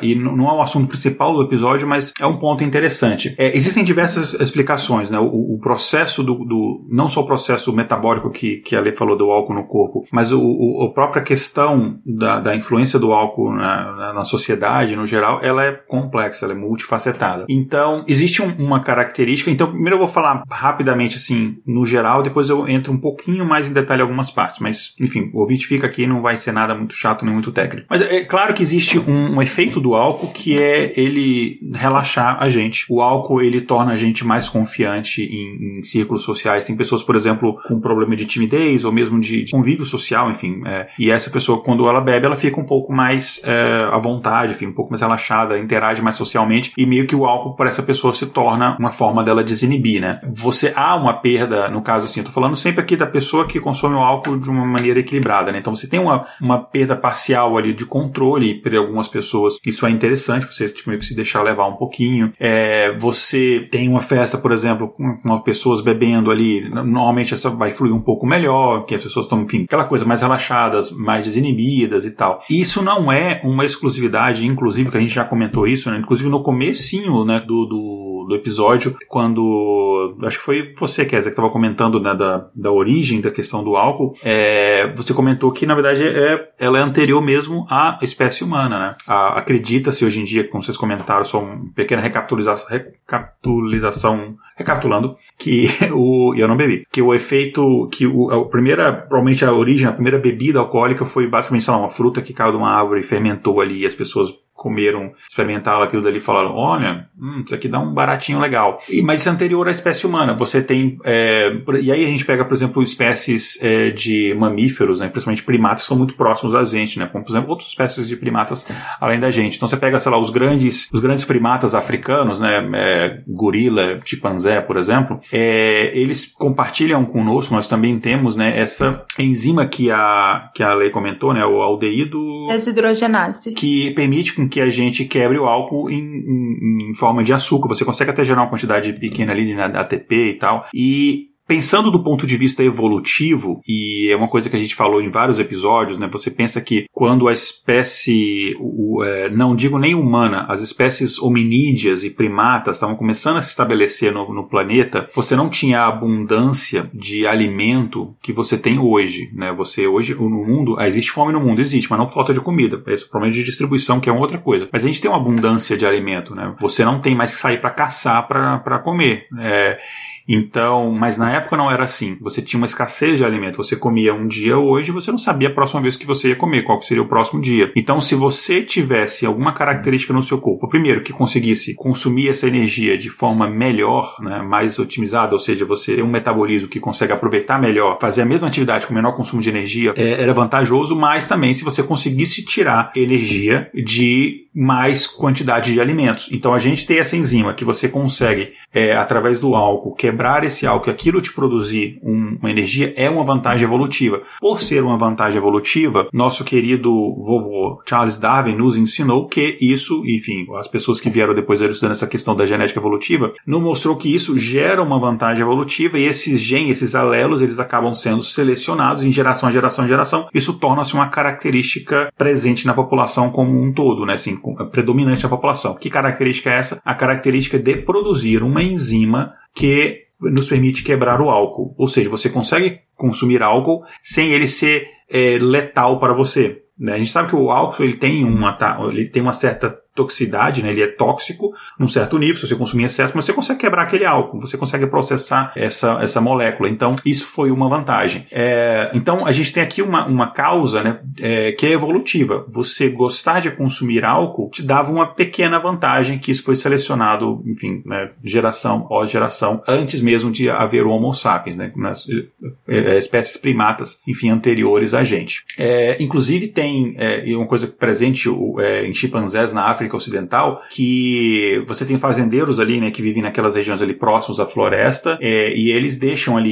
e não é o assunto principal do episódio, mas é um ponto interessante. É, existem diversas explicações, né? O, o processo do, do, não só o processo metabólico que, que a Lê falou do álcool no corpo, mas o, o, a própria questão da, da influência do álcool na, na sociedade, no geral, ela é complexa, ela é multifacetada. Então, existe um, uma característica, então primeiro eu vou falar rapidamente, assim, no geral, depois eu entro um pouquinho mais em detalhe em algumas partes, mas, enfim, o ouvinte fica aqui, não vai ser nada muito chato nem muito técnico. Mas é claro que existe um, um efeito do álcool que é ele relaxar a gente. O álcool, ele torna a gente mais confiante em, em círculos sociais. Tem pessoas, por exemplo, com problema de timidez ou mesmo de, de convívio social, enfim, é, e essa pessoa, quando ela bebe, ela fica um pouco mais é, à vontade, enfim, um pouco mais relaxada, interage mais socialmente, e meio que o álcool para essa pessoa se torna uma forma dela desinibir, né? Você, há uma perda, no caso assim, eu tô falando sempre aqui da pessoa que consome o álcool de uma maneira equilibrada, né? Então você tem uma, uma perda parcial ali de controle para algumas pessoas, isso é interessante, você tipo, meio que se deixar levar um pouquinho. É, você tem uma festa, por exemplo, com, com pessoas bebendo ali, normalmente essa vai fluir um pouco melhor, que as pessoas estão, enfim, aquela coisa mais relaxadas, mais desinibidas e tal. Isso não é uma exclusividade, inclusive, que a gente já comentou isso, né? Inclusive no comecinho, né, do, do, do episódio, quando, acho que foi você, Kézia, que estava comentando, né, da, da origem da questão do álcool, é, você comentou que, na verdade, é, ela é anterior mesmo à espécie humana, né? A, acredita-se hoje em dia, como vocês comentaram, só uma pequena recapitalização, recapitalização recapitulando, que o, eu não bebi, que o efeito, que o, a primeira, provavelmente a origem, a primeira bebida alcoólica foi basicamente, sei lá, uma fruta que caiu de uma árvore e fermentou ali, e as pessoas comeram, experimentaram aquilo dali e falaram, olha, hum, isso aqui dá um baratinho legal. E, mas isso é anterior à espécie humana. Você tem, é, e aí a gente pega, por exemplo, espécies é, de mamíferos, né, principalmente primatas, que são muito próximos da gente, né, como, por exemplo, outras espécies de primatas além da gente. Então você pega, sei lá, os grandes, os grandes primatas africanos, né, é, gorila, chimpanzé, por exemplo, é, eles compartilham conosco, nós também temos, né, essa enzima que a, que a Lei comentou, né, o aldeído... Desidrogenase. Que permite com que a gente quebre o álcool em, em, em forma de açúcar. Você consegue até gerar uma quantidade pequena ali de A T P e tal. E pensando do ponto de vista evolutivo, e é uma coisa que a gente falou em vários episódios, né? Você pensa que quando a espécie, o, é, não digo nem humana, as espécies hominídeas e primatas estavam começando a se estabelecer no, no planeta, você não tinha a abundância de alimento que você tem hoje, né? Você hoje, no mundo, ah, existe fome no mundo, existe, mas não falta de comida. É problema de distribuição, que é outra coisa. Mas a gente tem uma abundância de alimento, né? Você não tem mais que sair para caçar para comer. É... Então, mas na época não era assim. Você tinha uma escassez de alimento. Você comia um dia hoje, você não sabia a próxima vez que você ia comer, qual seria o próximo dia. Então, se você tivesse alguma característica no seu corpo, primeiro, que conseguisse consumir essa energia de forma melhor, né, mais otimizada, ou seja, você tem um metabolismo que consegue aproveitar melhor, fazer a mesma atividade com menor consumo de energia, é, era vantajoso, mas também se você conseguisse tirar energia de mais quantidade de alimentos. Então, a gente tem essa enzima que você consegue, é, através do álcool, que quebrar esse álcool, aquilo te produzir um, uma energia, é uma vantagem evolutiva. Por ser uma vantagem evolutiva, nosso querido vovô Charles Darwin nos ensinou que isso, enfim, as pessoas que vieram depois dele estudando essa questão da genética evolutiva, nos mostrou que isso gera uma vantagem evolutiva e esses genes, esses alelos, eles acabam sendo selecionados em geração a geração a geração. Isso torna-se uma característica presente na população como um todo, né? Assim, predominante na população. Que característica é essa? A característica de produzir uma enzima que nos permite quebrar o álcool. Ou seja, você consegue consumir álcool sem ele ser é, letal para você. Né? A gente sabe que o álcool ele tem uma, ele tem uma certa toxicidade, né? Ele é tóxico num certo nível, se você consumir em excesso, mas você consegue quebrar aquele álcool, você consegue processar essa, essa molécula. Então, isso foi uma vantagem. É, então, a gente tem aqui uma, uma causa, né, é, que é evolutiva. Você gostar de consumir álcool te dava uma pequena vantagem, que isso foi selecionado, enfim, né, geração após geração, antes mesmo de haver o Homo sapiens, né, nas é, espécies primatas, enfim, anteriores a gente. É, inclusive, tem é, uma coisa presente é, em chimpanzés na África Ocidental, que você tem fazendeiros ali, né, que vivem naquelas regiões ali próximas à floresta, é, e eles deixam ali o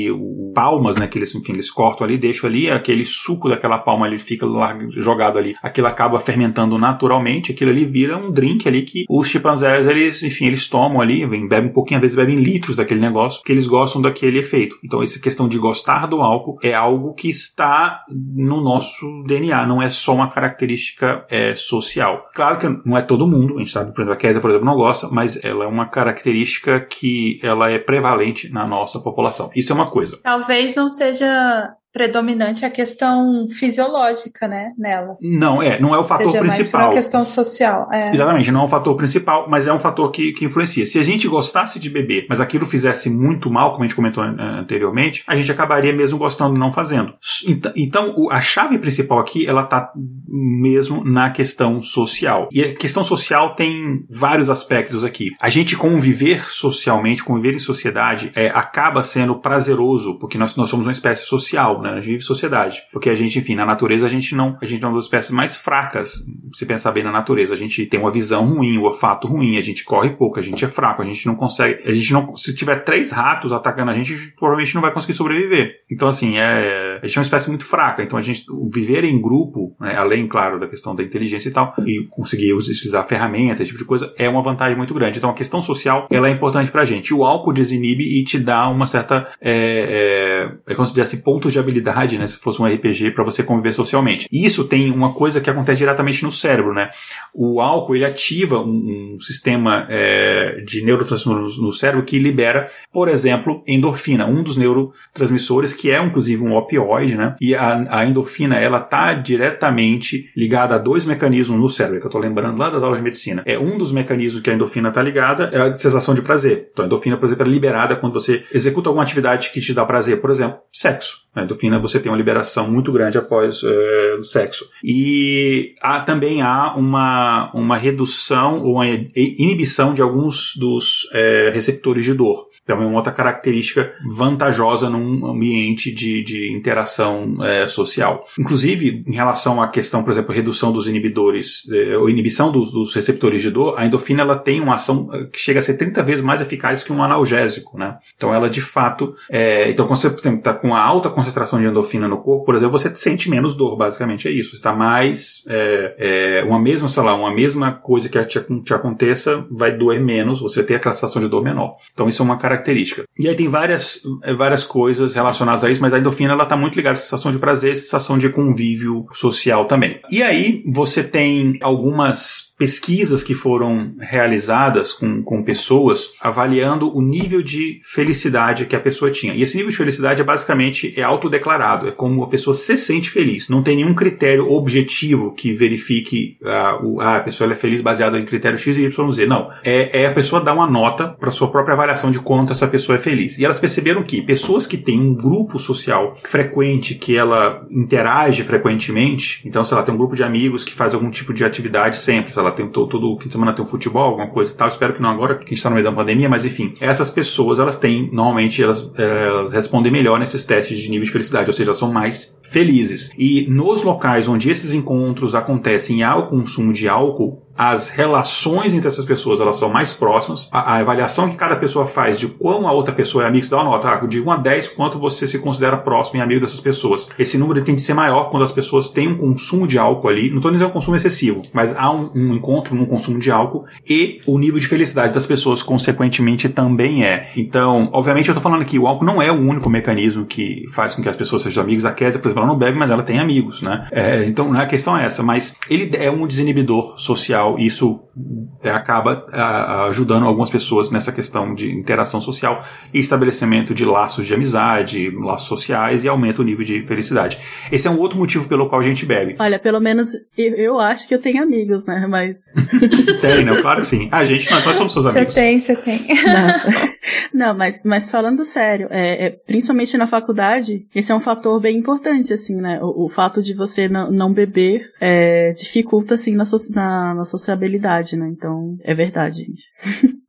palmas, né, que eles, enfim, eles cortam ali, deixam ali, aquele suco daquela palma ali fica lá, jogado ali, aquilo acaba fermentando naturalmente, aquilo ali vira um drink ali que os chimpanzés, eles, enfim, eles tomam ali, bebem um pouquinho, às vezes bebem litros daquele negócio, que eles gostam daquele efeito. Então, essa questão de gostar do álcool é algo que está no nosso D N A, não é só uma característica é, social. Claro que não é todo mundo, a gente sabe, por exemplo, a Kézia, por exemplo, não gosta, mas ela é uma característica que ela é prevalente na nossa população. Isso é uma coisa. Talvez não seja predominante a questão fisiológica, né, nela. Não, é, não é o fator seja principal. Mais por uma questão social. É. Exatamente, não é o fator principal, mas é um fator que, que influencia. Se a gente gostasse de beber, mas aquilo fizesse muito mal, como a gente comentou anteriormente, a gente acabaria mesmo gostando não fazendo. Então, a chave principal aqui, ela tá mesmo na questão social. E a questão social tem vários aspectos aqui. A gente conviver socialmente, conviver em sociedade, é, acaba sendo prazeroso, porque nós, nós somos uma espécie social, né? A gente vive em sociedade. Porque a gente, enfim, na natureza a gente não, a gente é uma das espécies mais fracas, se pensar bem na natureza. A gente tem uma visão ruim, um olfato ruim, a gente corre pouco, a gente é fraco, a gente não consegue, a gente não, se tiver três ratos atacando a gente, a gente provavelmente não vai conseguir sobreviver. Então, assim, é, a gente é uma espécie muito fraca. Então, a gente, viver em grupo, né, além, claro, da questão da inteligência e tal, e conseguir utilizar ferramentas, esse tipo de coisa, é uma vantagem muito grande. Então, a questão social, ela é importante pra gente. O álcool desinibe e te dá uma certa, é, é, é como se diz assim, pontos de habilidade, né, se fosse um R P G, para você conviver socialmente. E isso tem uma coisa que acontece diretamente no cérebro, né? O álcool, ele ativa um, um sistema é, de neurotransmissores no, no cérebro que libera, por exemplo, endorfina, um dos neurotransmissores que é, inclusive, um opioide, né? E a, a endorfina, ela tá diretamente ligada a dois mecanismos no cérebro, que eu tô lembrando lá das aulas de medicina. É um dos mecanismos que a endorfina tá ligada, é a sensação de prazer. Então, a endorfina, por exemplo, é liberada quando você executa alguma atividade que te dá prazer, por exemplo, sexo. A endorfina, você tem uma liberação muito grande após é, o sexo. E há, também há uma, uma redução ou uma inibição de alguns dos é, receptores de dor. Então é uma outra característica vantajosa num ambiente de, de interação é, social. Inclusive, em relação à questão, por exemplo, redução dos inibidores, é, ou inibição dos, dos receptores de dor, a endorfina ela tem uma ação que chega a ser trinta vezes mais eficaz que um analgésico, né? Então ela, de fato, é, então quando você, por exemplo, está com uma alta concentração de endorfina no corpo, por exemplo, você sente menos dor, basicamente é isso. Você está mais, é, é, uma mesma, sei lá, uma mesma coisa que te, te aconteça, vai doer menos, você tem aquela sensação de dor menor. Então isso é uma característica. E aí tem várias, várias coisas relacionadas a isso, mas a endorfina ela está muito ligada à sensação de prazer, sensação de convívio social também. E aí você tem algumas pesquisas que foram realizadas com, com pessoas avaliando o nível de felicidade que a pessoa tinha. E esse nível de felicidade é basicamente é autodeclarado, é como a pessoa se sente feliz. Não tem nenhum critério objetivo que verifique ah, o, ah, a pessoa ela é feliz baseado em critério X e Y Z. Não. É, é a pessoa dar uma nota para sua própria avaliação de quanto essa pessoa é feliz. E elas perceberam que pessoas que têm um grupo social frequente, que ela interage frequentemente, então, sei lá, tem um grupo de amigos que faz algum tipo de atividade sempre, sei lá, tem todo, todo fim de semana tem um futebol, alguma coisa e tal, espero que não agora, porque a gente está no meio da pandemia, mas enfim, essas pessoas, elas têm, normalmente, elas, elas respondem melhor nesses testes de nível de felicidade, ou seja, elas são mais felizes. E nos locais onde esses encontros acontecem e há o consumo de álcool, as relações entre essas pessoas, elas são mais próximas. A, a avaliação que cada pessoa faz de quão a outra pessoa é amiga, você dá uma nota, ah, de um a dez, quanto você se considera próximo e amigo dessas pessoas. Esse número tem de ser maior quando as pessoas têm um consumo de álcool ali, não estou dizendo um consumo excessivo, mas há um, um encontro num consumo de álcool e o nível de felicidade das pessoas, consequentemente, também é. Então, obviamente, eu estou falando aqui, o álcool não é o único mecanismo que faz com que as pessoas sejam amigas. A Kézia, por exemplo, ela não bebe, mas ela tem amigos, né? É, então, a questão é essa, mas ele é um desinibidor social. Isso acaba a, ajudando algumas pessoas nessa questão de interação social e estabelecimento de laços de amizade, laços sociais e aumenta o nível de felicidade. Esse é um outro motivo pelo qual a gente bebe. Olha, pelo menos eu, eu acho que eu tenho amigos, né? Mas... Tem, não? Claro que sim. A gente, nós, nós somos seus amigos. Você tem, você tem. Não, não mas, mas falando sério, é, é, principalmente na faculdade, esse é um fator bem importante, assim, né? O, o fato de você não, não beber é, dificulta, assim, na, so, na, na sociabilidade, né? Então, é verdade, gente.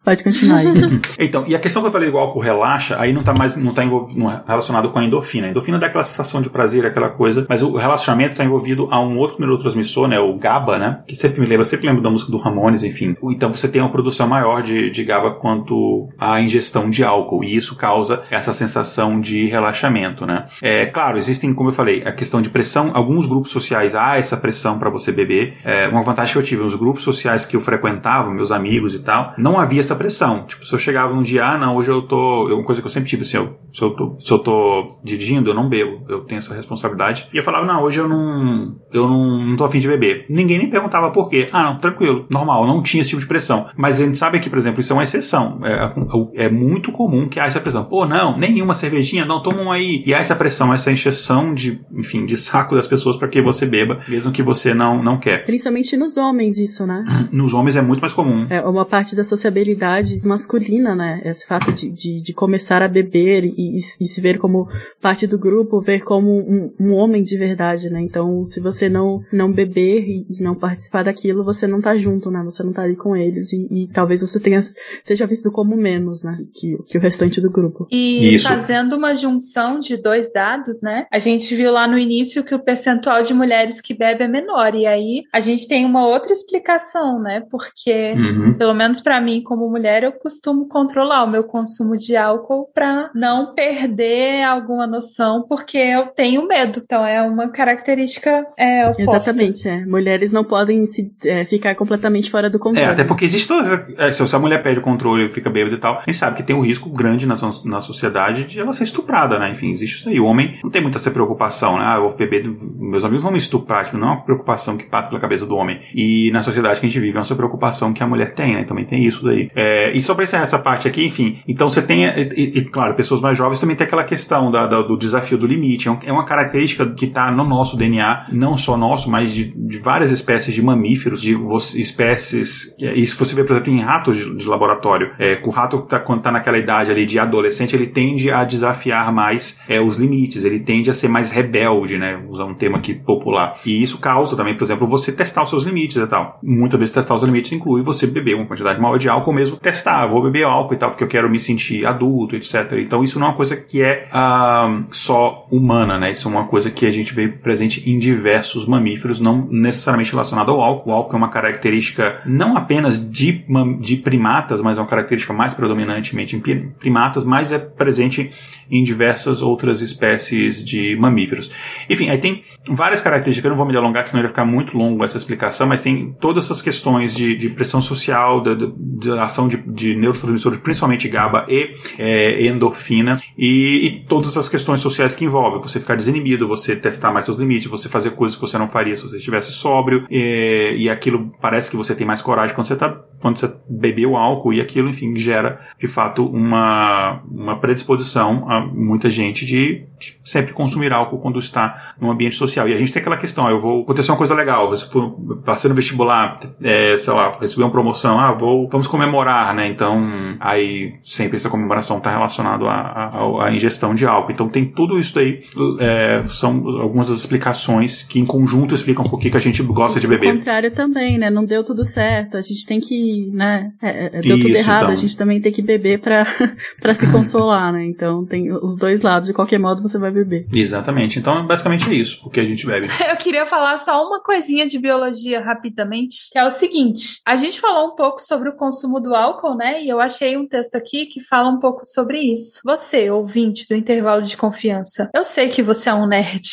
Pode continuar aí. Então, e a questão que eu falei do álcool relaxa, aí não tá mais não tá envolvido, não é relacionado com a endorfina. A endorfina dá aquela sensação de prazer, aquela coisa, mas o relaxamento tá envolvido a um outro neurotransmissor, né, o GABA, né, que sempre me lembra, sempre lembro da música do Ramones, enfim. Então você tem uma produção maior de, de GABA quanto à ingestão de álcool, e isso causa essa sensação de relaxamento, né. É claro, existem, como eu falei, a questão de pressão, alguns grupos sociais há essa pressão para você beber. É, uma vantagem que eu tive, nos grupos sociais que eu frequentava, meus amigos e tal, não havia essa pressão. Tipo, se eu chegava um dia, ah, não, hoje eu tô... Uma coisa que eu sempre tive, assim, eu, se, eu tô, se eu tô dirigindo, eu não bebo. Eu tenho essa responsabilidade. E eu falava, não, hoje eu não... Eu não, não tô afim de beber. Ninguém nem perguntava por quê. Ah, não, tranquilo, normal, não tinha esse tipo de pressão. Mas a gente sabe que, por exemplo, isso é uma exceção. É, é muito comum que há essa pressão. Pô, não, nenhuma cervejinha, não, toma um aí. E há essa pressão, essa encheção de, enfim, de saco das pessoas para que você beba, mesmo que você não, não quer. Principalmente nos homens, isso, né? Nos homens é muito mais comum. É uma parte da sociabilidade masculina, né? Esse fato de, de, de começar a beber e, e se ver como parte do grupo, ver como um, um homem de verdade, né? Então, se você não, não beber e, e não participar daquilo, você não tá junto, né? Você não tá ali com eles e, e talvez você tenha, seja visto como menos, né? Que, que o restante do grupo. E Isso. fazendo uma junção de dois dados, né? A gente viu lá no início que o percentual de mulheres que bebe é menor, e aí a gente tem uma outra explicação, né? Porque, uhum. pelo menos pra mim, como mulher, eu costumo controlar o meu consumo de álcool pra não perder alguma noção, porque eu tenho medo. Então, é uma característica é, oposta. Exatamente, é. Mulheres não podem se, é, ficar completamente fora do controle. É, até porque existe toda... É, se a mulher perde o controle e fica bêbada e tal, a gente sabe que tem um risco grande na, na sociedade de ela ser estuprada, né? Enfim, existe isso aí. O homem não tem muita essa preocupação, né? Ah, eu vou beber... Meus amigos vão me estuprar. Tipo, não é uma preocupação que passa pela cabeça do homem. E na sociedade que a gente vive, é uma preocupação que a mulher tem, né? Também tem isso daí. É, e só pra encerrar essa parte aqui, enfim, então você tem, e, e, e claro, pessoas mais jovens também tem aquela questão da, da, do desafio do limite. É, um, é uma característica que tá no nosso D N A, não só nosso, mas de, de várias espécies de mamíferos, de você, espécies, isso você vê, por exemplo, em ratos de, de laboratório. É, o rato, tá, quando tá naquela idade ali de adolescente, ele tende a desafiar mais é, os limites, ele tende a ser mais rebelde, né? Vou usar um termo aqui popular. E isso causa também, por exemplo, você testar os seus limites e tal. Muitas vezes testar os limites inclui você beber uma quantidade maior de álcool, ou mesmo testar, vou beber álcool e tal, porque eu quero me sentir adulto, etcétera. Então isso não é uma coisa que é uh, só humana, né? Isso é uma coisa que a gente vê presente em diversos mamíferos, não necessariamente relacionado ao álcool. O álcool é uma característica não apenas de, de primatas, mas é uma característica mais predominantemente em primatas, mas é presente em diversas outras espécies de mamíferos. Enfim, aí tem várias características, eu não vou me delongar, senão vai ficar muito longo essa explicação, mas tem todas essas questões de, de pressão social, da, da ação de, de neurotransmissores, principalmente GABA e é, endorfina, e, e todas essas questões sociais que envolvem você ficar desinibido, você testar mais seus limites, você fazer coisas que você não faria se você estivesse sóbrio, e, e aquilo parece que você tem mais coragem quando você, tá, quando você bebeu álcool, e aquilo, enfim, gera, de fato, uma, uma predisposição a muita gente de, de sempre consumir álcool quando está num ambiente social. E a gente tem aquela questão, eu vou acontecer uma coisa legal, você for, passei no vestibular, é, sei lá, receber uma promoção, ah, vou, vamos comemorar, né? Então, aí sempre essa comemoração está relacionada à, à ingestão de álcool. Então tem tudo isso daí, é, são algumas das explicações que em conjunto explicam por que que a gente gosta de beber. O contrário também, né? Não deu tudo certo, a gente tem que, né? É, deu isso, tudo errado, então. A gente também tem que beber pra, pra se consolar, né? Então tem os dois lados, de qualquer modo você vai beber. Exatamente, então basicamente é isso, porque a gente bebe. Eu queria falar só uma coisinha de biologia rapidamente, que é o seguinte, a gente falou um pouco sobre o consumo do álcool, né? E eu achei um texto aqui que fala um pouco sobre isso. Você, ouvinte do Intervalo de Confiança, eu sei que você é um nerd.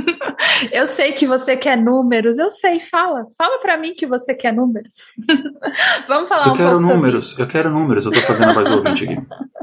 Eu sei que você quer números, eu sei, fala. Fala pra mim que você quer números. Vamos falar eu um pouco números, sobre isso. Eu quero números, eu tô fazendo a voz do ouvinte aqui.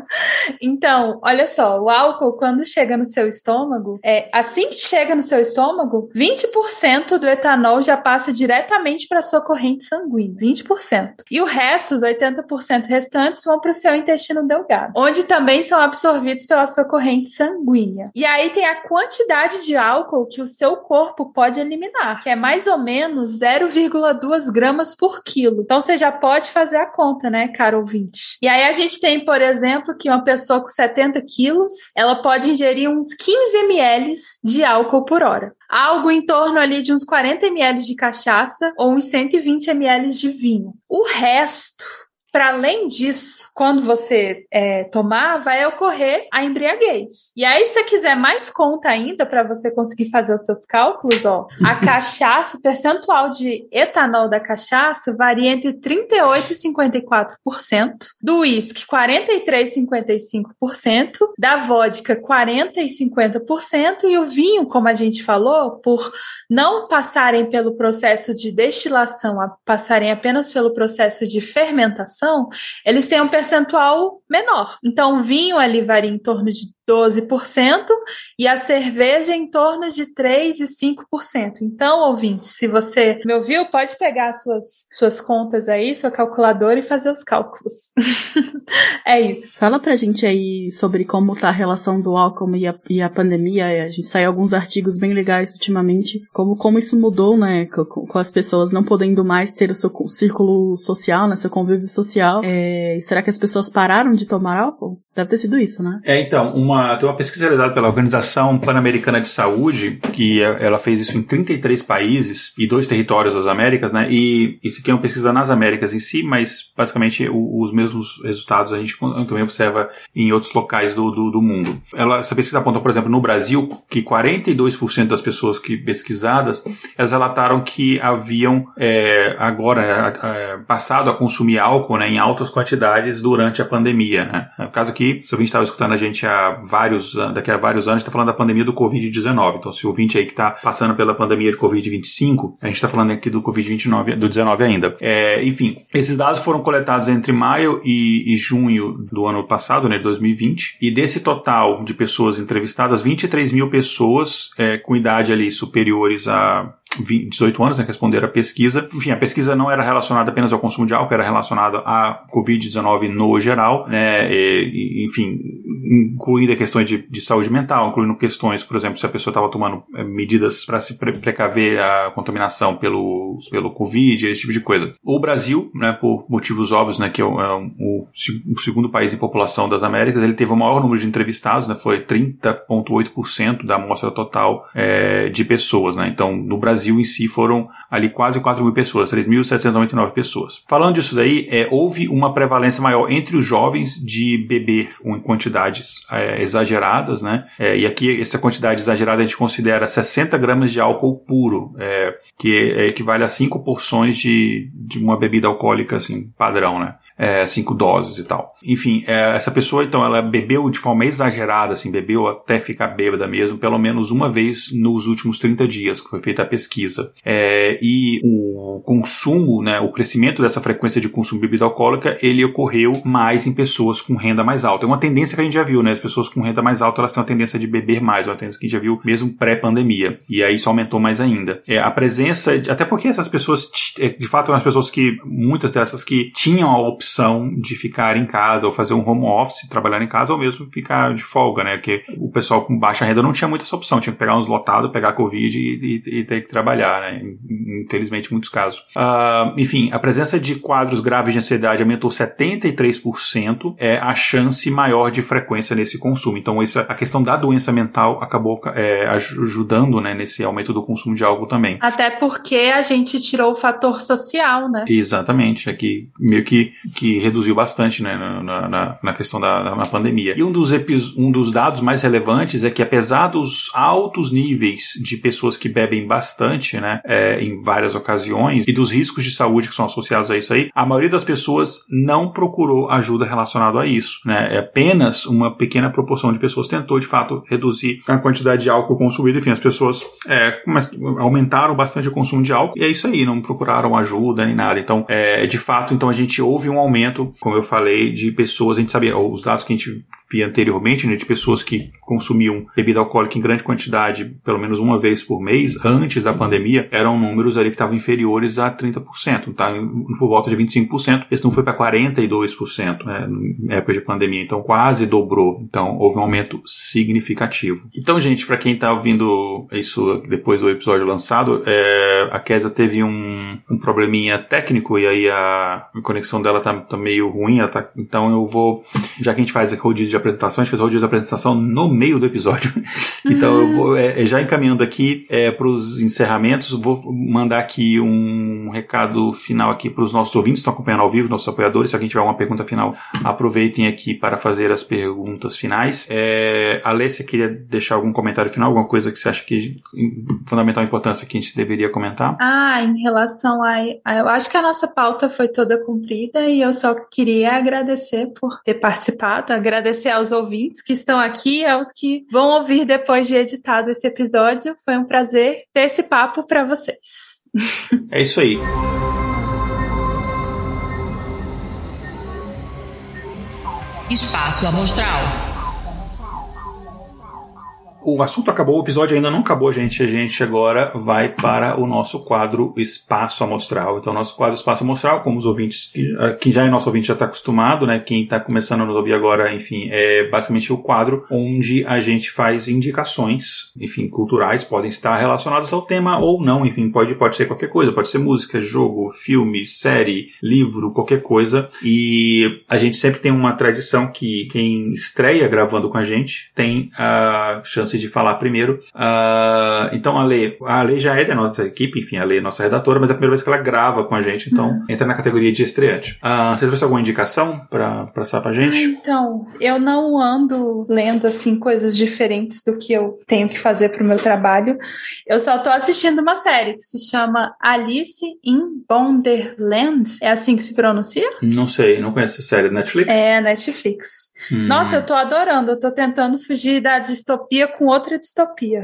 Então, olha só, o álcool, quando chega no seu estômago, é, assim que chega no seu estômago, vinte por cento do etanol já passa diretamente para a sua corrente sanguínea, vinte por cento. E o resto, os oitenta por cento restantes, vão para o seu intestino delgado, onde também são absorvidos pela sua corrente sanguínea. E aí tem a quantidade de álcool que o seu corpo pode eliminar, que é mais ou menos zero vírgula dois gramas por quilo. Então você já pode fazer a conta, né, caro ouvinte? E aí a gente tem, por exemplo, que uma pessoa com setenta quilos, ela pode ingerir uns quinze mililitros de álcool por hora. Algo em torno ali de uns quarenta mililitros de cachaça ou uns cento e vinte mililitros de vinho. O resto para além disso, quando você é, tomar, vai ocorrer a embriaguez. E aí, se você quiser mais conta ainda para você conseguir fazer os seus cálculos, ó, a cachaça, o percentual de etanol da cachaça varia entre trinta e oito e cinquenta e quatro por cento, do uísque quarenta e três e cinquenta e cinco por cento, da vodka quarenta e cinquenta por cento, e o vinho, como a gente falou, por não passarem pelo processo de destilação, a passarem apenas pelo processo de fermentação, eles têm um percentual menor. Então, o vinho ali varia em torno de doze por cento e a cerveja em torno de três e cinco por cento. Então, ouvinte, se você me ouviu, pode pegar suas, suas contas aí, sua calculadora e fazer os cálculos. É isso. Fala pra gente aí sobre como tá a relação do álcool e a, e a pandemia. A gente saiu alguns artigos bem legais ultimamente, como, como isso mudou, né, com, com as pessoas não podendo mais ter o seu círculo social, né, seu convívio social. É, será que as pessoas pararam de tomar álcool? Deve ter sido isso, né? É, então, uma, tem uma pesquisa realizada pela Organização Pan-Americana de Saúde, que ela fez isso em trinta e três países e dois territórios das Américas, né? E isso aqui é uma pesquisa nas Américas em si, mas basicamente o, os mesmos resultados a gente também observa em outros locais do, do, do mundo. Ela, essa pesquisa apontou, por exemplo, no Brasil, que quarenta e dois por cento das pessoas que pesquisadas, elas relataram que haviam é, agora é, passado a consumir álcool, né, em altas quantidades durante a pandemia, né? No caso aqui, se o ouvinte estava escutando a gente há vários, daqui a vários anos, está falando da pandemia do covid dezenove. Então, se o ouvinte aí que está passando pela pandemia de covid vinte e cinco, a gente está falando aqui do covid vinte e nove, do dezenove ainda. É, enfim, esses dados foram coletados entre maio e, e junho do ano passado, né, dois mil e vinte, e desse total de pessoas entrevistadas, vinte e três mil pessoas é, com idade ali superiores a dezoito anos, né, que responderam a pesquisa. Enfim, a pesquisa não era relacionada apenas ao consumo de álcool, era relacionada à covid dezenove no geral, né, e, enfim, incluindo questões de, de saúde mental, incluindo questões, por exemplo, se a pessoa estava tomando é, medidas para se pre- precaver a contaminação pelo, pelo Covid, esse tipo de coisa. O Brasil, né, por motivos óbvios, né, que é, o, é o, o segundo país em população das Américas, ele teve o maior número de entrevistados, né, foi trinta vírgula oito por cento da amostra total é, de pessoas, né. Então, no Brasil em si foram ali quase quatro mil pessoas, três mil setecentas e noventa e nove pessoas. Falando disso daí, é, houve uma prevalência maior entre os jovens de beber em quantidades é, exageradas, né? É, e aqui essa quantidade exagerada a gente considera sessenta gramas de álcool puro, é, que é, equivale a cinco porções de, de uma bebida alcoólica assim, padrão, né? É, cinco doses e tal. Enfim, é, essa pessoa, então, ela bebeu de forma exagerada, assim, bebeu até ficar bêbada mesmo, pelo menos uma vez nos últimos trinta dias, que foi feita a pesquisa. É, e o consumo, né, o crescimento dessa frequência de consumo de bebida alcoólica, ele ocorreu mais em pessoas com renda mais alta. É uma tendência que a gente já viu, né? As pessoas com renda mais alta, elas têm uma tendência de beber mais, uma tendência que a gente já viu mesmo pré-pandemia. E aí isso aumentou mais ainda. É, a presença, de, até porque essas pessoas, de fato, eram as pessoas que, muitas dessas que tinham a opção de ficar em casa ou fazer um home office, trabalhar em casa ou mesmo ficar de folga, né? Porque o pessoal com baixa renda não tinha muita essa opção, tinha que pegar uns lotados, pegar Covid e, e, e ter que trabalhar, né? Infelizmente, em muitos casos. Uh, enfim, a presença de quadros graves de ansiedade aumentou setenta e três por cento, é a chance maior de frequência nesse consumo. Então, essa, a questão da doença mental acabou é, ajudando, né, nesse aumento do consumo de álcool também. Até porque a gente tirou o fator social, né? Exatamente, é que meio que que reduziu bastante, né, na, na, na questão da na pandemia. E um dos, um dos dados mais relevantes é que, apesar dos altos níveis de pessoas que bebem bastante, né, é, em várias ocasiões, e dos riscos de saúde que são associados a isso aí, a maioria das pessoas não procurou ajuda relacionada a isso, né. É apenas uma pequena proporção de pessoas tentou, de fato, reduzir a quantidade de álcool consumido. Enfim, as pessoas é, aumentaram bastante o consumo de álcool, e é isso aí, não procuraram ajuda nem nada. Então, é, de fato, então a gente houve um aumento, como eu falei, de pessoas, a gente sabia, os dados que a gente via anteriormente, né, de pessoas que consumiam bebida alcoólica em grande quantidade, pelo menos uma vez por mês, antes da pandemia, eram números ali que estavam inferiores a trinta por cento, tá? Por volta de vinte e cinco por cento, esse não foi para quarenta e dois por cento, né, na época de pandemia, então quase dobrou, então houve um aumento significativo. Então, gente, para quem tá ouvindo isso depois do episódio lançado, é, a Kézia teve um um, um probleminha técnico e aí a, a conexão dela tá, tá meio ruim, ela tá, então eu vou, já que a gente faz aqui rodízio de apresentação, a gente fez rodízio de apresentação no meio do episódio, então eu vou, é, já encaminhando aqui é, para os encerramentos, vou mandar aqui um recado final aqui para os nossos ouvintes que estão acompanhando ao vivo, nossos apoiadores. Se alguém tiver uma pergunta final, aproveitem aqui para fazer as perguntas finais. É, Alê, você queria deixar algum comentário final, alguma coisa que você acha que de fundamental importância que a gente deveria comentar? Ah, em relação a, a... Eu acho que a nossa pauta foi toda cumprida e eu só queria agradecer por ter participado, agradecer aos ouvintes que estão aqui e aos que vão ouvir depois de editado esse episódio. Foi um prazer ter esse papo para vocês. É isso aí. Espaço Amostral. O assunto acabou, o episódio ainda não acabou, gente. A gente agora vai para o nosso quadro Espaço Amostral. Então, o nosso quadro Espaço Amostral, como os ouvintes, quem já é nosso ouvinte já está acostumado, né? Quem está começando a nos ouvir agora, enfim, é basicamente o quadro onde a gente faz indicações, enfim, culturais, podem estar relacionadas ao tema ou não, enfim, pode, pode ser qualquer coisa, pode ser música, jogo, filme, série, livro, qualquer coisa. E a gente sempre tem uma tradição que quem estreia gravando com a gente tem a chance de falar primeiro. Uh, então a Lê, a Lê já é da nossa equipe, enfim, a Lê é nossa redatora, mas é a primeira vez que ela grava com a gente, então uhum. entra na categoria de estreante. Uh, você trouxe alguma indicação pra passar pra gente? Ah, então, eu não ando lendo, assim, coisas diferentes do que eu tenho que fazer pro meu trabalho. Eu só tô assistindo uma série que se chama Alice in Wonderland. É assim que se pronuncia? Não sei, não conheço essa série. Netflix? É, Netflix. Hum. Nossa, eu tô adorando. Eu tô tentando fugir da distopia com outra distopia.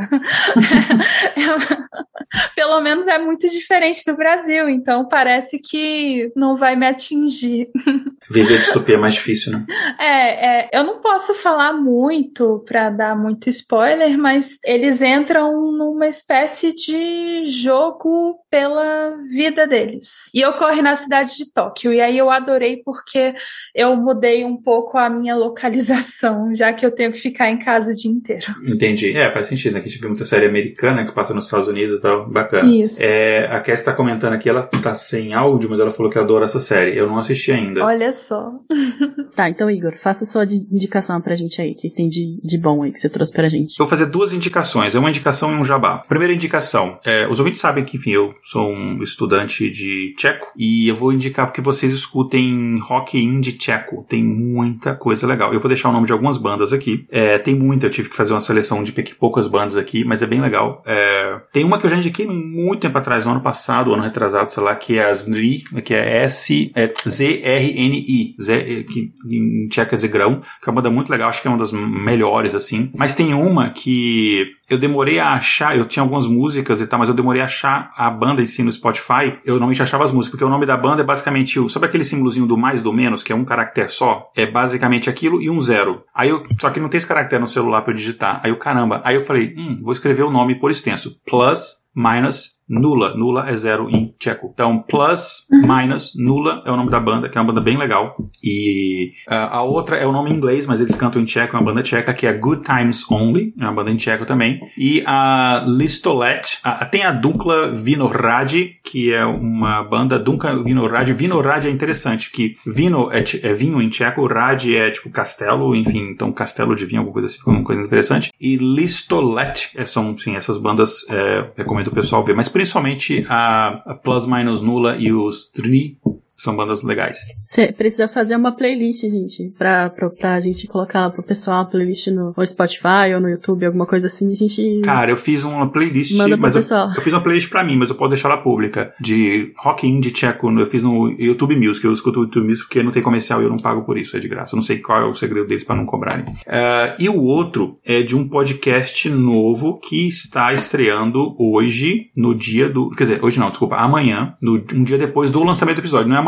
Pelo menos é muito diferente do Brasil, então parece que não vai me atingir. Viver distopia é mais difícil, né? É, é, eu não posso falar muito pra dar muito spoiler, mas eles entram numa espécie de jogo pela vida deles. E ocorre na cidade de Tóquio. E aí eu adorei porque eu mudei um pouco a minha localização, já que eu tenho que ficar em casa o dia inteiro. Entendi. É, faz sentido, né? Que a gente vê muita série americana que passa nos Estados Unidos e tal. Bacana. Isso. É, a Cass tá comentando aqui, ela tá sem áudio, mas ela falou que adora essa série. Eu não assisti ainda. Olha só. Tá, então, Igor, faça sua indicação pra gente aí, que tem de, de bom aí que você trouxe pra gente. Eu vou fazer duas indicações. É uma indicação e um jabá. Primeira indicação. É, os ouvintes sabem que, enfim, eu sou um estudante de tcheco e eu vou indicar porque vocês escutem rock indie tcheco. Tem muita coisa legal. Eu vou deixar o nome de algumas bandas aqui. É, tem muita, eu tive que fazer uma seleção de poucas bandas aqui, mas é bem legal. É, tem uma que eu já indiquei muito tempo atrás, no ano passado, ano retrasado, sei lá, que é a Zrni, que é S, é Z R N I, Z, que em tcheco quer dizer grão, que é uma banda muito legal, acho que é uma das melhores, assim. Mas tem uma que eu demorei a achar, eu tinha algumas músicas e tal, mas eu demorei a achar a banda em si no Spotify. Eu normalmente achava as músicas, porque o nome da banda é basicamente o, sabe aquele símbolozinho do mais do menos, que é um caractere só? É basicamente aquilo e um zero. Aí eu, só que não tem esse caractere no celular pra eu digitar. Aí eu, caramba, aí eu falei, hum, vou escrever o nome por extenso. Plus, minus, nula. Nula é zero em tcheco. Então, plus, minus, nula é o nome da banda, que é uma banda bem legal. E uh, a outra é o nome em inglês, mas eles cantam em tcheco, é uma banda tcheca, que é Good Times Only, é uma banda em tcheco também. E a Listolet, a, tem a Dunkla Vinohrady, que é uma banda, Dunkla Vinohrady. Vinohrady é interessante, que vino é, é vinho em tcheco, Radi é tipo castelo, enfim, então castelo de vinho, alguma coisa assim, ficou uma coisa interessante. E Listolet, é, são, sim, essas bandas, é, recomendo o pessoal ver, mas principalmente a, a Plus Minus Nula e os Tri são bandas legais. Você precisa fazer uma playlist, gente, pra, pra, pra gente colocar pro pessoal uma playlist no, no Spotify ou no YouTube, alguma coisa assim, a gente... Cara, eu fiz uma playlist, manda pro mas pessoal. Eu, eu fiz uma playlist pra mim, mas eu posso deixar ela pública, de rock indie tcheco, eu fiz no YouTube Music, eu escuto o YouTube Music porque não tem comercial e eu não pago por isso, é de graça. Eu não sei qual é o segredo deles pra não cobrarem. Uh, e o outro é de um podcast novo que está estreando hoje, no dia do... Quer dizer, hoje não, desculpa, amanhã, no, um dia depois do lançamento do episódio. Não é amanhã,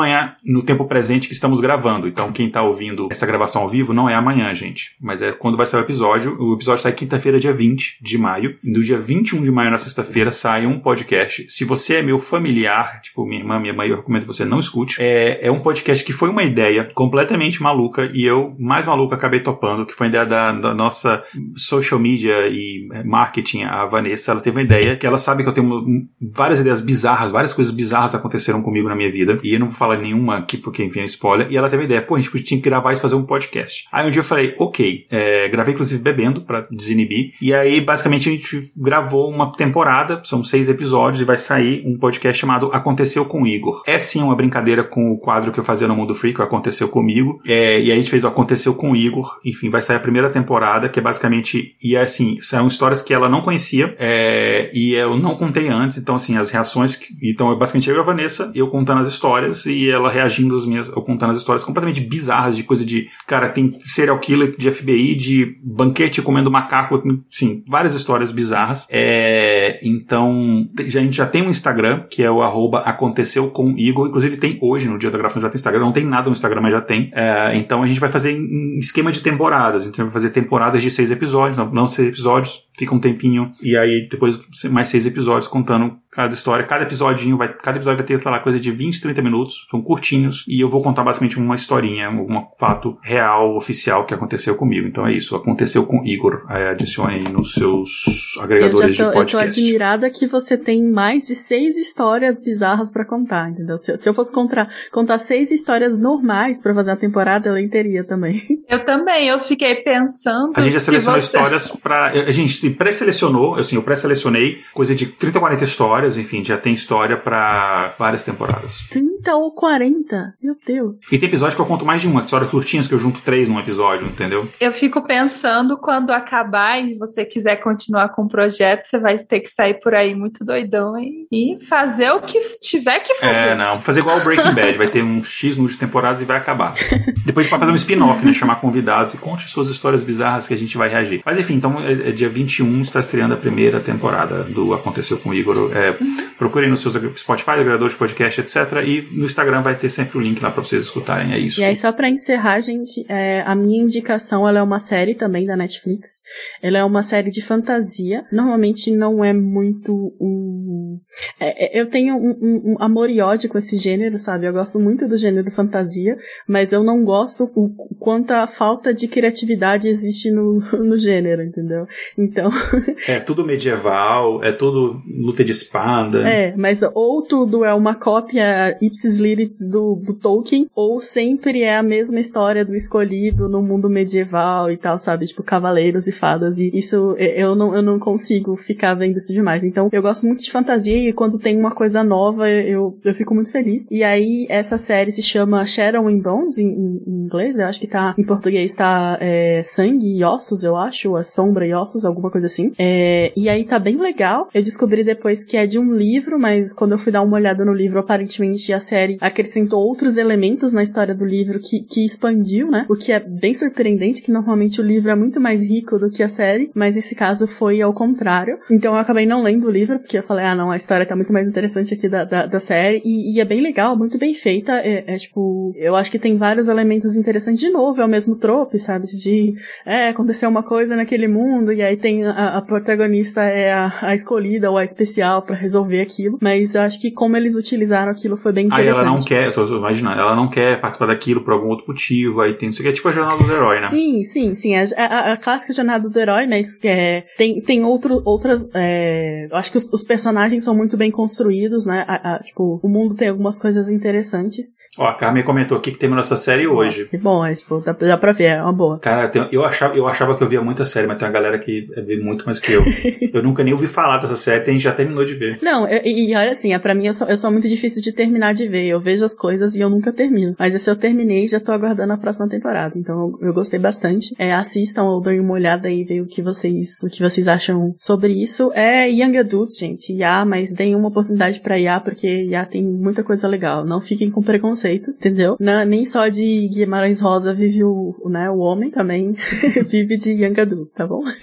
amanhã, no tempo presente que estamos gravando. Então, quem tá ouvindo essa gravação ao vivo não é amanhã, gente. Mas é quando vai sair o episódio. O episódio sai quinta-feira, dia vinte de maio. No dia vinte e um de maio, na sexta-feira, sai um podcast. Se você é meu familiar, tipo minha irmã, minha mãe, eu recomendo que você não escute. É, é um podcast que foi uma ideia completamente maluca e eu, mais maluca, acabei topando, que foi a ideia da, da nossa social media e marketing, a Vanessa. Ela teve uma ideia que ela sabe que eu tenho várias ideias bizarras, várias coisas bizarras aconteceram comigo na minha vida. E eu não vou falar nenhuma aqui porque, enfim, é spoiler. E ela teve a ideia, pô, a gente tinha que gravar e fazer um podcast. Aí um dia eu falei, ok. É, gravei, inclusive, bebendo pra desinibir. E aí, basicamente, a gente gravou uma temporada, são seis episódios, e vai sair um podcast chamado Aconteceu com o Igor. É sim uma brincadeira com o quadro que eu fazia no Mundo Freak, o Aconteceu Comigo. É, e aí a gente fez o Aconteceu com o Igor. Enfim, vai sair a primeira temporada, que é basicamente, e é assim, são histórias que ela não conhecia, é, e eu não contei antes, então assim, as reações, que, então é basicamente eu e a Vanessa, eu contando as histórias, e ela reagindo às minhas, eu contando as histórias completamente bizarras, de coisa de, cara, tem serial killer de F B I, de banquete comendo macaco, sim, várias histórias bizarras. É, então, já, a gente já tem um Instagram, que é o arroba Aconteceu com Igor, inclusive tem hoje, no dia da gravação já tem Instagram, não tem nada no Instagram, mas já tem. É, então a gente vai fazer em, em esquema de temporadas, então vai fazer temporadas de seis episódios, não, não seis episódios, fica um tempinho, e aí depois mais seis episódios contando cada história, cada episódio vai, cada episódio vai ter, sei lá, coisa de vinte, trinta minutos, são curtinhos, e eu vou contar basicamente uma historinha, um fato real, oficial que aconteceu comigo. Então é isso, Aconteceu com Igor. Aí adicione aí nos seus agregadores tô, de podcast. Eu tô admirada que você tem mais de seis histórias bizarras pra contar, entendeu? Se, se eu fosse contar, contar seis histórias normais pra fazer a temporada, eu nem teria também. Eu também, eu fiquei pensando... A gente já selecionou você... histórias pra... A gente se pré-selecionou, assim, eu pré-selecionei coisa de trinta, quarenta histórias, enfim, já tem história pra várias temporadas. trinta ou quarenta? Meu Deus. E tem episódio que eu conto mais de uma, histórias curtinhas que eu junto três num episódio, entendeu? Eu fico pensando, quando acabar e você quiser continuar com o projeto, você vai ter que sair por aí muito doidão e, e fazer o que tiver que fazer. É, não, fazer igual o Breaking Bad, vai ter um X número de temporadas e vai acabar. Depois a gente vai fazer um spin-off, né, chamar convidados e conte suas histórias bizarras que a gente vai reagir. Mas enfim, então é, é dia vinte e um, está estreando a primeira temporada do Aconteceu com o Igor. É, uhum. Procurem nos seus Spotify, agregadores de podcast, etcétera. E no Instagram vai ter sempre o link lá pra vocês escutarem, é isso. E aí, só pra encerrar, gente, é, a minha indicação, ela é uma série também da Netflix. Ela é uma série de fantasia. Normalmente não é muito um... É, eu tenho um, um, um amor e ódio com esse gênero, sabe? Eu gosto muito do gênero fantasia, mas eu não gosto o quanta falta de criatividade existe no, no gênero, entendeu? Então... É tudo medieval, é tudo luta de espada. É, mas ou tudo é uma cópia ipsis liritis do, do Tolkien, ou sempre é a mesma história do escolhido no mundo medieval e tal, sabe? Tipo, cavaleiros e fadas, e isso eu não, eu não consigo ficar vendo isso demais. Então, eu gosto muito de fantasia e quando tem uma coisa nova, eu, eu fico muito feliz. E aí, essa série se chama Shadow and Bones, em, em inglês, eu acho que tá, em português tá é, Sangue e Ossos, eu acho, ou a Sombra e Ossos, alguma coisa assim. É, e aí tá bem legal. Eu descobri depois que é de um livro, mas quando eu fui dar uma olhada no livro, aparentemente a série acrescentou outros elementos na história do livro que, que expandiu, né? O que é bem surpreendente, que normalmente o livro é muito mais rico do que a série, mas nesse caso foi ao contrário. Então eu acabei não lendo o livro, porque eu falei, ah não, a história tá muito mais interessante aqui da, da, da série, e, e é bem legal, muito bem feita, é, é tipo, eu acho que tem vários elementos interessantes. De novo, é o mesmo trope, sabe? De, é, aconteceu uma coisa naquele mundo, e aí tem a, a protagonista é a, a escolhida ou a especial pra resolver aquilo, mas eu acho que como eles utilizaram aquilo foi bem interessante. Aí ela não quer, eu tô imaginando, ela não quer participar daquilo por algum outro motivo, aí tem isso aqui, é tipo a jornada do herói, né? Sim, sim, sim, a, a, a clássica jornada do herói, mas é, tem, tem outro, outras, é, eu acho que os, os personagens são muito bem construídos, né, a, a, tipo, o mundo tem algumas coisas interessantes. Ó, a Carmen comentou aqui que tem nossa série hoje. Que bom, é, tipo, dá, dá pra ver, é uma boa. Cara, tem, eu, achava, eu achava que eu via muita série, mas tem uma galera que vê muito mais que eu. Eu nunca nem ouvi falar dessa série, a gente já terminou de ver. Não, eu, e olha assim, pra mim eu sou, eu sou muito difícil de terminar de ver, eu vejo as coisas e eu nunca termino. Mas esse eu terminei e já tô aguardando a próxima temporada, então eu, eu gostei bastante. É, assistam ou dêem uma olhada aí, ver o que vocês, o que vocês acham sobre isso. É Young Adult, gente, I A, mas deem uma oportunidade pra I A, porque I A tem muita coisa legal. Não fiquem com preconceitos, entendeu? Não, nem só de Guimarães Rosa vive o, né, o homem, também vive de Young Adult, tá bom?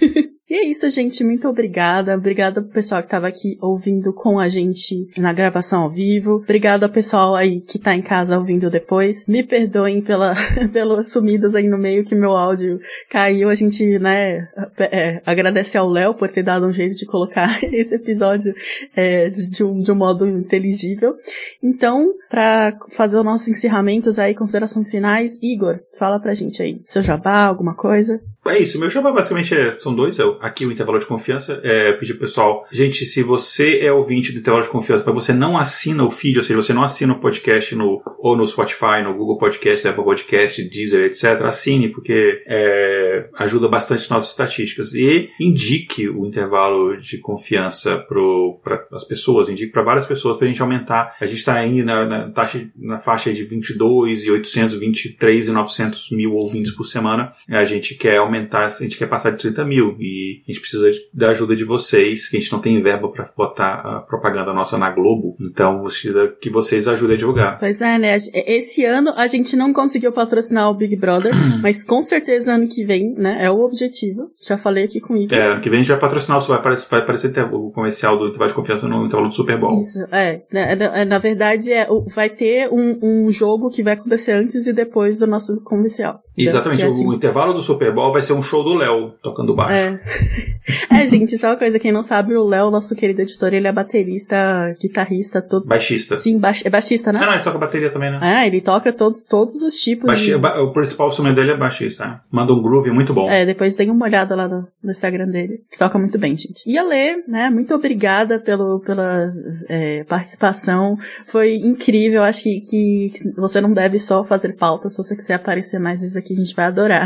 E é isso, gente. Muito obrigada. Obrigada pro pessoal que tava aqui ouvindo com a gente na gravação ao vivo. Obrigada ao pessoal aí que tá em casa ouvindo depois. Me perdoem pela, pelas sumidas aí no meio que meu áudio caiu. A gente, né, é, agradece ao Léo por ter dado um jeito de colocar esse episódio é, de, de, um, de um modo inteligível. Então, pra fazer os nossos encerramentos aí, considerações finais, Igor, fala pra gente aí, seu jabá, alguma coisa? É isso, meu jabá basicamente é, são dois, é aqui o intervalo de confiança, é pedir pro pessoal, gente, se você é ouvinte do intervalo de confiança, para você não assina o feed, ou seja, você não assina o podcast no, ou no Spotify, no Google Podcast, Apple Podcast, Deezer, etcétera, assine, porque é, ajuda bastante nas nossas estatísticas, e indique o intervalo de confiança para as pessoas, indique para várias pessoas pra gente aumentar, a gente está aí na, na, taxa, na faixa de vinte e dois e oitocentos, vinte e três e novecentos mil ouvintes por semana, a gente quer aumentar, a gente quer passar de trinta mil e a gente precisa da ajuda de vocês, que a gente não tem verba para botar a propaganda nossa na Globo, então precisa que vocês ajudem a divulgar. Pois é, né? Esse ano a gente não conseguiu patrocinar o Big Brother, mas com certeza ano que vem, né, é o objetivo. Já falei aqui com o Igor. É, ano que vem a gente vai patrocinar, vai aparecer, vai aparecer o comercial do Intervalo de Confiança no intervalo do Super Bowl. Isso, é. Na, na verdade, é, vai ter um, um jogo que vai acontecer antes e depois do nosso comercial. Exatamente, é o, assim. o intervalo do Super Bowl vai ser um show do Léo tocando baixo. É. É, gente, só uma coisa, quem não sabe, o Léo, nosso querido editor, ele é baterista, guitarrista, todo... Baixista. Sim, ba... é baixista, né? Ah, não, ele toca bateria também, né? Ah, ele toca todos, todos os tipos Baixi... de... O principal instrumento dele é baixista, né? Manda um groove muito bom. É, depois dê uma olhada lá no, no Instagram dele, que toca muito bem, gente. E a Lê, né, muito obrigada pelo, pela é, participação, foi incrível, acho que, que você não deve só fazer pauta, se você quiser aparecer mais vezes aqui, a gente vai adorar.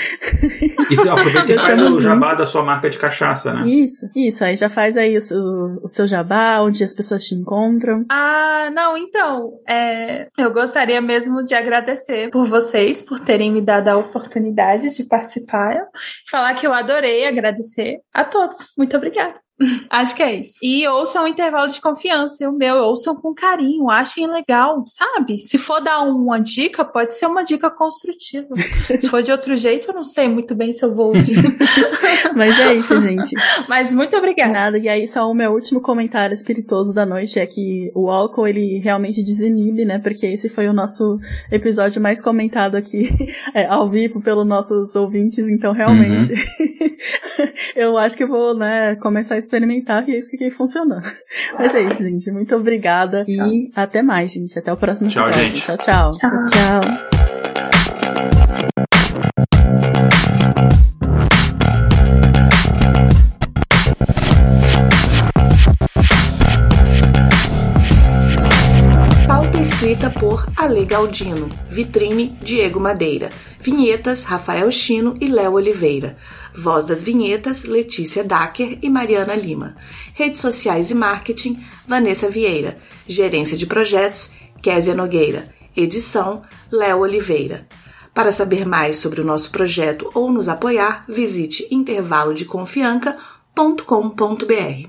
E você aproveita e faz o jabá da sua marca de cachaça, né? Isso, isso, aí já faz aí o, o seu jabá, onde as pessoas te encontram. Ah, não, então, é, eu gostaria mesmo de agradecer por vocês, por terem me dado a oportunidade de participar, falar que eu adorei, agradecer a todos. Muito obrigada. Acho que é isso. E ouçam o intervalo de confiança, o meu, ouçam com carinho, achem legal, sabe? Se for dar uma dica, pode ser uma dica construtiva. Se for de outro jeito, eu não sei muito bem se eu vou ouvir. Mas é isso, gente. Mas muito obrigada. Nada, e aí só o meu último comentário espirituoso da noite é que o álcool, ele realmente desinibe, né? Porque esse foi o nosso episódio mais comentado aqui, é, ao vivo pelos nossos ouvintes, então realmente uhum. eu acho que eu vou, né, começar a experimentar, e é isso que funcionou. Mas é isso, gente. Muito obrigada. Tchau. E até mais, gente. Até o próximo tchau, episódio. Gente. Tchau, tchau. Tchau. Tchau. Pauta escrita por Ale Galdino. Vitrine, Diego Madeira. Vinhetas, Rafael Chino e Léo Oliveira. Voz das vinhetas, Letícia Dacker e Mariana Lima. Redes sociais e marketing, Vanessa Vieira. Gerência de projetos, Késia Nogueira. Edição, Léo Oliveira. Para saber mais sobre o nosso projeto ou nos apoiar, visite intervalo de confianca ponto com ponto br.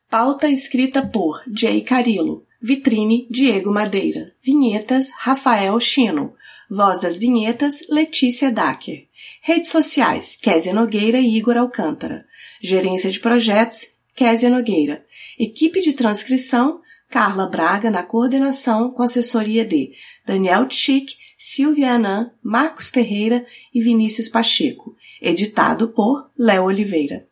Pauta escrita por Jay Carilo. Vitrine, Diego Madeira. Vinhetas, Rafael Chino. Voz das vinhetas, Letícia Dacker. Redes sociais, Kézia Nogueira e Igor Alcântara. Gerência de projetos, Kézia Nogueira. Equipe de transcrição, Carla Braga na coordenação com assessoria de Daniel Tchik, Silvia Anan, Marcos Ferreira e Vinícius Pacheco. Editado por Léo Oliveira.